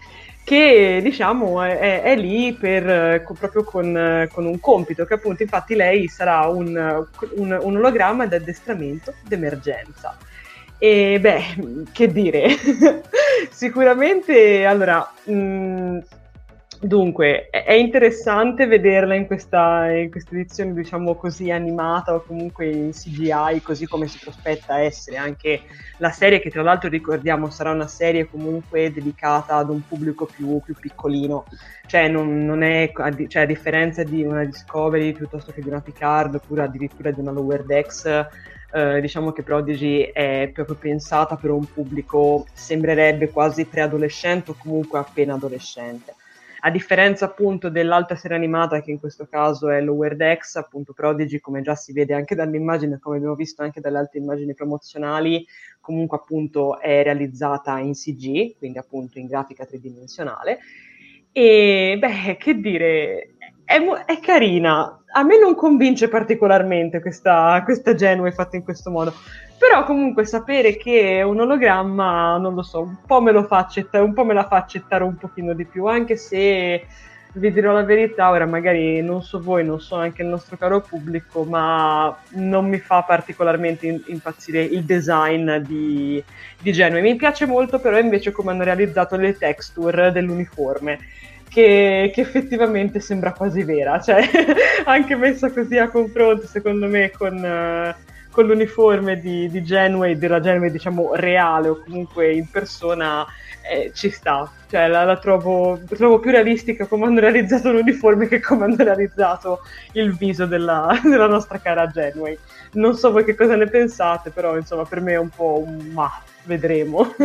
che diciamo è, è lì per proprio con, con un compito, che appunto infatti lei sarà un, un, un ologramma di addestramento d'emergenza. E beh, che dire, sicuramente allora mh, Dunque, è interessante vederla in questa, in questa edizione, diciamo così, animata o comunque in C G I, così come si prospetta essere anche la serie, che tra l'altro ricordiamo sarà una serie comunque dedicata ad un pubblico più, più piccolino, cioè non, non è, cioè a differenza di una Discovery piuttosto che di una Picard oppure addirittura di una Lower Decks, eh, diciamo che Prodigy è proprio pensata per un pubblico, sembrerebbe quasi preadolescente o comunque appena adolescente. A differenza appunto dell'altra serie animata, che in questo caso è Lower Decks, appunto Prodigy, come già si vede anche dall'immagine, come abbiamo visto anche dalle altre immagini promozionali, comunque appunto è realizzata in C G, quindi appunto in grafica tridimensionale. E beh, che dire, è, è carina. A me non convince particolarmente questa, questa Janeway fatta in questo modo. Però comunque sapere che è un ologramma, non lo so, un po' me lo fa accettare, un po' me la fa accettare un pochino di più, anche se vi dirò la verità, ora magari non so voi, non so anche il nostro caro pubblico, ma non mi fa particolarmente impazzire il design di, di Janeway. Mi piace molto però invece come hanno realizzato le texture dell'uniforme, che, che effettivamente sembra quasi vera, cioè anche messa così a confronto secondo me con... Uh, con l'uniforme di, di Janeway, della Janeway diciamo reale o comunque in persona, eh, ci sta, cioè la, la trovo, trovo più realistica come hanno realizzato l'uniforme che come hanno realizzato il viso della, della nostra cara Janeway. Non so voi che cosa ne pensate, però insomma per me è un po' un ma, vedremo.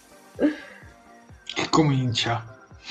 Che comincia.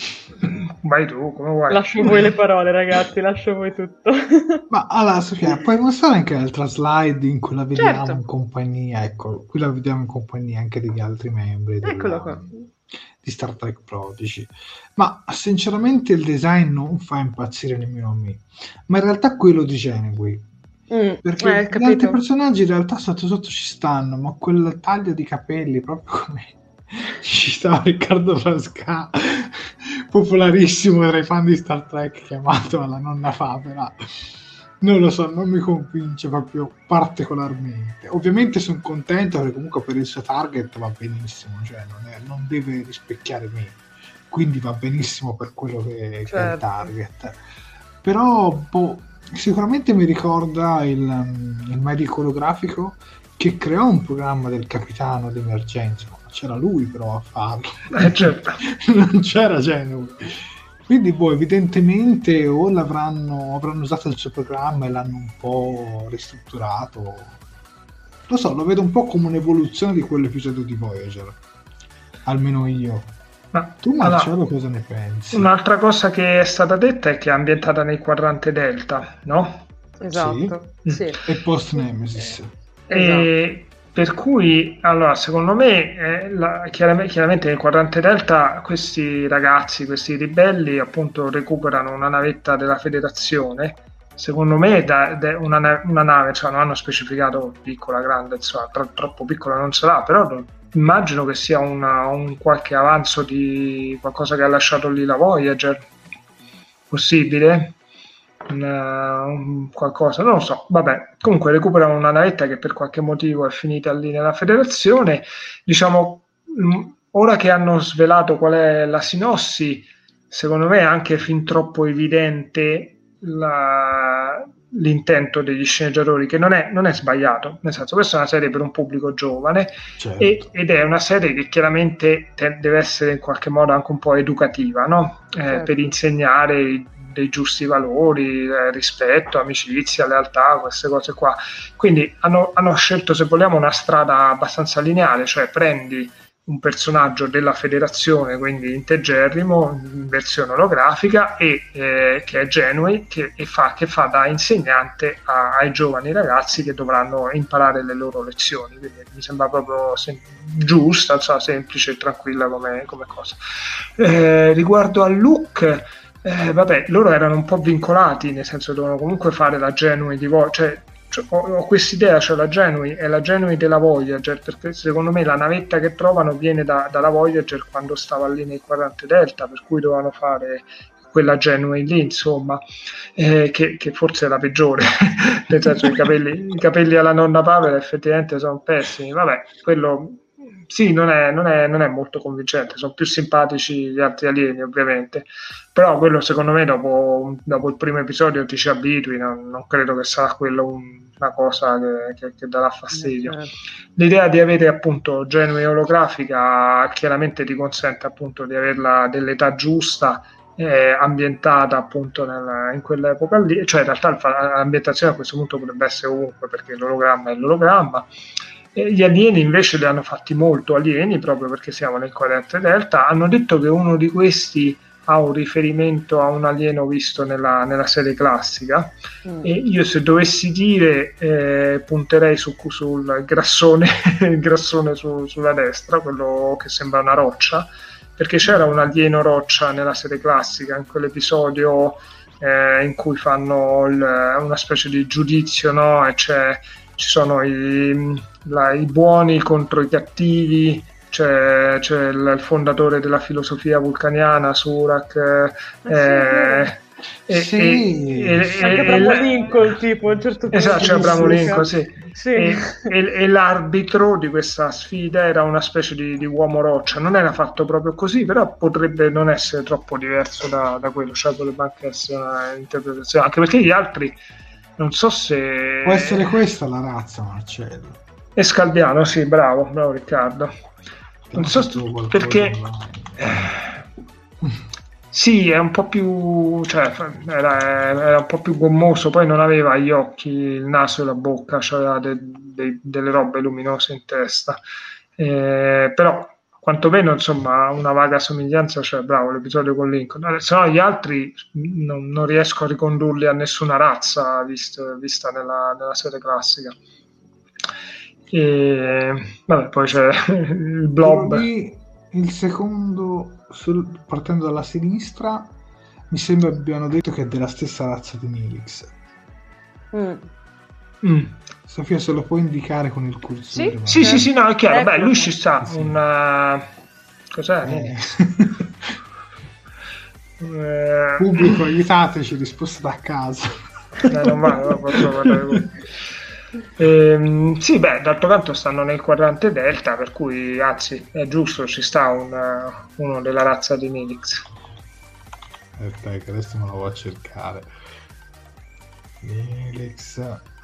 Vai tu, come vuoi. Lascio voi le parole, ragazzi, lascio voi tutto. Ma allora, Sofia, puoi mostrare anche l'altra slide in cui la vediamo certo. in compagnia? Ecco, qui la vediamo in compagnia anche degli altri membri Eccolo qua. di Star Trek Prodigy. Ma sinceramente il design non fa impazzire nemmeno a me, ma in realtà quello di Janeway. Mm, perché eh, gli altri personaggi in realtà sotto sotto ci stanno, ma quel taglio di capelli proprio come ci stava Riccardo Frasca, popolarissimo tra i fan di Star Trek, chiamato alla nonna Fabera. Non lo so, non mi convince proprio particolarmente. Ovviamente sono contento perché comunque per il suo target va benissimo, cioè non, è, non deve rispecchiare me, quindi va benissimo per quello che, certo. che è il target. Però boh, sicuramente mi ricorda il, il medico olografico che creò un programma del capitano d'emergenza. C'era lui però a farlo, eh, certo. non c'era Janeway, quindi boh, evidentemente o l'avranno avranno usato il suo programma e l'hanno un po' ristrutturato, lo so, lo vedo un po' come un'evoluzione di quell'episodio di Voyager, almeno io. Ma tu Marcello allora, cosa ne pensi? Un'altra cosa che è stata detta è che è ambientata nel quadrante Delta, no? Esatto, sì, sì. E post Nemesis, e esatto. Per cui, allora, secondo me, eh, la, chiaramente, chiaramente nel quadrante Delta questi ragazzi, questi ribelli, appunto, recuperano una navetta della Federazione. Secondo me, da, da una, una nave, cioè non hanno specificato piccola, grande, insomma, tro, troppo piccola non sarà, però immagino che sia una, un qualche avanzo di qualcosa che ha lasciato lì la Voyager. Possibile? Una, un qualcosa, non lo so, vabbè, comunque recuperano una navetta che per qualche motivo è finita lì nella Federazione. Diciamo, ora che hanno svelato qual è la sinossi, secondo me è anche fin troppo evidente la, l'intento degli sceneggiatori, che non è, non è sbagliato, nel senso, questa è una serie per un pubblico giovane, certo. e, ed è una serie che chiaramente te, deve essere in qualche modo anche un po' educativa, no? Eh, certo. Per insegnare dei giusti valori, eh, rispetto, amicizia, lealtà, queste cose qua. Quindi hanno, hanno scelto, se vogliamo, una strada abbastanza lineare, cioè prendi un personaggio della Federazione, quindi integerrimo, in versione olografica, e eh, che è Janeway, che, e fa, che fa da insegnante a, ai giovani ragazzi che dovranno imparare le loro lezioni. Quindi mi sembra proprio sem- giusta, insomma, semplice e tranquilla come, come cosa. Eh, riguardo al look, Eh, vabbè, loro erano un po' vincolati, nel senso che dovevano comunque fare la Janeway di Voyager, cioè, cioè, ho, ho quest'idea, cioè la Janeway è la Janeway della Voyager, perché secondo me la navetta che trovano viene da, dalla Voyager quando stava lì nel quadrante Delta, per cui dovevano fare quella Janeway lì, insomma, eh, che, che forse è la peggiore, nel senso che i capelli, i capelli alla nonna Pavela effettivamente sono pessimi, vabbè, quello sì, non è, non, è, non è molto convincente, sono più simpatici gli altri alieni ovviamente, però quello secondo me dopo, dopo il primo episodio ti ci abitui, non, non credo che sarà quello un, una cosa che, che, che darà fastidio. Eh, certo. L'idea di avere appunto Genui olografica chiaramente ti consente appunto di averla dell'età giusta, eh, ambientata appunto nella, in quell'epoca lì, cioè in realtà l'ambientazione a questo punto potrebbe essere ovunque perché l'ologramma è l'ologramma. E gli alieni invece li hanno fatti molto alieni proprio perché siamo nel quadrante delta. Hanno detto che uno di questi ha un riferimento a un alieno visto nella, nella serie classica, mm. e io se dovessi dire eh, punterei su, sul grassone, il grassone su, sulla destra, quello che sembra una roccia, perché c'era un alieno roccia nella serie classica, in quell'episodio eh, in cui fanno il, una specie di giudizio, no? E c'è, ci sono i, la, i buoni contro i cattivi, c'è, c'è il, il fondatore della filosofia vulcaniana, Surak, eh, eh, sì. e, e, e, anche Abramo Lincoln, tipo, a un certo punto. Esatto, c'è Abramo Lincoln, sì. sì. E, e, e l'arbitro di questa sfida era una specie di, di uomo roccia, non era fatto proprio così, però potrebbe non essere troppo diverso da, da quello, cioè potrebbe anche essere un'interpretazione, anche perché gli altri, non so se... Può essere questa la razza, Marcello. È Scaldiano, sì, bravo, bravo Riccardo. Non so perché sì, è un po' più, cioè era, era un po' più gommoso, poi non aveva gli occhi, il naso e la bocca, aveva de, de, delle robe luminose in testa, eh, però quantomeno insomma una vaga somiglianza, cioè bravo l'episodio con Lincoln, se no gli altri non, non riesco a ricondurli a nessuna razza vista, vista nella, nella serie classica. E vabbè, poi c'è il blob. Il secondo, sul, partendo dalla sinistra, mi sembra abbiano detto che è della stessa razza di Nilix. Mm. Mm. Sofia, se lo puoi indicare con il cursore? Sì, sì, sì, sì, no, è chiaro. Ecco. Beh, lui ci sta. Sì. Un uh... cos'è? Eh. Pubblico, aiutateci, risposta da casa. Eh, non vale, non posso guardare. Ehm, sì, beh, d'altro canto stanno nel quadrante delta, per cui anzi è giusto, ci sta un, uh, uno della razza di Nilix. Aspetta, che adesso me lo vado a cercare. Nilix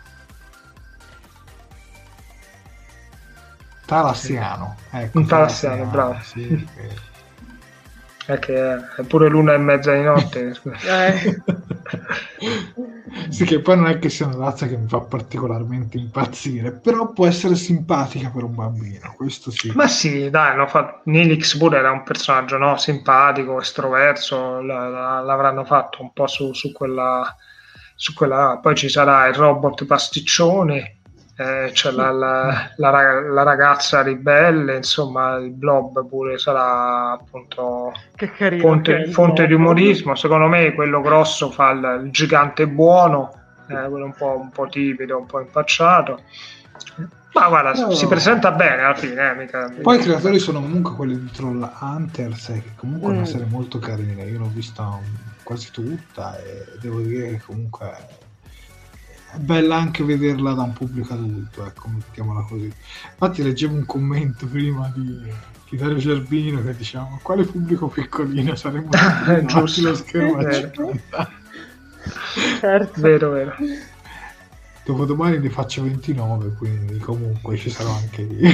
Talassiano, ecco, un Talassiano, bravo. Sì, che... è che è pure l'una e mezza di notte. eh. Sì, che poi non è che sia una razza che mi fa particolarmente impazzire, però può essere simpatica per un bambino, questo sì. Ma sì, dai, no, fa... Nilix pure era un personaggio, no, simpatico, estroverso, l- l- l'avranno fatto un po' su, su quella su quella, poi ci sarà il robot pasticcione, eh, c'è la, la, la, la ragazza ribelle, insomma il blob pure sarà appunto che carino, fonte, che fonte di umorismo. Secondo me quello grosso fa il, il gigante buono, eh, quello un po', un po' timido, un po' impacciato, ma guarda, no, si presenta bene alla fine, eh, mica, poi mica. I creatori sono comunque quelli di Troll Hunters, eh, che comunque mm. è una serie molto carina, io l'ho vista um, quasi tutta e devo dire che comunque è bella anche vederla da un pubblico adulto, ecco, mettiamola così. Infatti leggevo un commento prima di, di Dario Gerbino che diceva: quale pubblico piccolino saremmo giusto lo schermo a cinquanta. Certo, vero, vero. Dopodomani ne faccio ventinove, quindi comunque ci sarò anche lì.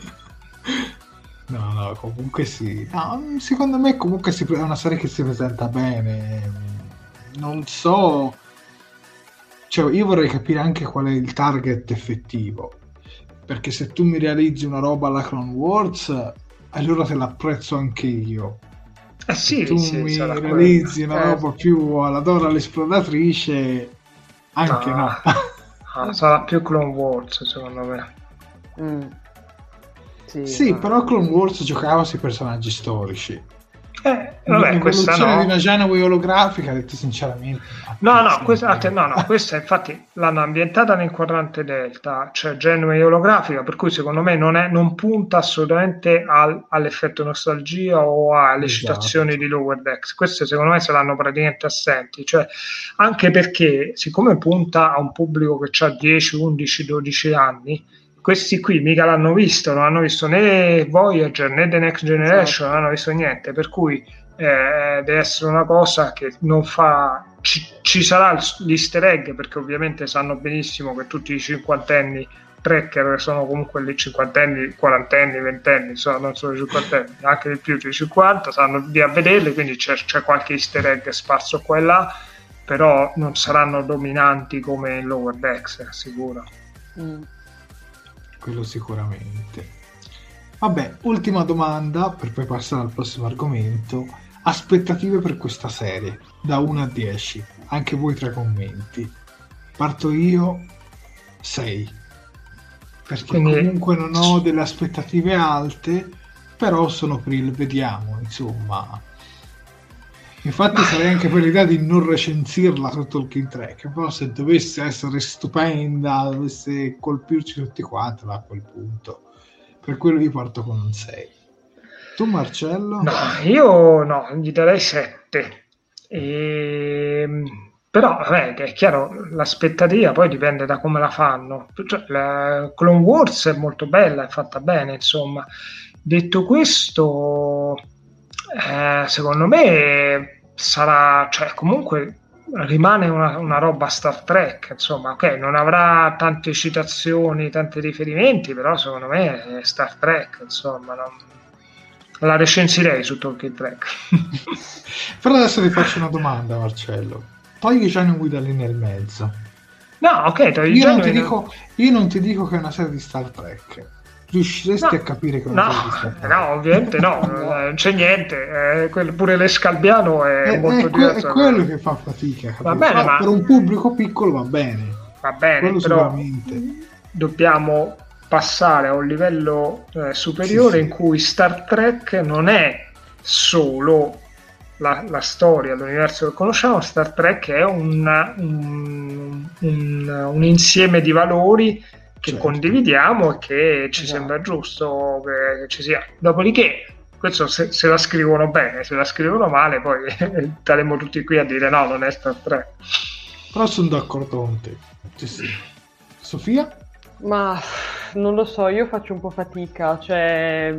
No, no, comunque sì. No, secondo me comunque si, è una serie che si presenta bene. Non so, cioè io vorrei capire anche qual è il target effettivo, perché se tu mi realizzi una roba alla Clone Wars, allora te l'apprezzo anche io. Eh sì, se tu sì, mi realizzi quello. una eh. roba più alla Dora l'esploratrice, anche no, no. Ah, sarà più Clone Wars secondo me. Mm. Sì, sì ma... però Clone Wars giocava sui personaggi storici. Eh, vabbè, questa no. di una Janeway olografica, detto sinceramente. No, no, questa, no, no, questa infatti l'hanno ambientata nel quadrante delta, cioè Janeway olografica, per cui secondo me non, è, non punta assolutamente al, all'effetto nostalgia o alle esatto. citazioni di Lower Decks. Queste secondo me saranno praticamente assenti, cioè anche perché siccome punta a un pubblico che ha dieci, undici, dodici anni, questi qui mica l'hanno visto, non hanno visto né Voyager né The Next Generation, esatto. Non hanno visto niente, per cui eh, deve essere una cosa che non fa... Ci, ci sarà l'easter egg, perché ovviamente sanno benissimo che tutti i cinquantenni Trekker sono comunque lì cinquantenni, quarantenni, ventenni, sono, non solo cinquantenni, anche di più di cinquanta, sanno di a vederli, quindi c'è, c'è qualche easter egg sparso qua e là, però non saranno dominanti come in Lower Decks, è sicuro. Mm. Quello sicuramente. Vabbè, ultima domanda per poi passare al prossimo argomento. Aspettative per questa serie da uno a dieci, anche voi tra commenti. Parto io, sei, perché Quindi... comunque non ho delle aspettative alte, però sono per il vediamo, insomma. Infatti sarei anche per l'idea di non recensirla su Talking Track, però se dovesse essere stupenda, dovesse colpirci tutti quanti, a quel punto, per quello io parto con un sei. Tu Marcello? No, io no, gli darei sette. E... Però vabbè, è chiaro, l'aspettativa poi dipende da come la fanno. Cioè, la Clone Wars è molto bella, è fatta bene, insomma. Detto questo, eh, secondo me sarà, cioè comunque rimane una, una roba Star Trek, insomma, ok, non avrà tante citazioni, tanti riferimenti, però secondo me è Star Trek, insomma, non... la recensirei su Talking Track. Però adesso vi faccio una domanda, Marcello. Togli Genuine da lì nel mezzo. No, ok, togli io non ti dico Io non ti dico che è una serie di Star Trek. Riusciresti no, a capire che è una no, serie di Star Trek? No, ovviamente no, non c'è niente. Eh, quel, pure l'Escalbiano è, è molto è diverso. È quello che fa fatica. Va bene, ma... per un pubblico piccolo va bene. Va bene, quello però dobbiamo passare a un livello eh, superiore, sì, sì, in cui Star Trek non è solo la, la storia, l'universo che conosciamo. Star Trek è un, un, un, un insieme di valori che certo. condividiamo e che ci esatto. sembra giusto che, che ci sia. Dopodiché, questo se, se la scrivono bene, se la scrivono male, poi staremo tutti qui a dire no, non è Star Trek. Però sono d'accordo con te. Sì, sì. Sofia? Ma non lo so, io faccio un po' fatica, cioè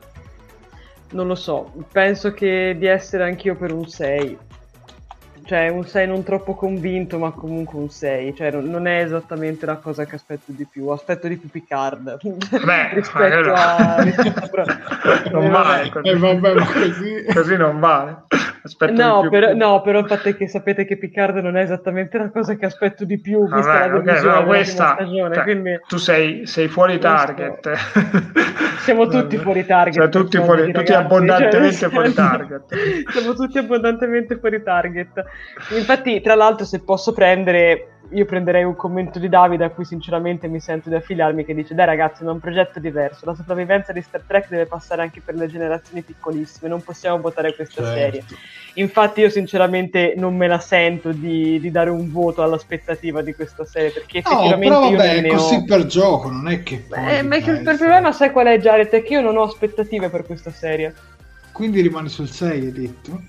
non lo so, penso che di essere anch'io per un sei, cioè un sei non troppo convinto, ma comunque un sei, cioè non, non è esattamente la cosa che aspetto di più, aspetto di più Picard. Beh, rispetto a, rispetto a non vale così. Eh, vabbè, ma così. Così non vale. Aspetto no, più però, no, però il fatto è che sapete che Picard non è esattamente la cosa che aspetto di più, vista vabbè, la divisione okay, della questa, stagione, cioè, quindi... tu sei, sei fuori target. Siamo tutti fuori target. Cioè, tutti, fuori, tutti ragazzi, abbondantemente cioè, fuori target. Siamo tutti abbondantemente fuori target. Infatti, tra l'altro, se posso prendere... Io prenderei un commento di Davide a cui sinceramente mi sento di affiliarmi, che dice: dai ragazzi, è un progetto diverso, la sopravvivenza di Star Trek deve passare anche per le generazioni piccolissime, non possiamo votare questa certo. serie. Infatti io sinceramente non me la sento di, di dare un voto all'aspettativa di questa serie, perché effettivamente no, però io vabbè, non ne è così ho... per gioco, non è che Beh, ma che il problema sai qual è, Jared? È che io non ho aspettative per questa serie. Quindi rimani sul sei, hai detto?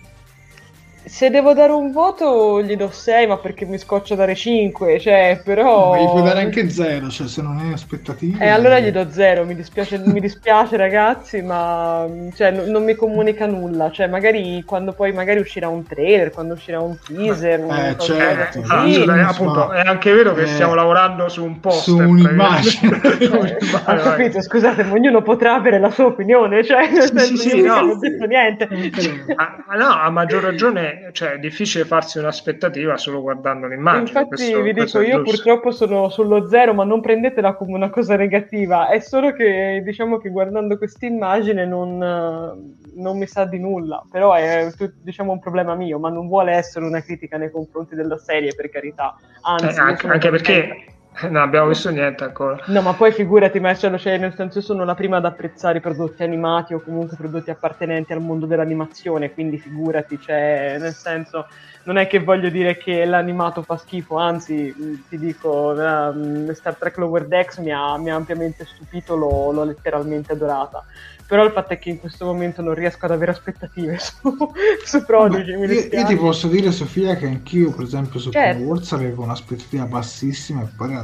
Se devo dare un voto gli do sei, ma perché mi scoccio dare cinque, cioè, però... Ma gli puoi dare anche zero, cioè se non hai aspettative... Eh, allora gli do zero, mi dispiace, mi dispiace ragazzi, ma cioè, n- non mi comunica nulla, cioè magari quando poi magari uscirà un trailer, quando uscirà un teaser... Eh, certo. Ah, cioè, appunto, è anche vero che eh, stiamo lavorando su un poster. Su un'immagine. Ho capito, scusate, ma ognuno potrà avere la sua opinione, cioè, nel sì, senso, sì, io no. non ho detto niente. Ah, no, a maggior ragione... Cioè, è difficile farsi un'aspettativa solo guardando l'immagine. Infatti questo, vi questo dico, io purtroppo sono sullo zero, ma non prendetela come una cosa negativa, è solo che diciamo che guardando quest'immagine non, non mi sa di nulla, però è diciamo un problema mio, ma non vuole essere una critica nei confronti della serie, per carità, anzi, eh, anche, anche perché non abbiamo visto niente ancora. No, ma poi figurati, Marcello, cioè, nel senso, io sono la prima ad apprezzare i prodotti animati o comunque prodotti appartenenti al mondo dell'animazione, quindi figurati, cioè, nel senso, non è che voglio dire che l'animato fa schifo, anzi, ti dico, um, Star Trek Lower Decks mi ha, mi ha ampiamente stupito, l'ho, l'ho letteralmente adorata. Però il fatto è che in questo momento non riesco ad avere aspettative su, su Prodigy. Beh, io, io ti posso dire, Sofia, che anch'io, per esempio, su certo. Clone Wars avevo un'aspettativa bassissima e poi in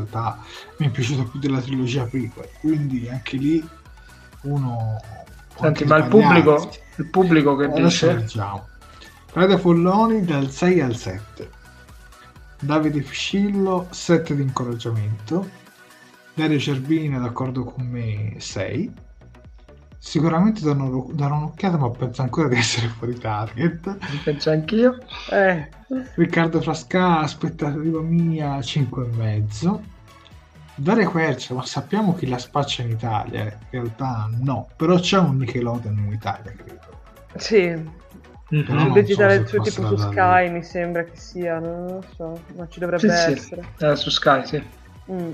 realtà mi è piaciuta più della trilogia prequel, quindi anche lì uno... Senti, ma il pubblico, il pubblico che adesso dice? Leggiamo. Preda Folloni dal sei al sette, Davide Fiscillo sette di incoraggiamento, Dario Cervini d'accordo con me sei, sicuramente danno, danno un'occhiata, ma penso ancora di essere fuori target. Penso anch'io. Eh. Riccardo Frasca, aspettativa mia cinque e mezzo. Daria Quercia, ma sappiamo chi la spaccia in Italia? In realtà no, però c'è un Nickelodeon in Italia, credo. Sì. Mm-hmm. Il digitale so su, tipo su Sky mi sembra che sia, non lo so, ma ci dovrebbe sì, essere. Sì. Eh, su Sky, sì. Mm.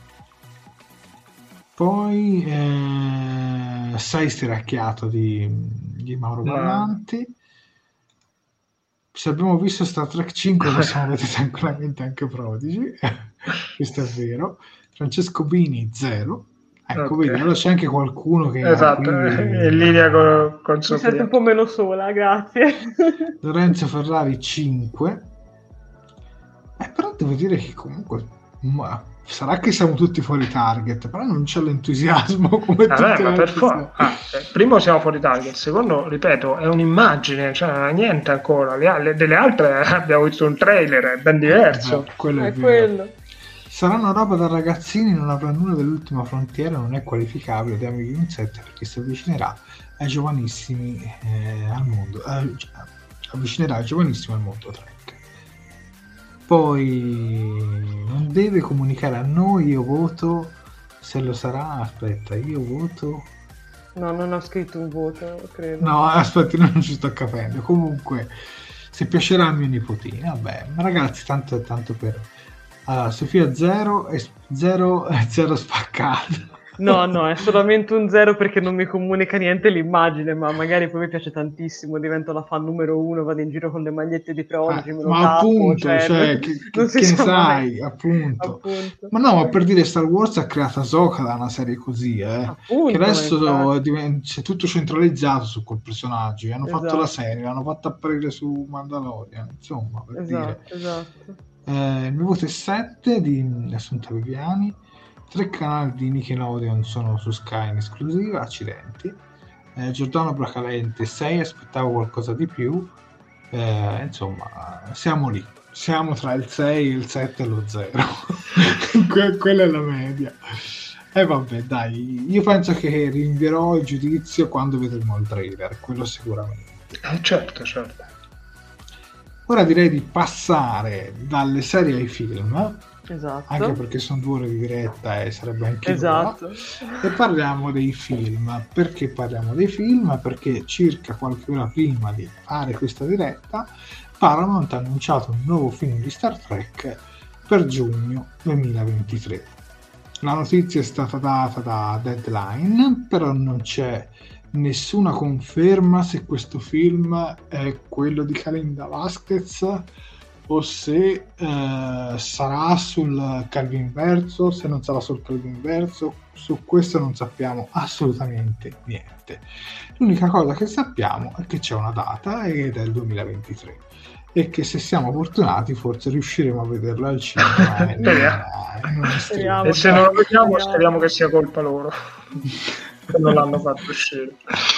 Poi eh, sei stiracchiato di, di Mauro Ballanti. Se abbiamo visto Star Trek cinque possiamo vedere tranquillamente anche Prodigy. Questo è vero. Francesco Bini zero. Ecco, Okay. vedi, allora c'è anche qualcuno che esatto, qui, è in linea con, con Mi sento un po' meno sola, grazie. Lorenzo Ferrari cinque. Eh, però devo dire che comunque ma, sarà che siamo tutti fuori target, però non c'è l'entusiasmo come Vabbè, tutte ma le per altre for- ah, eh, primo siamo fuori target, secondo, ripeto, è un'immagine, cioè non è niente ancora. Le, le, delle altre abbiamo visto un trailer, è ben diverso. Eh, quello è, è vero. quello. Saranno roba da ragazzini, non avrà nulla dell'ultima frontiera, non è qualificabile, diamogli un sette perché si avvicinerà ai giovanissimi eh, al mondo, eh, avvicinerà ai giovanissimi al mondo Trek. Poi non deve comunicare a noi, io voto, se lo sarà, aspetta, io voto... No, non ho scritto un voto, credo. No, aspetta, non ci sto capendo. Comunque, se piacerà a mio nipotino, vabbè, ma ragazzi, tanto tanto per... Allora, Sofia zero e zero spaccato. No, no, è solamente un zero perché non mi comunica niente l'immagine, ma magari poi mi piace tantissimo, divento la fan numero uno, vado in giro con le magliette di Prodigy, Ah, me lo ma tappo, appunto, cioè, cioè, non, che, non che, si che sa sai, mai. appunto. appunto. Ma no, ma per dire, Star Wars ha creato Ahsoka da una serie così, eh. Appunto, che adesso infatti. diventa, c'è tutto centralizzato su quel personaggio. Hanno Esatto. fatto la serie, l'hanno fatto apparire su Mandalorian, insomma, per Esatto, dire. esatto. Eh, il mio voto è sette di Assunta Viviani. Tre canali di Nickelodeon sono su Sky in esclusiva, accidenti. Eh, Giordano Bracalente sei, aspettavo qualcosa di più. Eh, insomma, siamo lì. Siamo tra il sei, il sette e lo zero. que- quella è la media. E eh, vabbè, dai, io penso che rinvierò il giudizio quando vedremo il trailer, quello sicuramente. Eh, certo, certo. Ora direi di passare dalle serie ai film. Esatto. Anche perché sono due ore di diretta e sarebbe anche esatto. l'ora. E parliamo dei film. Perché parliamo dei film? Perché circa qualche ora prima di fare questa diretta Paramount ha annunciato un nuovo film di Star Trek per giugno duemilaventitré. La notizia è stata data da Deadline, però non c'è nessuna conferma se questo film è quello di Calinda Vasquez o se eh, sarà sul Calvinverso, se non sarà sul Calvinverso. Su questo non sappiamo assolutamente niente. L'unica cosa che sappiamo è che c'è una data ed è il duemilaventitré e che se siamo fortunati forse riusciremo a vederlo al cinema in, in un speriamo, e se non lo vediamo speriamo che sia colpa loro che non l'hanno fatto uscire.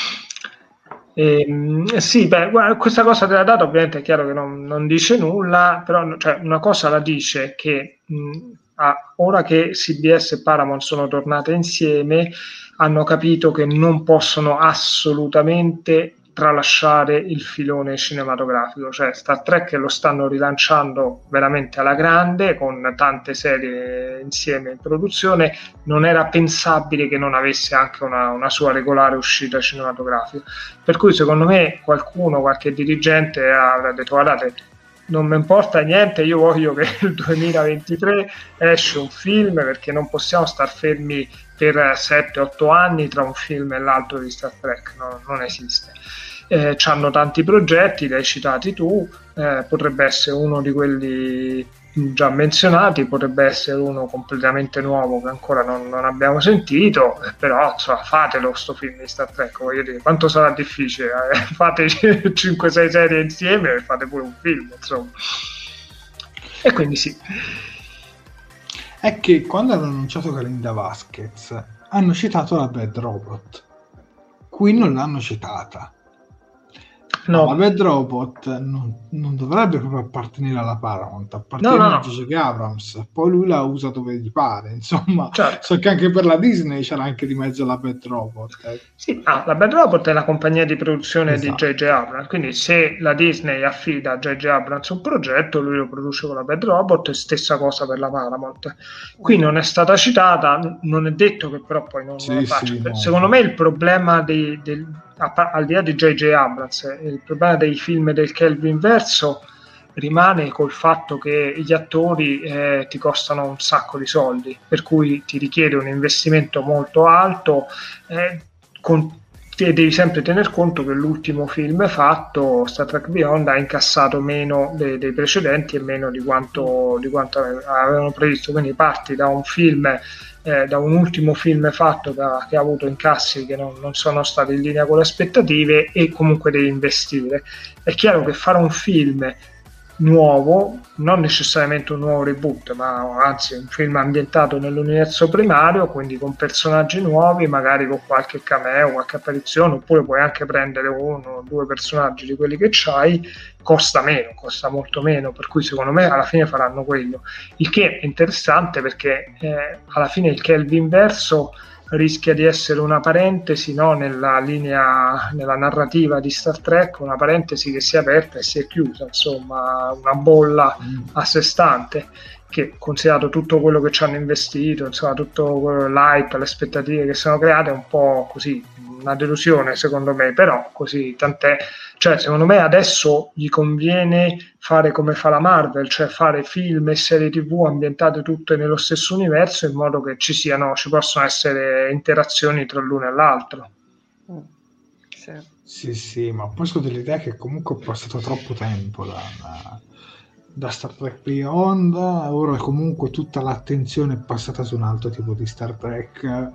Eh, sì, beh, guarda, questa cosa della data ovviamente è chiaro che non, non dice nulla, però cioè, una cosa la dice che mh, ah, ora che C B S e Paramount sono tornate insieme hanno capito che non possono assolutamente tralasciare il filone cinematografico, cioè Star Trek lo stanno rilanciando veramente alla grande con tante serie insieme in produzione, non era pensabile che non avesse anche una, una sua regolare uscita cinematografica, per cui secondo me qualcuno, qualche dirigente avrà detto guardate, non mi importa niente, io voglio che nel duemilaventitré esce un film perché non possiamo star fermi per sette otto anni tra un film e l'altro di Star Trek, no, non esiste. Eh, c'hanno tanti progetti, li hai citati tu, eh, potrebbe essere uno di quelli già menzionati, potrebbe essere uno completamente nuovo che ancora non, non abbiamo sentito, eh, però insomma, fatelo sto film di Star Trek, voglio dire, quanto sarà difficile, eh? Fate cinque sei serie insieme e fate pure un film, insomma. E quindi sì. è che quando hanno annunciato Kalinda Vasquez hanno citato la Bad Robot, qui non l'hanno citata. No, la Bad Robot non, non dovrebbe proprio appartenere alla Paramount, appartiene no, no, a J J Abrams, poi lui la usa dove gli pare, insomma. Certo. So che anche per la Disney c'era anche di mezzo la Bad Robot. Eh. Sì, ah, la Bad Robot è la compagnia di produzione esatto. di J J Abrams, quindi se la Disney affida a J J Abrams un progetto, lui lo produce con la Bad Robot, e stessa cosa per la Paramount. Qui non è stata citata, non è detto che però poi non, sì, non la faccia. Sì, Secondo no. me il problema dei, del al di là di J J Abrams, il problema dei film del Kelvin verso rimane col fatto che gli attori eh, ti costano un sacco di soldi, per cui ti richiede un investimento molto alto eh, con, e devi sempre tener conto che l'ultimo film fatto, Star Trek Beyond, ha incassato meno dei, dei precedenti e meno di quanto, di quanto avevano previsto, quindi parti da un film Eh, da un ultimo film fatto da, che ha avuto incassi che non, non sono stati in linea con le aspettative, e comunque devi investire. È chiaro che fare un film nuovo, non necessariamente un nuovo reboot, ma anzi un film ambientato nell'universo primario, quindi con personaggi nuovi, magari con qualche cameo, qualche apparizione, oppure puoi anche prendere uno o due personaggi di quelli che c'hai, costa meno, costa molto meno, per cui secondo me alla fine faranno quello, il che è interessante perché eh, alla fine il Kelvin verso rischia di essere una parentesi, no, nella linea, nella narrativa di Star Trek, una parentesi che si è aperta e si è chiusa, insomma una bolla a sé stante, che considerato tutto quello che ci hanno investito, insomma tutto l'hype, le aspettative che sono create, è un po' così una delusione secondo me, però così tant'è. Cioè secondo me adesso gli conviene fare come fa la Marvel, cioè fare film e serie tv ambientate tutte nello stesso universo, in modo che ci siano, ci possono essere interazioni tra l'uno e l'altro. Mm. Sì. sì sì ma poi sono dell'idea che comunque è passato troppo tempo da, da, da Star Trek Beyond, ora comunque tutta l'attenzione è passata su un altro tipo di Star Trek,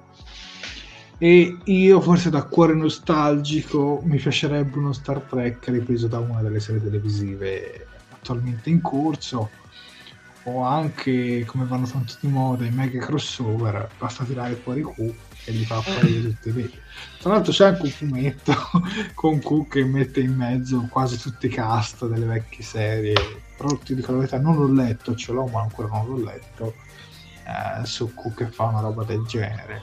e io forse da cuore nostalgico mi piacerebbe uno Star Trek ripreso da una delle serie televisive attualmente in corso, o anche, come vanno tanto di moda, i mega crossover, basta tirare fuori Q e li fa apparire tutti lì. Tra l'altro c'è anche un fumetto con Q che mette in mezzo quasi tutti i cast delle vecchie serie, però ti dico la verità, non l'ho letto, ce l'ho ma ancora non l'ho letto, eh, su Q che fa una roba del genere.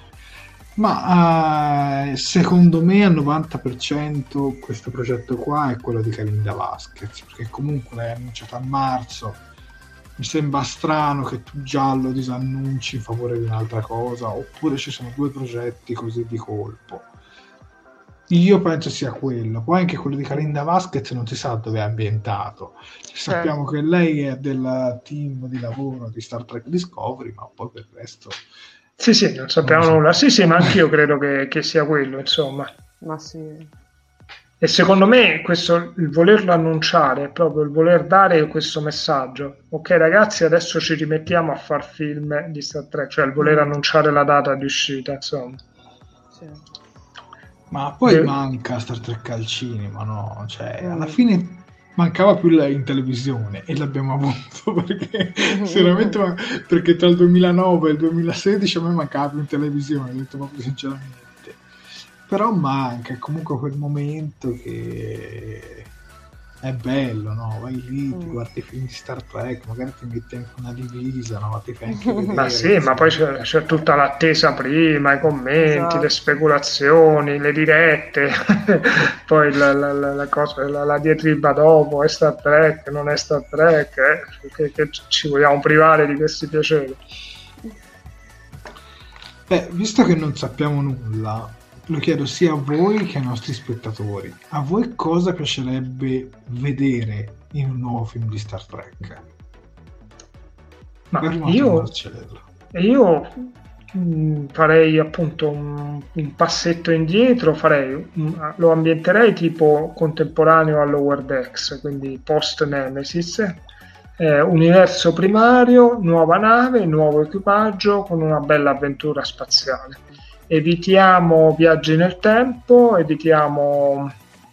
Ma uh, secondo me al novanta per cento questo progetto qua è quello di Kalinda Vasquez, perché comunque l'hai annunciato a marzo, mi sembra strano che tu già lo disannunci in favore di un'altra cosa, oppure ci sono due progetti così di colpo. Io penso sia quello, poi anche quello di Kalinda Vasquez non si sa dove è ambientato, sappiamo che lei è del team di lavoro di Star Trek Discovery, ma poi per il resto sì sì non sappiamo non nulla. Sì sì ma anch'io credo che, che sia quello, insomma. Ma sì. E secondo me questo, il volerlo annunciare, proprio il voler dare questo messaggio, ok ragazzi adesso ci rimettiamo a far film di Star Trek, cioè il voler annunciare la data di uscita, insomma. Sì. Ma poi e... manca Star Trek al cinema, no? Cioè mm. alla fine mancava più in televisione e l'abbiamo avuto, perché sicuramente perché tra il duemilanove e il duemilasedici a me mancava più in televisione, ho detto proprio sinceramente. Però manca, è comunque quel momento che è bello, no? Vai lì, ti guardi i film di Star Trek, magari ti metti anche una divisa, no? Ti fai anche vedere, ma sì, ma poi c'è, c'è tutta l'attesa prima, i commenti, esatto. Le speculazioni, le dirette, poi la, la, la, la, cosa, la, la diatriba dopo, è Star Trek, non è Star Trek, eh? che, che ci vogliamo privare di questi piaceri. Beh, visto che non sappiamo nulla, lo chiedo sia a voi che ai nostri spettatori. A voi cosa piacerebbe vedere in un nuovo film di Star Trek? Ma io, io mh, farei appunto un, un passetto indietro, farei un, lo ambienterei tipo contemporaneo a Lower Decks, quindi post Nemesis, eh, universo primario, nuova nave, nuovo equipaggio con una bella avventura spaziale. Evitiamo viaggi nel tempo, evitiamo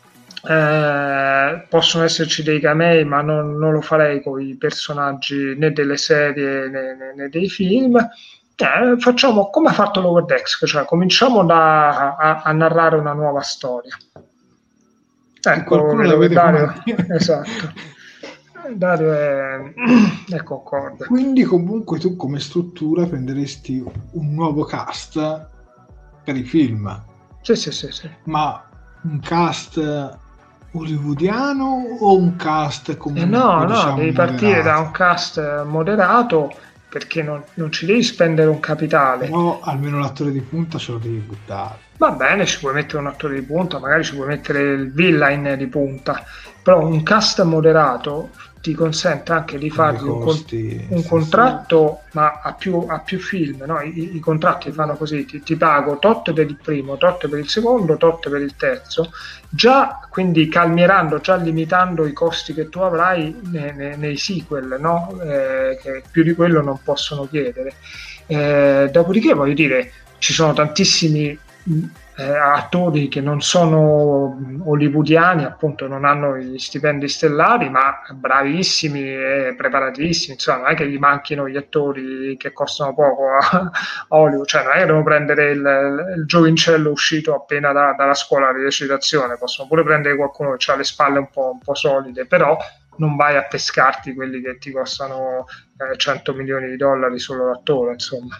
Eh, possono esserci dei camei, ma non, non lo farei con i personaggi né delle serie né, né, né dei film. Eh, facciamo come ha fatto Lower Decks, cioè cominciamo da, a, a narrare una nuova storia. Ecco, vedo che Dario, esatto. Dario è, è concorde. Quindi comunque tu come struttura prenderesti un nuovo cast per i film? Sì, sì, sì, sì. Ma un cast hollywoodiano o un cast comunque eh no, diciamo, no, devi moderato? partire da un cast moderato, perché non, non ci devi spendere un capitale. Però almeno l'attore di punta ce lo devi buttare. Va bene, ci puoi mettere un attore di punta, magari ci puoi mettere il villain di punta, però un cast moderato ti consente anche di fargli un, costi, un sì, contratto, sì. ma a più, a più film, no? I, i contratti fanno così, ti, ti pago tot per il primo, tot per il secondo, tot per il terzo, già quindi calmierando, già limitando i costi che tu avrai nei, nei, nei sequel, no? Eh, che più di quello non possono chiedere. Eh, dopodiché voglio dire, ci sono tantissimi Eh, attori che non sono hollywoodiani, appunto non hanno gli stipendi stellari, ma bravissimi e preparatissimi, insomma non è che gli manchino gli attori che costano poco a Hollywood, cioè non è che devono prendere il, il giovincello uscito appena da, dalla scuola di recitazione, possono pure prendere qualcuno che ha le spalle un po', un po' solide, però non vai a pescarti quelli che ti costano eh, cento milioni di dollari solo l'attore, insomma.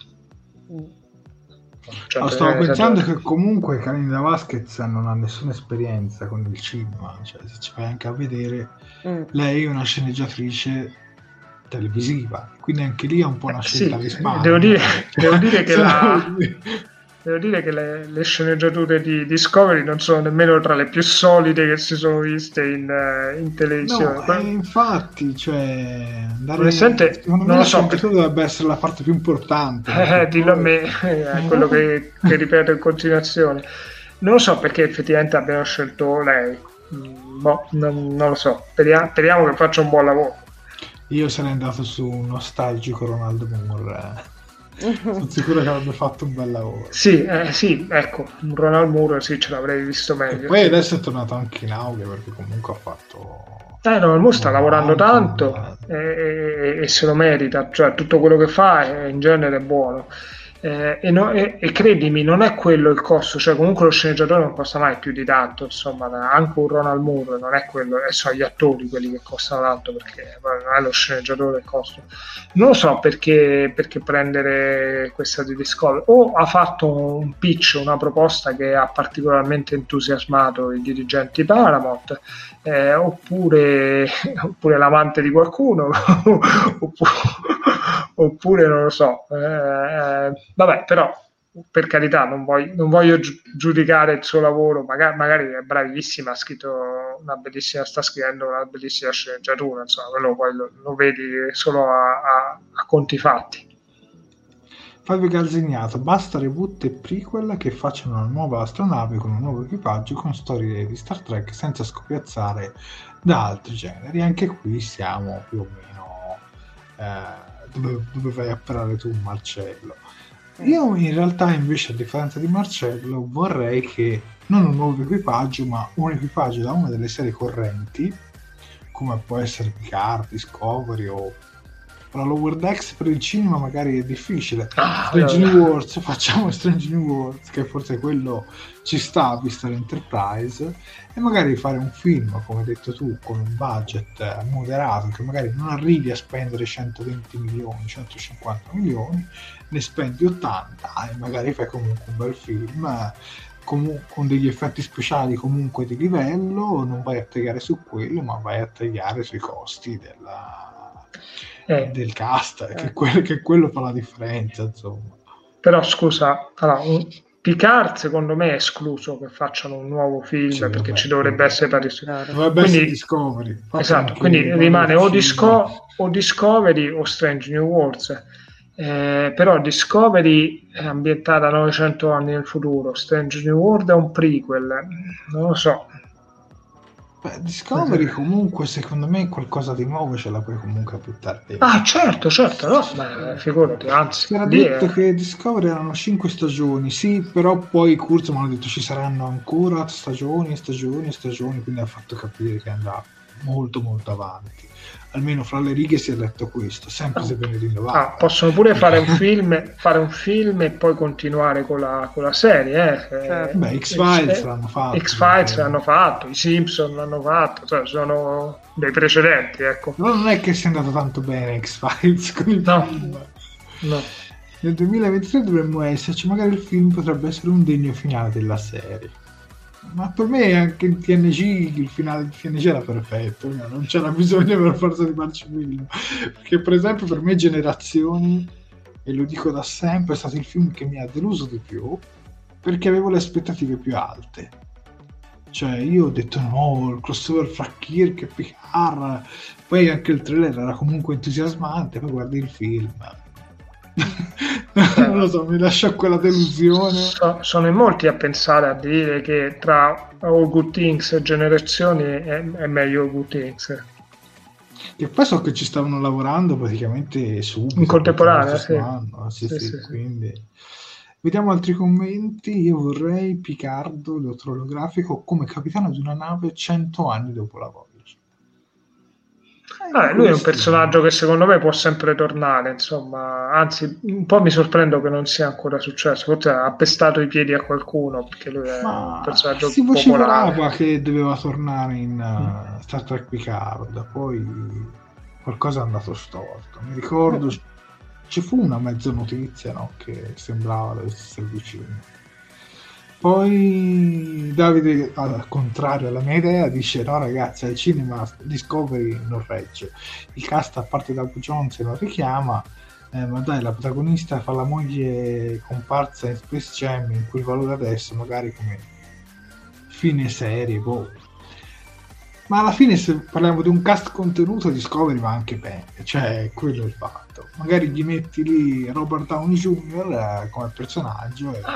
Cioè, oh, stavo pensando che comunque Canida Vasquez non ha nessuna esperienza con il cinema, cioè se ci vai anche a vedere mm. lei è una sceneggiatrice televisiva, quindi anche lì è un po' una scelta sì, di risparmio. Devo dire, devo dire che la... Devo dire che le, le sceneggiature di Discovery non sono nemmeno tra le più solide che si sono viste in, uh, in televisione. No, eh, infatti, cioè, andare, sente, secondo non me lo so, perché dovrebbe essere la parte più importante. Eh, dillo a me, è quello che, che ripeto in continuazione. Non lo so perché effettivamente abbiano scelto lei. Mm, boh, non, non lo so. Speriamo, speriamo che faccia un buon lavoro. Io sarei andato su un nostalgico Ronald Moore. Eh. Sono sicuro che avrebbe fatto un bel lavoro. Sì, eh, sì, ecco, un Ronald Moore sì, ce l'avrei visto meglio. E poi sì. Adesso è tornato anche in auge perché comunque ha fatto... Eh no, il Moore sta lavorando tanto e, e, e se lo merita, cioè tutto quello che fa è, in genere è buono. Eh, e, no, e, e credimi, non è quello il costo, cioè comunque lo sceneggiatore non costa mai più di tanto, insomma, anche un Ronald Moore non è quello, sono gli attori quelli che costano tanto, perché non è lo sceneggiatore il costo. Non lo so perché, perché prendere questa di Discovery, o ha fatto un pitch, una proposta che ha particolarmente entusiasmato i dirigenti Paramount, eh, oppure, oppure l'amante di qualcuno, oppure, oppure non lo so. Eh, vabbè, però per carità non voglio, non voglio giudicare il suo lavoro, magari, magari è bravissima, ha scritto una bellissima, sta scrivendo una bellissima sceneggiatura, insomma, quello poi lo, lo vedi solo a, a, a conti fatti. Fabio Calzignato, basta reboot e prequel che facciano una nuova astronave con un nuovo equipaggio con storie di Star Trek senza scopiazzare da altri generi. Anche qui siamo più o meno eh, dove, dove vai a parare tu, Marcello. Io in realtà invece, a differenza di Marcello, vorrei che non un nuovo equipaggio, ma un equipaggio da una delle serie correnti, come può essere Picard, Discovery o la Lower Decks. Per il cinema magari è difficile. Ah, Strange New Worlds, facciamo Strange New Worlds, che forse quello ci sta vista l'Enterprise, e magari fare un film, come hai detto tu, con un budget moderato, che magari non arrivi a spendere centoventi milioni, centocinquanta milioni, ne spendi ottanta e magari fai comunque un bel film com- con degli effetti speciali comunque di livello. Non vai a tagliare su quello, ma vai a tagliare sui costi della Eh. del cast, eh. che, que- che quello fa la differenza, insomma. Però scusa, allora, un Picard secondo me è escluso che facciano un nuovo film, sì, perché vabbè, ci dovrebbe vabbè. essere parecchio. Dovrebbe quindi, essere Discovery. Esatto, quindi rimane o, Disco- o Discovery o Strange New Worlds. Eh, però Discovery è ambientata novecento anni nel futuro, Strange New World è un prequel, non lo so. Beh, Discovery comunque secondo me qualcosa di nuovo ce la puoi comunque buttare dentro. Ah certo, certo, no, ma figurati, anzi. Si era detto è... che Discovery erano cinque stagioni, sì, però poi Kurtzman hanno detto ci saranno ancora stagioni, stagioni, stagioni, quindi ha fatto capire che andrà molto molto avanti. Almeno fra le righe si è letto questo, sempre se viene rinnovato. Ah, possono pure fare un film, fare un film e poi continuare con la, con la serie. Eh. Certo. Beh, X-Files eh, l'hanno fatto. X-Files l'hanno fatto, i Simpson l'hanno fatto, cioè sono dei precedenti, ecco. No, non è che sia andato tanto bene X-Files con il no. film. No. Nel duemilaventitré dovremmo esserci, magari il film potrebbe essere un degno finale della serie. Ma per me anche il T N G, il finale del T N G era perfetto, non c'era bisogno per forza di farci film, perché per esempio per me Generazioni, e lo dico da sempre, è stato il film che mi ha deluso di più, perché avevo le aspettative più alte. Cioè io ho detto no, il crossover fra Kirk e Picard, poi anche il trailer era comunque entusiasmante, poi guardi il film... non lo so, mi lascia quella delusione. So, sono in molti a pensare, a dire che tra All Good Things e Generazioni è, è meglio All Good Things. E poi so che ci stavano lavorando praticamente subito in contemporanea, sì. Sì, sì, sì, sì, sì, quindi vediamo altri commenti. Io vorrei Picardo, dottor olografico, come capitano di una nave cento anni dopo la Voyager. Ah, lui è un personaggio che secondo me può sempre tornare, insomma, anzi un po' mi sorprendo che non sia ancora successo, forse ha pestato i piedi a qualcuno perché lui è Ma un personaggio si popolare. vociferava che doveva tornare in uh, Star Trek Picard, poi qualcosa è andato storto, mi ricordo c- ci fu una mezza notizia, no? Che sembrava dovesse essere vicino. Poi Davide, al contrario alla mia idea, dice no ragazzi, al cinema Discovery non regge, il cast a parte Doug Jones non richiama, eh, ma dai, la protagonista fa la moglie comparsa in Space Jam, in cui il valore adesso magari come fine serie, boh. Ma alla fine se parliamo di un cast contenuto Discovery va anche bene, cioè quello è il fatto, magari gli metti lì Robert Downey junior eh, come personaggio e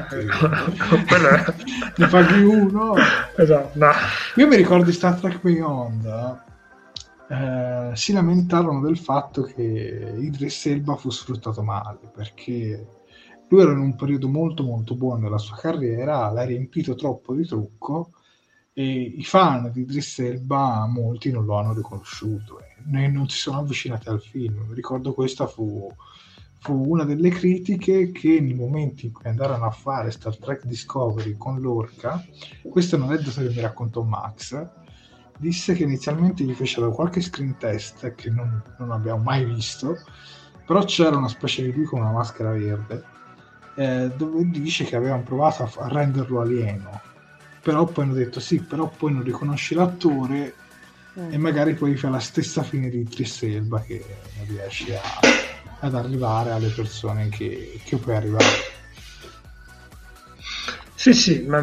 ne paghi uno. Esatto, no. Io mi ricordo di Star Trek Beyond eh, si lamentarono del fatto che Idris Elba fu sfruttato male, perché lui era in un periodo molto molto buono della sua carriera, l'ha riempito troppo di trucco e i fan di Idris Elba molti non lo hanno riconosciuto e non si sono avvicinati al film. Mi ricordo questa fu, fu una delle critiche che nei momenti in cui andarono a fare Star Trek Discovery con Lorca, questo è un aneddoto che mi raccontò Max, disse che inizialmente gli fecero qualche screen test che non, non abbiamo mai visto, però c'era una specie di lui con una maschera verde eh, dove dice che avevano provato a, a renderlo alieno, però poi hanno detto sì, però poi non riconosci l'attore mm. e magari poi fa la stessa fine di Idris Elba, che non riesce a, ad arrivare alle persone che, che puoi arrivare. Sì, sì, ma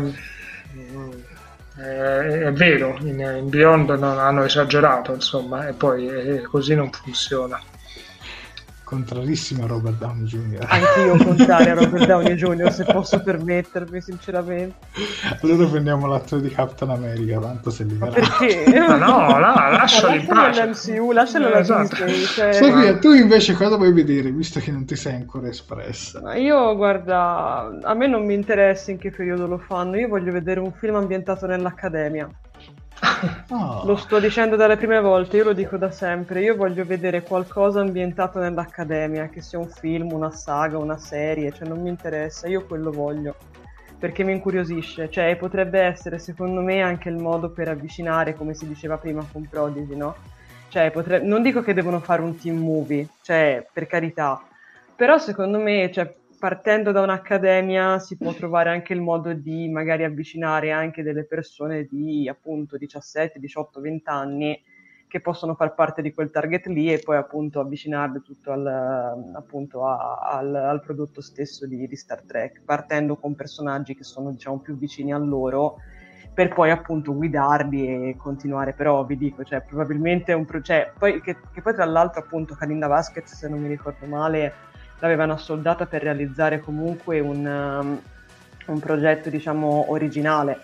è, è vero, in, in Beyond non hanno esagerato, insomma, e poi eh, così non funziona. Contrarissimo a Robert Downey junior Anch'io contrario a Robert Downey junior, se posso permettermi, sinceramente. Allora prendiamo l'attore di Captain America, tanto se li Ma perché? Ma no, la, lascialo in pace. L'M C U, lascialo alla esatto. Disney. Cioè... Sofia, tu invece cosa vuoi vedere, visto che non ti sei ancora espressa? Ma io, guarda, a me non mi interessa in che periodo lo fanno, io voglio vedere un film ambientato nell'Accademia. Oh. Lo sto dicendo dalle prime volte, io lo dico da sempre, io voglio vedere qualcosa ambientato nell'Accademia, che sia un film, una saga, una serie, cioè non mi interessa, io quello voglio, perché mi incuriosisce, cioè potrebbe essere secondo me anche il modo per avvicinare, come si diceva prima con Prodigy, no? Cioè potre... non dico che devono fare un team movie, cioè per carità, però secondo me, cioè partendo da un'accademia si può trovare anche il modo di magari avvicinare anche delle persone di appunto diciassette, diciotto, venti anni che possono far parte di quel target lì e poi appunto avvicinarle tutto al, appunto a, al, al prodotto stesso di, di Star Trek, partendo con personaggi che sono diciamo più vicini a loro per poi appunto guidarli e continuare. Però vi dico, cioè probabilmente è un progetto, cioè, poi, che, che poi tra l'altro appunto Kalinda Vasquez, se non mi ricordo male, l'avevano assoldata per realizzare comunque un, um, un progetto diciamo originale,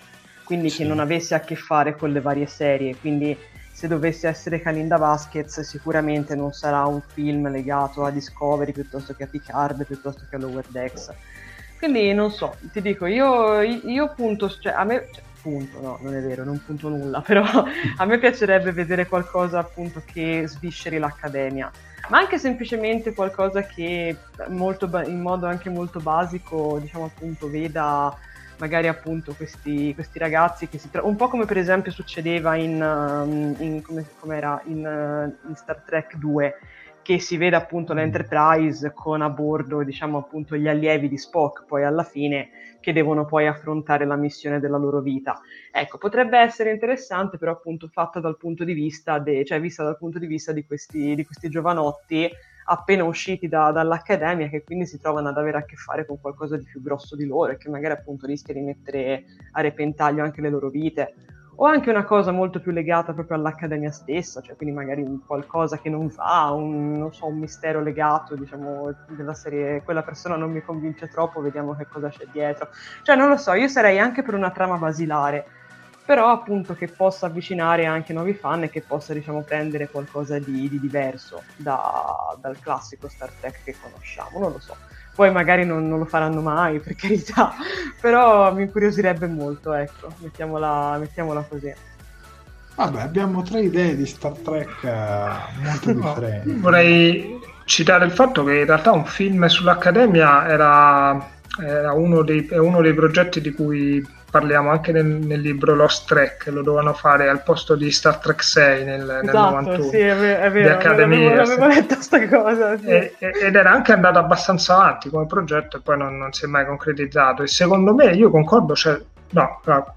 quindi sì. che non avesse a che fare con le varie serie, quindi se dovesse essere Kalinda Vasquez sicuramente non sarà un film legato a Discovery piuttosto che a Picard, piuttosto che a Lower Decks. Quindi non so, ti dico, io, io punto, cioè a me, cioè, punto, no, non è vero, non punto nulla, però a me piacerebbe vedere qualcosa appunto che svisceri l'Accademia, ma anche semplicemente qualcosa che molto ba- in modo anche molto basico, diciamo appunto, veda magari appunto questi, questi ragazzi che si trovano, un po' come per esempio succedeva in, um, in come, com'era, in, uh, in Star Trek due, che si vede appunto l'Enterprise con a bordo, diciamo appunto, gli allievi di Spock, poi alla fine, che devono poi affrontare la missione della loro vita. Ecco, potrebbe essere interessante, però appunto fatta dal punto di vista, de- cioè vista dal punto di vista di questi, di questi giovanotti appena usciti da, dall'accademia, che quindi si trovano ad avere a che fare con qualcosa di più grosso di loro e che magari appunto rischia di mettere a repentaglio anche le loro vite. O anche una cosa molto più legata proprio all'accademia stessa, cioè quindi magari un qualcosa che non va, un, non so, un mistero legato, diciamo, della serie, quella persona non mi convince troppo, vediamo che cosa c'è dietro. Cioè non lo so, io sarei anche per una trama basilare, però appunto che possa avvicinare anche nuovi fan e che possa, diciamo, prendere qualcosa di, di diverso da, dal classico Star Trek che conosciamo, non lo so. Poi magari non, non lo faranno mai, per carità, però mi incuriosirebbe molto, ecco, mettiamola, mettiamola così. Vabbè, abbiamo tre idee di Star Trek molto differenti. Vorrei citare il fatto che in realtà un film sull'Accademia era, era uno, dei, è uno dei progetti di cui parliamo anche nel, nel libro Lost Trek, lo dovevano fare al posto di Star Trek sei nel, nel esatto, novantuno. Sì, è vero, è vero, avevo, avevo letto sta cosa. Sì. E, ed era anche andato abbastanza avanti come progetto e poi non, non si è mai concretizzato. E secondo me, io concordo, cioè, no,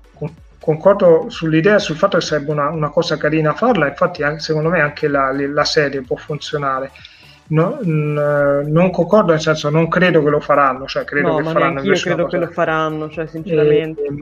concordo sull'idea, sul fatto che sarebbe una, una cosa carina farla, infatti anche, secondo me anche la, la serie può funzionare. No, n- non concordo, nel senso, non credo che lo faranno, cioè credo no, che ma faranno io credo cosa... che lo faranno, cioè sinceramente. E,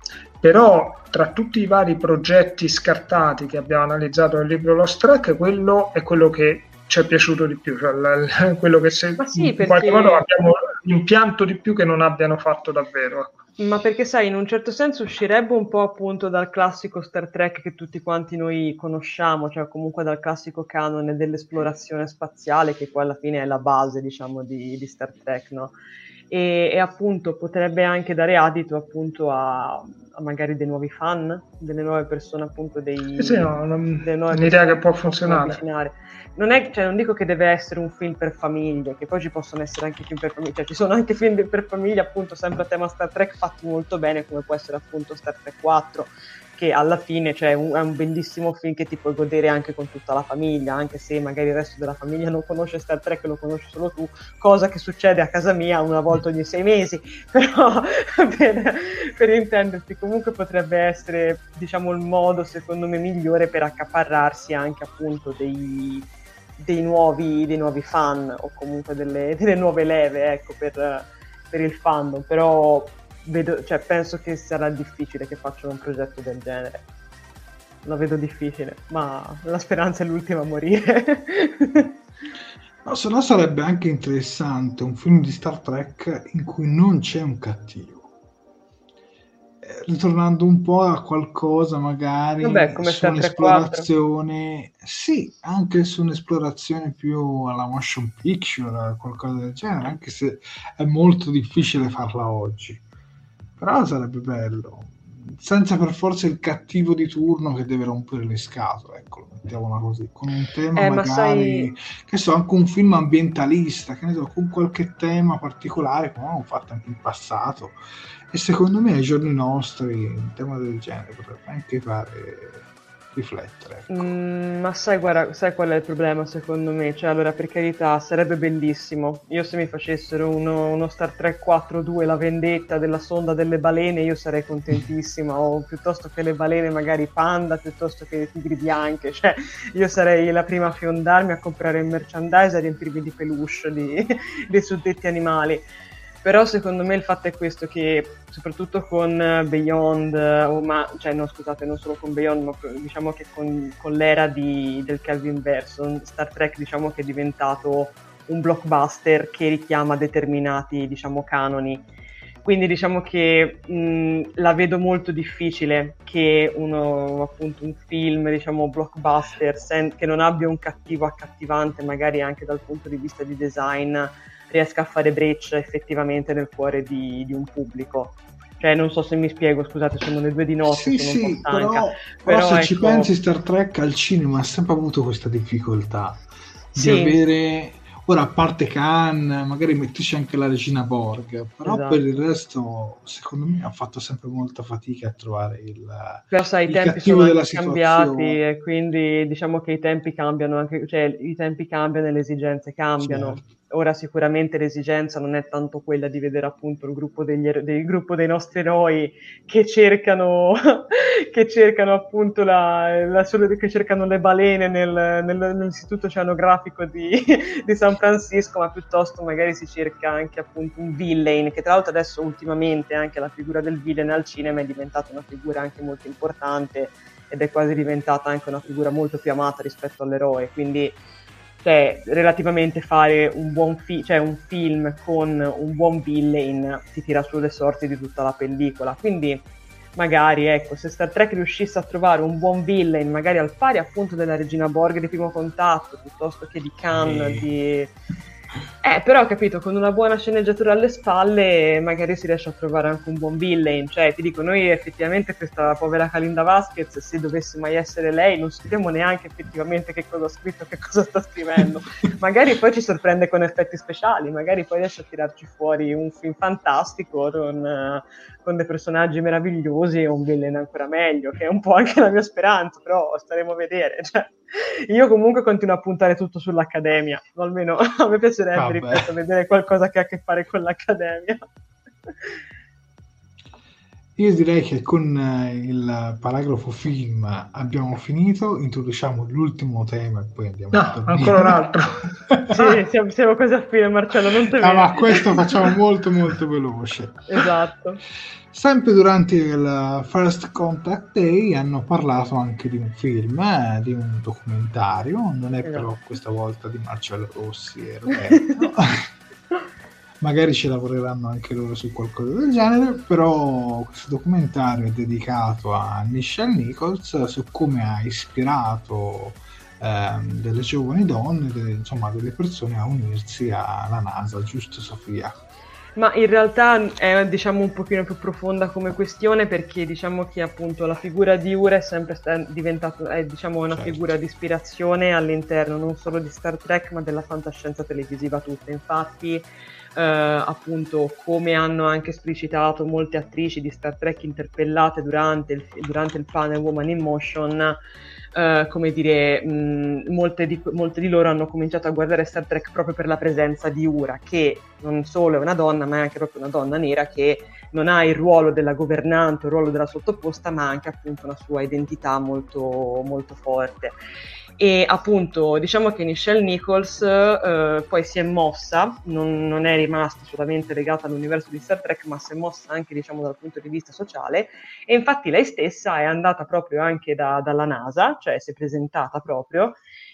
però tra tutti i vari progetti scartati che abbiamo analizzato nel libro Lost Trek, quello è quello che ci è piaciuto di più, cioè l- quello che se, sì, in perché... qualche modo abbiamo rimpianto di più che non abbiano fatto davvero. Ma perché sai, in un certo senso uscirebbe un po' appunto dal classico Star Trek che tutti quanti noi conosciamo, cioè comunque dal classico canone dell'esplorazione spaziale, che poi alla fine è la base, diciamo, di, di Star Trek, no? E, e appunto potrebbe anche dare adito appunto a, a magari dei nuovi fan, delle nuove persone, appunto dei... Eh sì, no, non, delle nuove un'idea che può funzionare. Non è, cioè, non dico che deve essere un film per famiglie, che poi ci possono essere anche film per famiglie, cioè ci sono anche film per famiglie appunto sempre a tema Star Trek fatti molto bene, come può essere appunto Star Trek quattro, che alla fine, cioè, un, è un bellissimo film che ti puoi godere anche con tutta la famiglia, anche se magari il resto della famiglia non conosce Star Trek, lo conosci solo tu, cosa che succede a casa mia una volta ogni sei mesi, però per, per intenderti, comunque potrebbe essere, diciamo, il modo secondo me migliore per accaparrarsi anche appunto dei Dei nuovi, dei nuovi fan o comunque delle, delle nuove leve, ecco, per, per il fandom, però vedo, cioè, penso che sarà difficile che facciano un progetto del genere, lo vedo difficile, ma la speranza è l'ultima a morire. No, se no sarebbe anche interessante un film di Star Trek in cui non c'è un cattivo, ritornando un po' a qualcosa magari Vabbè, come su un'esplorazione, sì, anche su un'esplorazione più alla motion picture, qualcosa del genere, anche se è molto difficile farla oggi, però sarebbe bello, senza per forza il cattivo di turno che deve rompere le scatole, ecco, mettiamola così, con un tema eh, magari, sai... che so, anche un film ambientalista, che ne so, con qualche tema particolare, come hanno fatto anche in passato. E secondo me ai giorni nostri un tema del genere potrebbe anche fare riflettere, ecco. Mm, ma sai, guarda, sai qual è il problema secondo me? Cioè, allora, per carità, sarebbe bellissimo. Io se mi facessero uno, uno Star Trek quattro due, la vendetta della sonda delle balene, io sarei contentissima, o piuttosto che le balene magari panda, piuttosto che le tigri bianche, cioè io sarei la prima a fiondarmi, a comprare il merchandise, a riempirmi di peluche di, dei suddetti animali. Però secondo me il fatto è questo, che soprattutto con Beyond, o ma, cioè no scusate, non solo con Beyond, ma diciamo che con, con l'era di, del Kelvinverse, Star Trek diciamo che è diventato un blockbuster che richiama determinati, diciamo, canoni. quindi diciamo che mh, la vedo molto difficile che uno, appunto, un film, diciamo, blockbuster, sen- che non abbia un cattivo accattivante, magari anche dal punto di vista di design, riesca a fare breccia effettivamente nel cuore di, di un pubblico. Cioè, non so se mi spiego, scusate, sono le due di notte, sì, sono sì, un po' stanca. Però, però, però se ecco... ci pensi, Star Trek al cinema ha sempre avuto questa difficoltà di sì. avere... Ora, a parte Khan, magari mettici anche la Regina Borg, però esatto. Per il resto, secondo me, ha fatto sempre molta fatica a trovare il, però, sai, il i tempi cattivo sono della cambiati situazione. E quindi diciamo che i tempi cambiano anche, cioè i tempi cambiano e le esigenze cambiano. Certo. Ora sicuramente l'esigenza non è tanto quella di vedere appunto il gruppo degli ero- del gruppo dei nostri eroi che cercano che cercano appunto la, la che cercano le balene nel, nel, nell'istituto oceanografico di, di San Francisco, ma piuttosto magari si cerca anche appunto un villain, che tra l'altro adesso ultimamente anche la figura del villain al cinema è diventata una figura anche molto importante ed è quasi diventata anche una figura molto più amata rispetto all'eroe, quindi cioè, relativamente fare un buon fi- cioè un film con un buon villain ti tira sulle sorti di tutta la pellicola, quindi magari, ecco, se Star Trek riuscisse a trovare un buon villain, magari al pari appunto della Regina Borg di Primo Contatto, piuttosto che di Khan, e... di... Eh, però, capito, con una buona sceneggiatura alle spalle magari si riesce a trovare anche un buon villain. Cioè, ti dico, noi effettivamente questa povera Kalinda Vasquez, se dovesse mai essere lei, non sappiamo neanche effettivamente che cosa ha scritto, che cosa sta scrivendo. Magari poi ci sorprende con effetti speciali, magari poi riesce a tirarci fuori un film fantastico con, uh, con dei personaggi meravigliosi e un villain ancora meglio, che è un po' anche la mia speranza, però staremo a vedere. Cioè, io comunque continuo a puntare tutto sull'Accademia, o almeno a me piacerebbe, ripeto, vedere qualcosa che ha a che fare con l'Accademia. Io direi che con il paragrafo film abbiamo finito, introduciamo l'ultimo tema e poi andiamo no, a dormire. Ancora un altro. Sì, siamo, siamo quasi a fine, Marcello, non te ah, ma questo facciamo molto molto veloce. Esatto. Sempre durante il First Contact Day hanno parlato anche di un film, eh, di un documentario, non è esatto. Però questa volta di Marcello Rossi e Roberto. Magari ci lavoreranno anche loro su qualcosa del genere, però questo documentario è dedicato a Nichelle Nichols su come ha ispirato ehm, delle giovani donne, delle, insomma delle persone a unirsi alla NASA, giusto Sofia? Ma in realtà è, diciamo, un pochino più profonda come questione, perché diciamo che appunto la figura di Uhura è sempre sta- diventata è, diciamo, una certo. figura di ispirazione all'interno non solo di Star Trek ma della fantascienza televisiva tutta. Infatti eh, appunto, come hanno anche esplicitato molte attrici di Star Trek interpellate durante il, durante il panel Woman in Motion, Uh, come dire, mh, molte, di, molte di loro hanno cominciato a guardare Star Trek proprio per la presenza di Uhura, che non solo è una donna, ma è anche proprio una donna nera che non ha il ruolo della governante, il ruolo della sottoposta, ma anche appunto una sua identità molto, molto forte. E appunto diciamo che Nichelle Nichols eh, poi si è mossa, non, non è rimasta solamente legata all'universo di Star Trek, ma si è mossa anche, diciamo, dal punto di vista sociale, e infatti lei stessa è andata proprio anche da, dalla NASA, cioè si è presentata proprio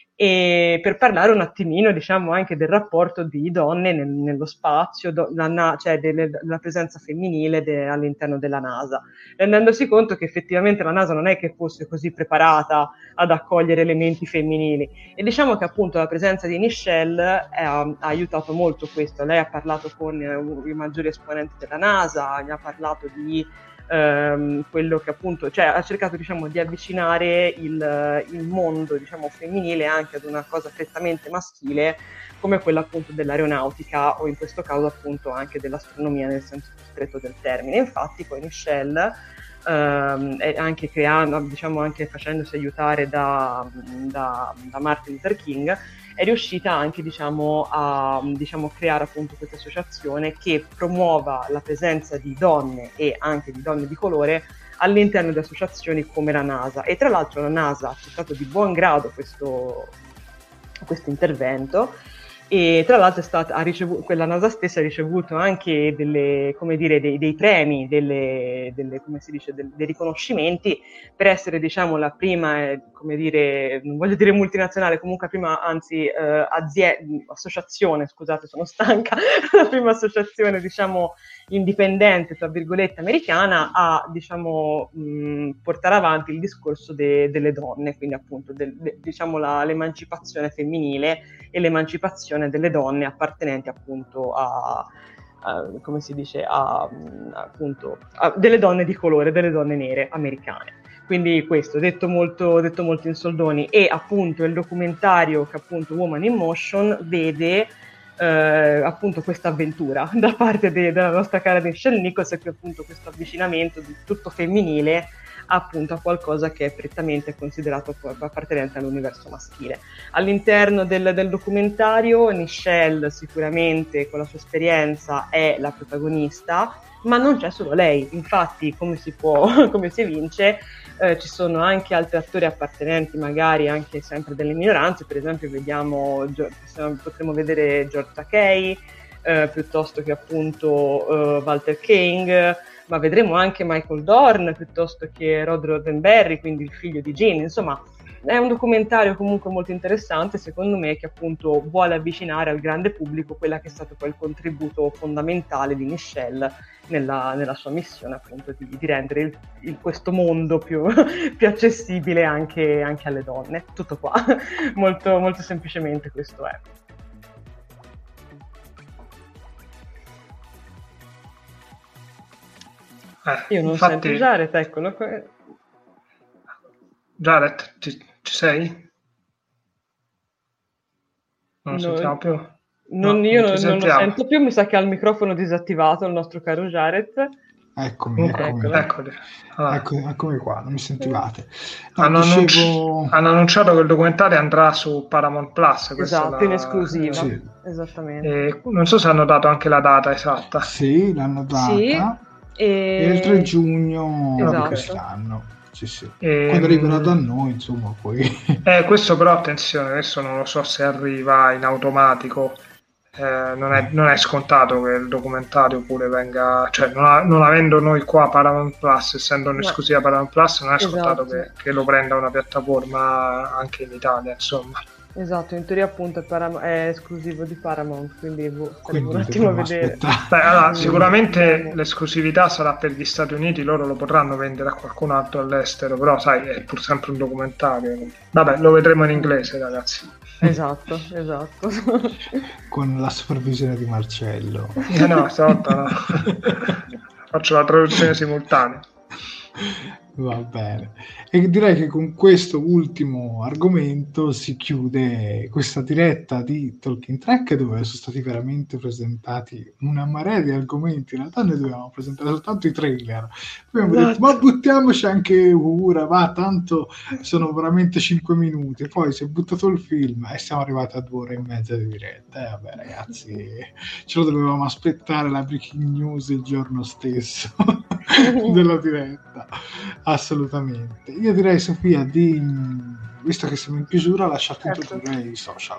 e per parlare un attimino, diciamo, anche del rapporto di donne nel, nello spazio, do, la, cioè delle, della presenza femminile de, all'interno della NASA, rendendosi conto che effettivamente la NASA non è che fosse così preparata ad accogliere elementi femminili, e diciamo che appunto la presenza di Nichelle eh, ha aiutato molto questo. Lei ha parlato con eh, i maggiori esponenti della NASA, ne ha parlato di Um, quello che appunto, cioè ha cercato, diciamo, di avvicinare il, il mondo, diciamo, femminile anche ad una cosa prettamente maschile come quella appunto dell'aeronautica, o in questo caso appunto anche dell'astronomia nel senso più stretto del termine. Infatti poi Nichelle um, è anche creando, diciamo, anche facendosi aiutare da, da, da Martin Luther King, è riuscita anche, diciamo, a diciamo, creare appunto questa associazione che promuova la presenza di donne e anche di donne di colore all'interno di associazioni come la NASA. E tra l'altro la NASA ha accettato di buon grado questo, questo intervento, e tra l'altro è stata, ha ricevuto, quella NASA stessa ha ricevuto anche delle, come dire, dei, dei premi, delle, delle, come si dice, dei, dei riconoscimenti per essere, diciamo, la prima, eh, come dire, non voglio dire multinazionale, comunque prima, anzi, eh, azienda, associazione, scusate, sono stanca, la prima associazione, diciamo, indipendente, tra virgolette, americana, a, diciamo, mh, portare avanti il discorso de- delle donne, quindi appunto del, de- diciamo la, l'emancipazione femminile e l'emancipazione delle donne appartenenti appunto a, a come si dice, a, appunto, a delle donne di colore, delle donne nere americane. Quindi questo, detto molto, detto molto in soldoni, e appunto il documentario che appunto Woman in Motion vede eh, appunto questa avventura da parte de, della nostra cara Nichelle Nichols, e qui appunto questo avvicinamento di tutto femminile appunto a qualcosa che è prettamente considerato appartenente all'universo maschile. All'interno del, del documentario Nichelle sicuramente con la sua esperienza è la protagonista, ma non c'è solo lei, infatti come si può, come si evince, eh, ci sono anche altri attori appartenenti magari anche sempre delle minoranze, per esempio vediamo, potremmo vedere George Takei, eh, piuttosto che appunto eh, Walter King, ma vedremo anche Michael Dorn, piuttosto che Rod Roddenberry, quindi il figlio di Jean, insomma è un documentario comunque molto interessante, secondo me, che appunto vuole avvicinare al grande pubblico quella che è stato poi il contributo fondamentale di Nichelle nella, nella sua missione appunto di, di rendere il, il, questo mondo più, più accessibile anche, anche alle donne. Tutto qua, molto, molto semplicemente questo è. Eh, Io non infatti... sento Jared, eccolo. Jared, ci, ci sei? Non lo no, sentiamo più? Non, no, io non, non, non lo sento più, mi sa che ha il microfono disattivato il nostro caro Jared. Eccomi, eccomi, eccoli. Ah. Eccomi, eccomi qua, non mi sentivate. No, hanno, dicevo... annunci- hanno annunciato che il documentario andrà su Paramount Plus. Esatto, la... in esclusiva. Sì. Esattamente. E non so se hanno dato anche la data esatta. Sì, l'hanno data. Sì, e... e il tre giugno esatto. di quest'anno. Sì, sì. E... Quando arriverà da noi, insomma, poi... eh, questo però, attenzione, adesso non lo so se arriva in automatico. Eh, non, è, non è scontato che il documentario pure venga, cioè non, ha, non avendo noi qua Paramount Plus, essendo un'esclusiva Paramount Plus, non è scontato esatto. che, che lo prenda una piattaforma anche in Italia, insomma. Esatto, in teoria appunto è, Param- è esclusivo di Paramount, quindi, boh, quindi un attimo a vedere. Beh, allora, sicuramente l'esclusività sarà per gli Stati Uniti, loro lo potranno vendere a qualcun altro all'estero, però sai, è pur sempre un documentario. Vabbè, lo vedremo in inglese, ragazzi. Esatto, esatto. Con la supervisione di Marcello. Eh no, stavolta no. Faccio la traduzione simultanea. Va bene. E direi che con questo ultimo argomento si chiude questa diretta di Talking Track, dove sono stati veramente presentati una marea di argomenti. In realtà noi dovevamo presentare soltanto i trailer. Poi abbiamo esatto. detto, ma buttiamoci anche Ura, va, tanto sono veramente cinque minuti. Poi si è buttato il film e siamo arrivati a due ore e mezza di diretta. E eh, vabbè ragazzi, ce lo dovevamo aspettare la breaking news il giorno stesso della diretta. Assolutamente. Io direi, Sofia, di visto che siamo in chiusura, lasciarti certo. introdurre i social.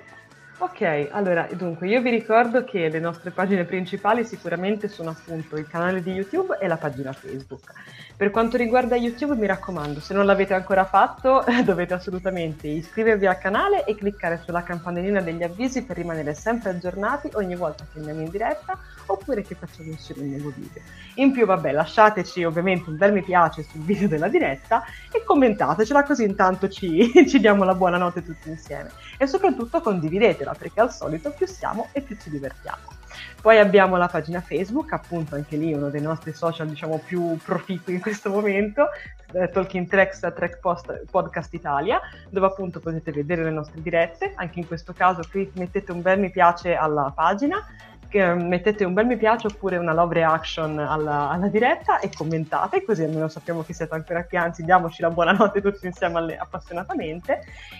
Ok, allora dunque io vi ricordo che le nostre pagine principali sicuramente sono appunto il canale di YouTube e la pagina Facebook. Per quanto riguarda YouTube, mi raccomando, se non l'avete ancora fatto dovete assolutamente iscrivervi al canale e cliccare sulla campanellina degli avvisi per rimanere sempre aggiornati ogni volta che andiamo in diretta oppure che facciamo uscire un nuovo video. In più, vabbè, lasciateci ovviamente un bel mi piace sul video della diretta e commentatecela, così intanto ci, ci diamo la buonanotte tutti insieme. E soprattutto condividetela, perché al solito più siamo e più ci divertiamo. Poi abbiamo la pagina Facebook, appunto anche lì uno dei nostri social diciamo più proficui in questo momento, eh, Talking Tracks Track Post, Podcast Italia, dove appunto potete vedere le nostre dirette. Anche in questo caso qui mettete un bel mi piace alla pagina, che mettete un bel mi piace oppure una love reaction alla, alla diretta e commentate, così almeno sappiamo che siete ancora qui, anzi diamoci la buonanotte tutti insieme alle, appassionatamente,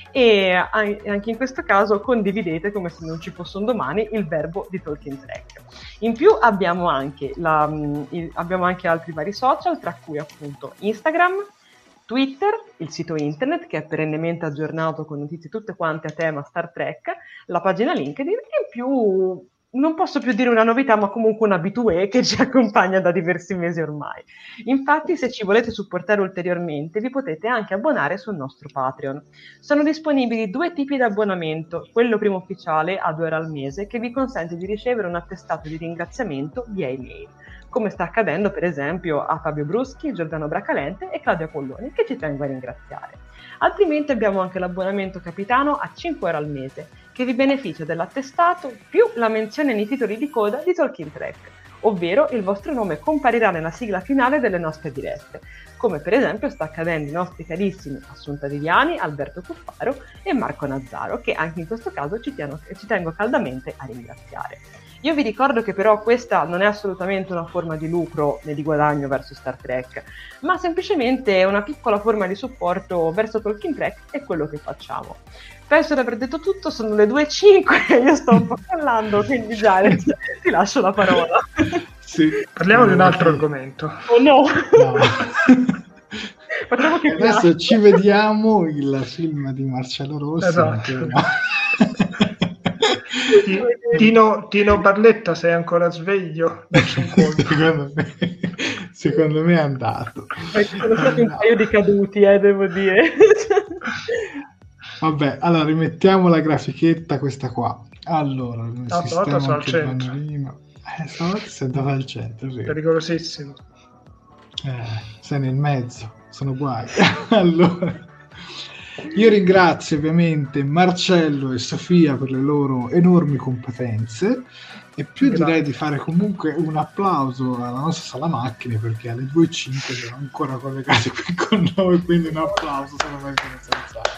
e anche in questo caso condividete come se non ci fosse un domani il verbo di Talking Track. In più abbiamo anche, la, il, abbiamo anche altri vari social, tra cui appunto Instagram, Twitter, il sito internet che è perennemente aggiornato con notizie tutte quante a tema Star Trek, la pagina LinkedIn e in più non posso più dire una novità, ma comunque un abitué che ci accompagna da diversi mesi ormai. Infatti, se ci volete supportare ulteriormente, vi potete anche abbonare sul nostro Patreon. Sono disponibili due tipi di abbonamento, quello primo ufficiale a due euro al mese, che vi consente di ricevere un attestato di ringraziamento via email. come sta accadendo per esempio a Fabio Bruschi, Giordano Bracalente e Claudia Polloni, che ci tengo a ringraziare. Altrimenti abbiamo anche l'abbonamento capitano a cinque euro al mese, che vi beneficia dell'attestato più la menzione nei titoli di coda di Talking Track, ovvero il vostro nome comparirà nella sigla finale delle nostre dirette, come per esempio sta accadendo ai nostri carissimi Assunta Viviani, Alberto Cuffaro e Marco Nazzaro, che anche in questo caso ci, tieno, ci tengo caldamente a ringraziare. Io vi ricordo che però questa non è assolutamente una forma di lucro né di guadagno verso Star Trek, ma semplicemente una piccola forma di supporto verso Talking Track e quello che facciamo. Penso di aver detto tutto, sono le due e cinque, io sto un po' crollando, quindi Jared, ti lascio la parola. Sì. Parliamo di un altro argomento. Oh no! no. Facciamo che Adesso piace. ci vediamo il film di Marcello Rossi. Esatto. Dino, Dino Barletta, sei ancora sveglio? secondo, me, secondo me è andato. Ci sono stati un paio di caduti, eh, devo dire. Vabbè, allora rimettiamo la grafichetta, questa qua. Allora, il no, sistema sono al anche centro. Eh, stavolta sei andato al centro, sì. Pericolosissimo. Eh, sei nel mezzo, sono guai. Allora, io ringrazio ovviamente Marcello e Sofia per le loro enormi competenze e più Grazie. Direi di fare comunque un applauso alla nostra sala macchine, perché alle due e cinque sono ancora collegati qui con noi, quindi un applauso secondo me senza.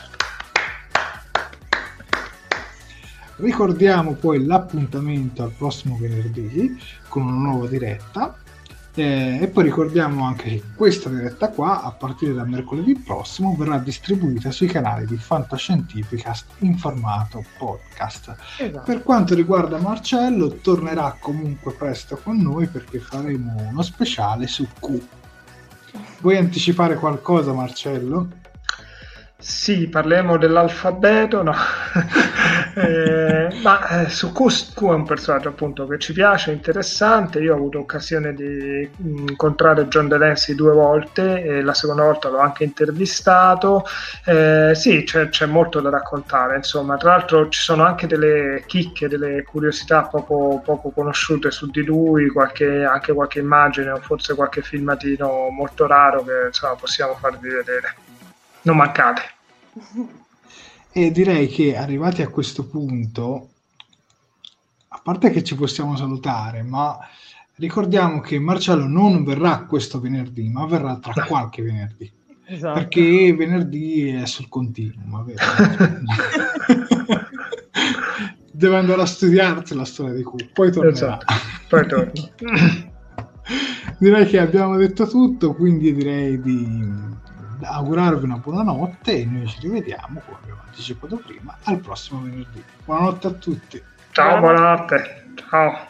Ricordiamo poi l'appuntamento al prossimo venerdì con una nuova diretta eh, e poi ricordiamo anche che questa diretta qua a partire da mercoledì prossimo verrà distribuita sui canali di Fantascientificast in formato podcast. Esatto. Per quanto riguarda Marcello, tornerà comunque presto con noi perché faremo uno speciale su Q. Vuoi anticipare qualcosa, Marcello? Sì, parliamo dell'alfabeto, no. eh, ma eh, su Q, Q è un personaggio appunto che ci piace, interessante. Io ho avuto occasione di incontrare John Delancey due volte e la seconda volta l'ho anche intervistato. Eh, sì, c'è, c'è molto da raccontare, insomma. Tra l'altro ci sono anche delle chicche, delle curiosità poco, poco conosciute su di lui, qualche, anche qualche immagine o forse qualche filmatino molto raro che insomma possiamo farvi vedere. Non mancate. E direi che arrivati a questo punto, a parte che ci possiamo salutare, ma ricordiamo che Marcello non verrà questo venerdì, ma verrà tra qualche venerdì. Esatto. Perché venerdì è sul continuum, vero? Deve andare a studiarsi la storia di Q, poi tornerà. Esatto. Poi torna. Direi che abbiamo detto tutto, quindi direi di augurarvi una buona notte e noi ci rivediamo, come abbiamo anticipato prima, al prossimo venerdì. Buonanotte a tutti. Ciao, buonanotte. Ciao.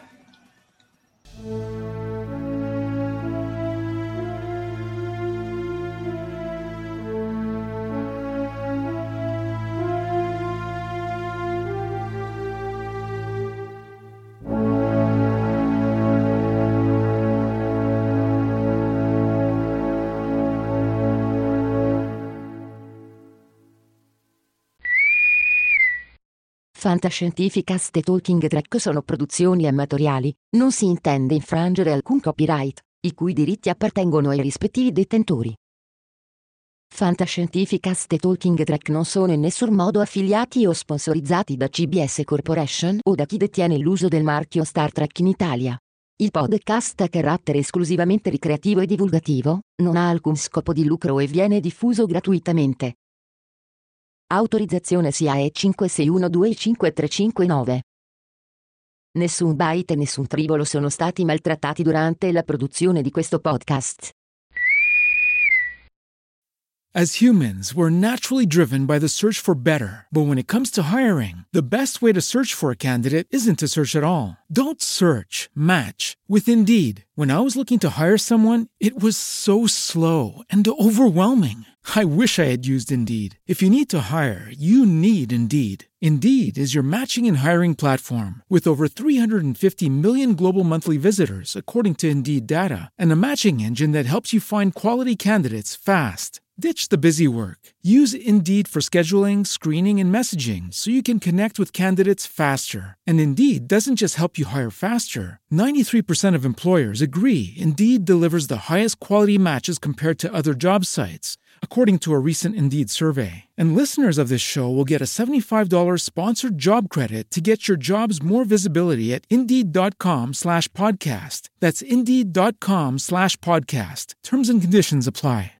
Fantascientificast e Talking Track sono produzioni amatoriali, non si intende infrangere alcun copyright, i cui diritti appartengono ai rispettivi detentori. Fantascientificast e Talking Track non sono in nessun modo affiliati o sponsorizzati da C B S Corporation o da chi detiene l'uso del marchio Star Trek in Italia. Il podcast ha carattere esclusivamente ricreativo e divulgativo, non ha alcun scopo di lucro e viene diffuso gratuitamente. Autorizzazione S I A E cinque sei uno due cinque tre cinque nove. Nessun byte e nessun tribolo sono stati maltrattati durante la produzione di questo podcast. As humans, we're naturally driven by the search for better. But when it comes to hiring, the best way to search for a candidate isn't to search at all. Don't search, match with Indeed. When I was looking to hire someone, it was so slow and overwhelming. I wish I had used Indeed. If you need to hire, you need Indeed. Indeed is your matching and hiring platform with over three hundred fifty million global monthly visitors, according to Indeed data, and a matching engine that helps you find quality candidates fast. Ditch the busy work. Use Indeed for scheduling, screening, and messaging so you can connect with candidates faster. And Indeed doesn't just help you hire faster. ninety-three percent of employers agree Indeed delivers the highest quality matches compared to other job sites, according to a recent Indeed survey. And listeners of this show will get a seventy-five dollars sponsored job credit to get your jobs more visibility at Indeed.com slash podcast. That's Indeed.com slash podcast. Terms and conditions apply.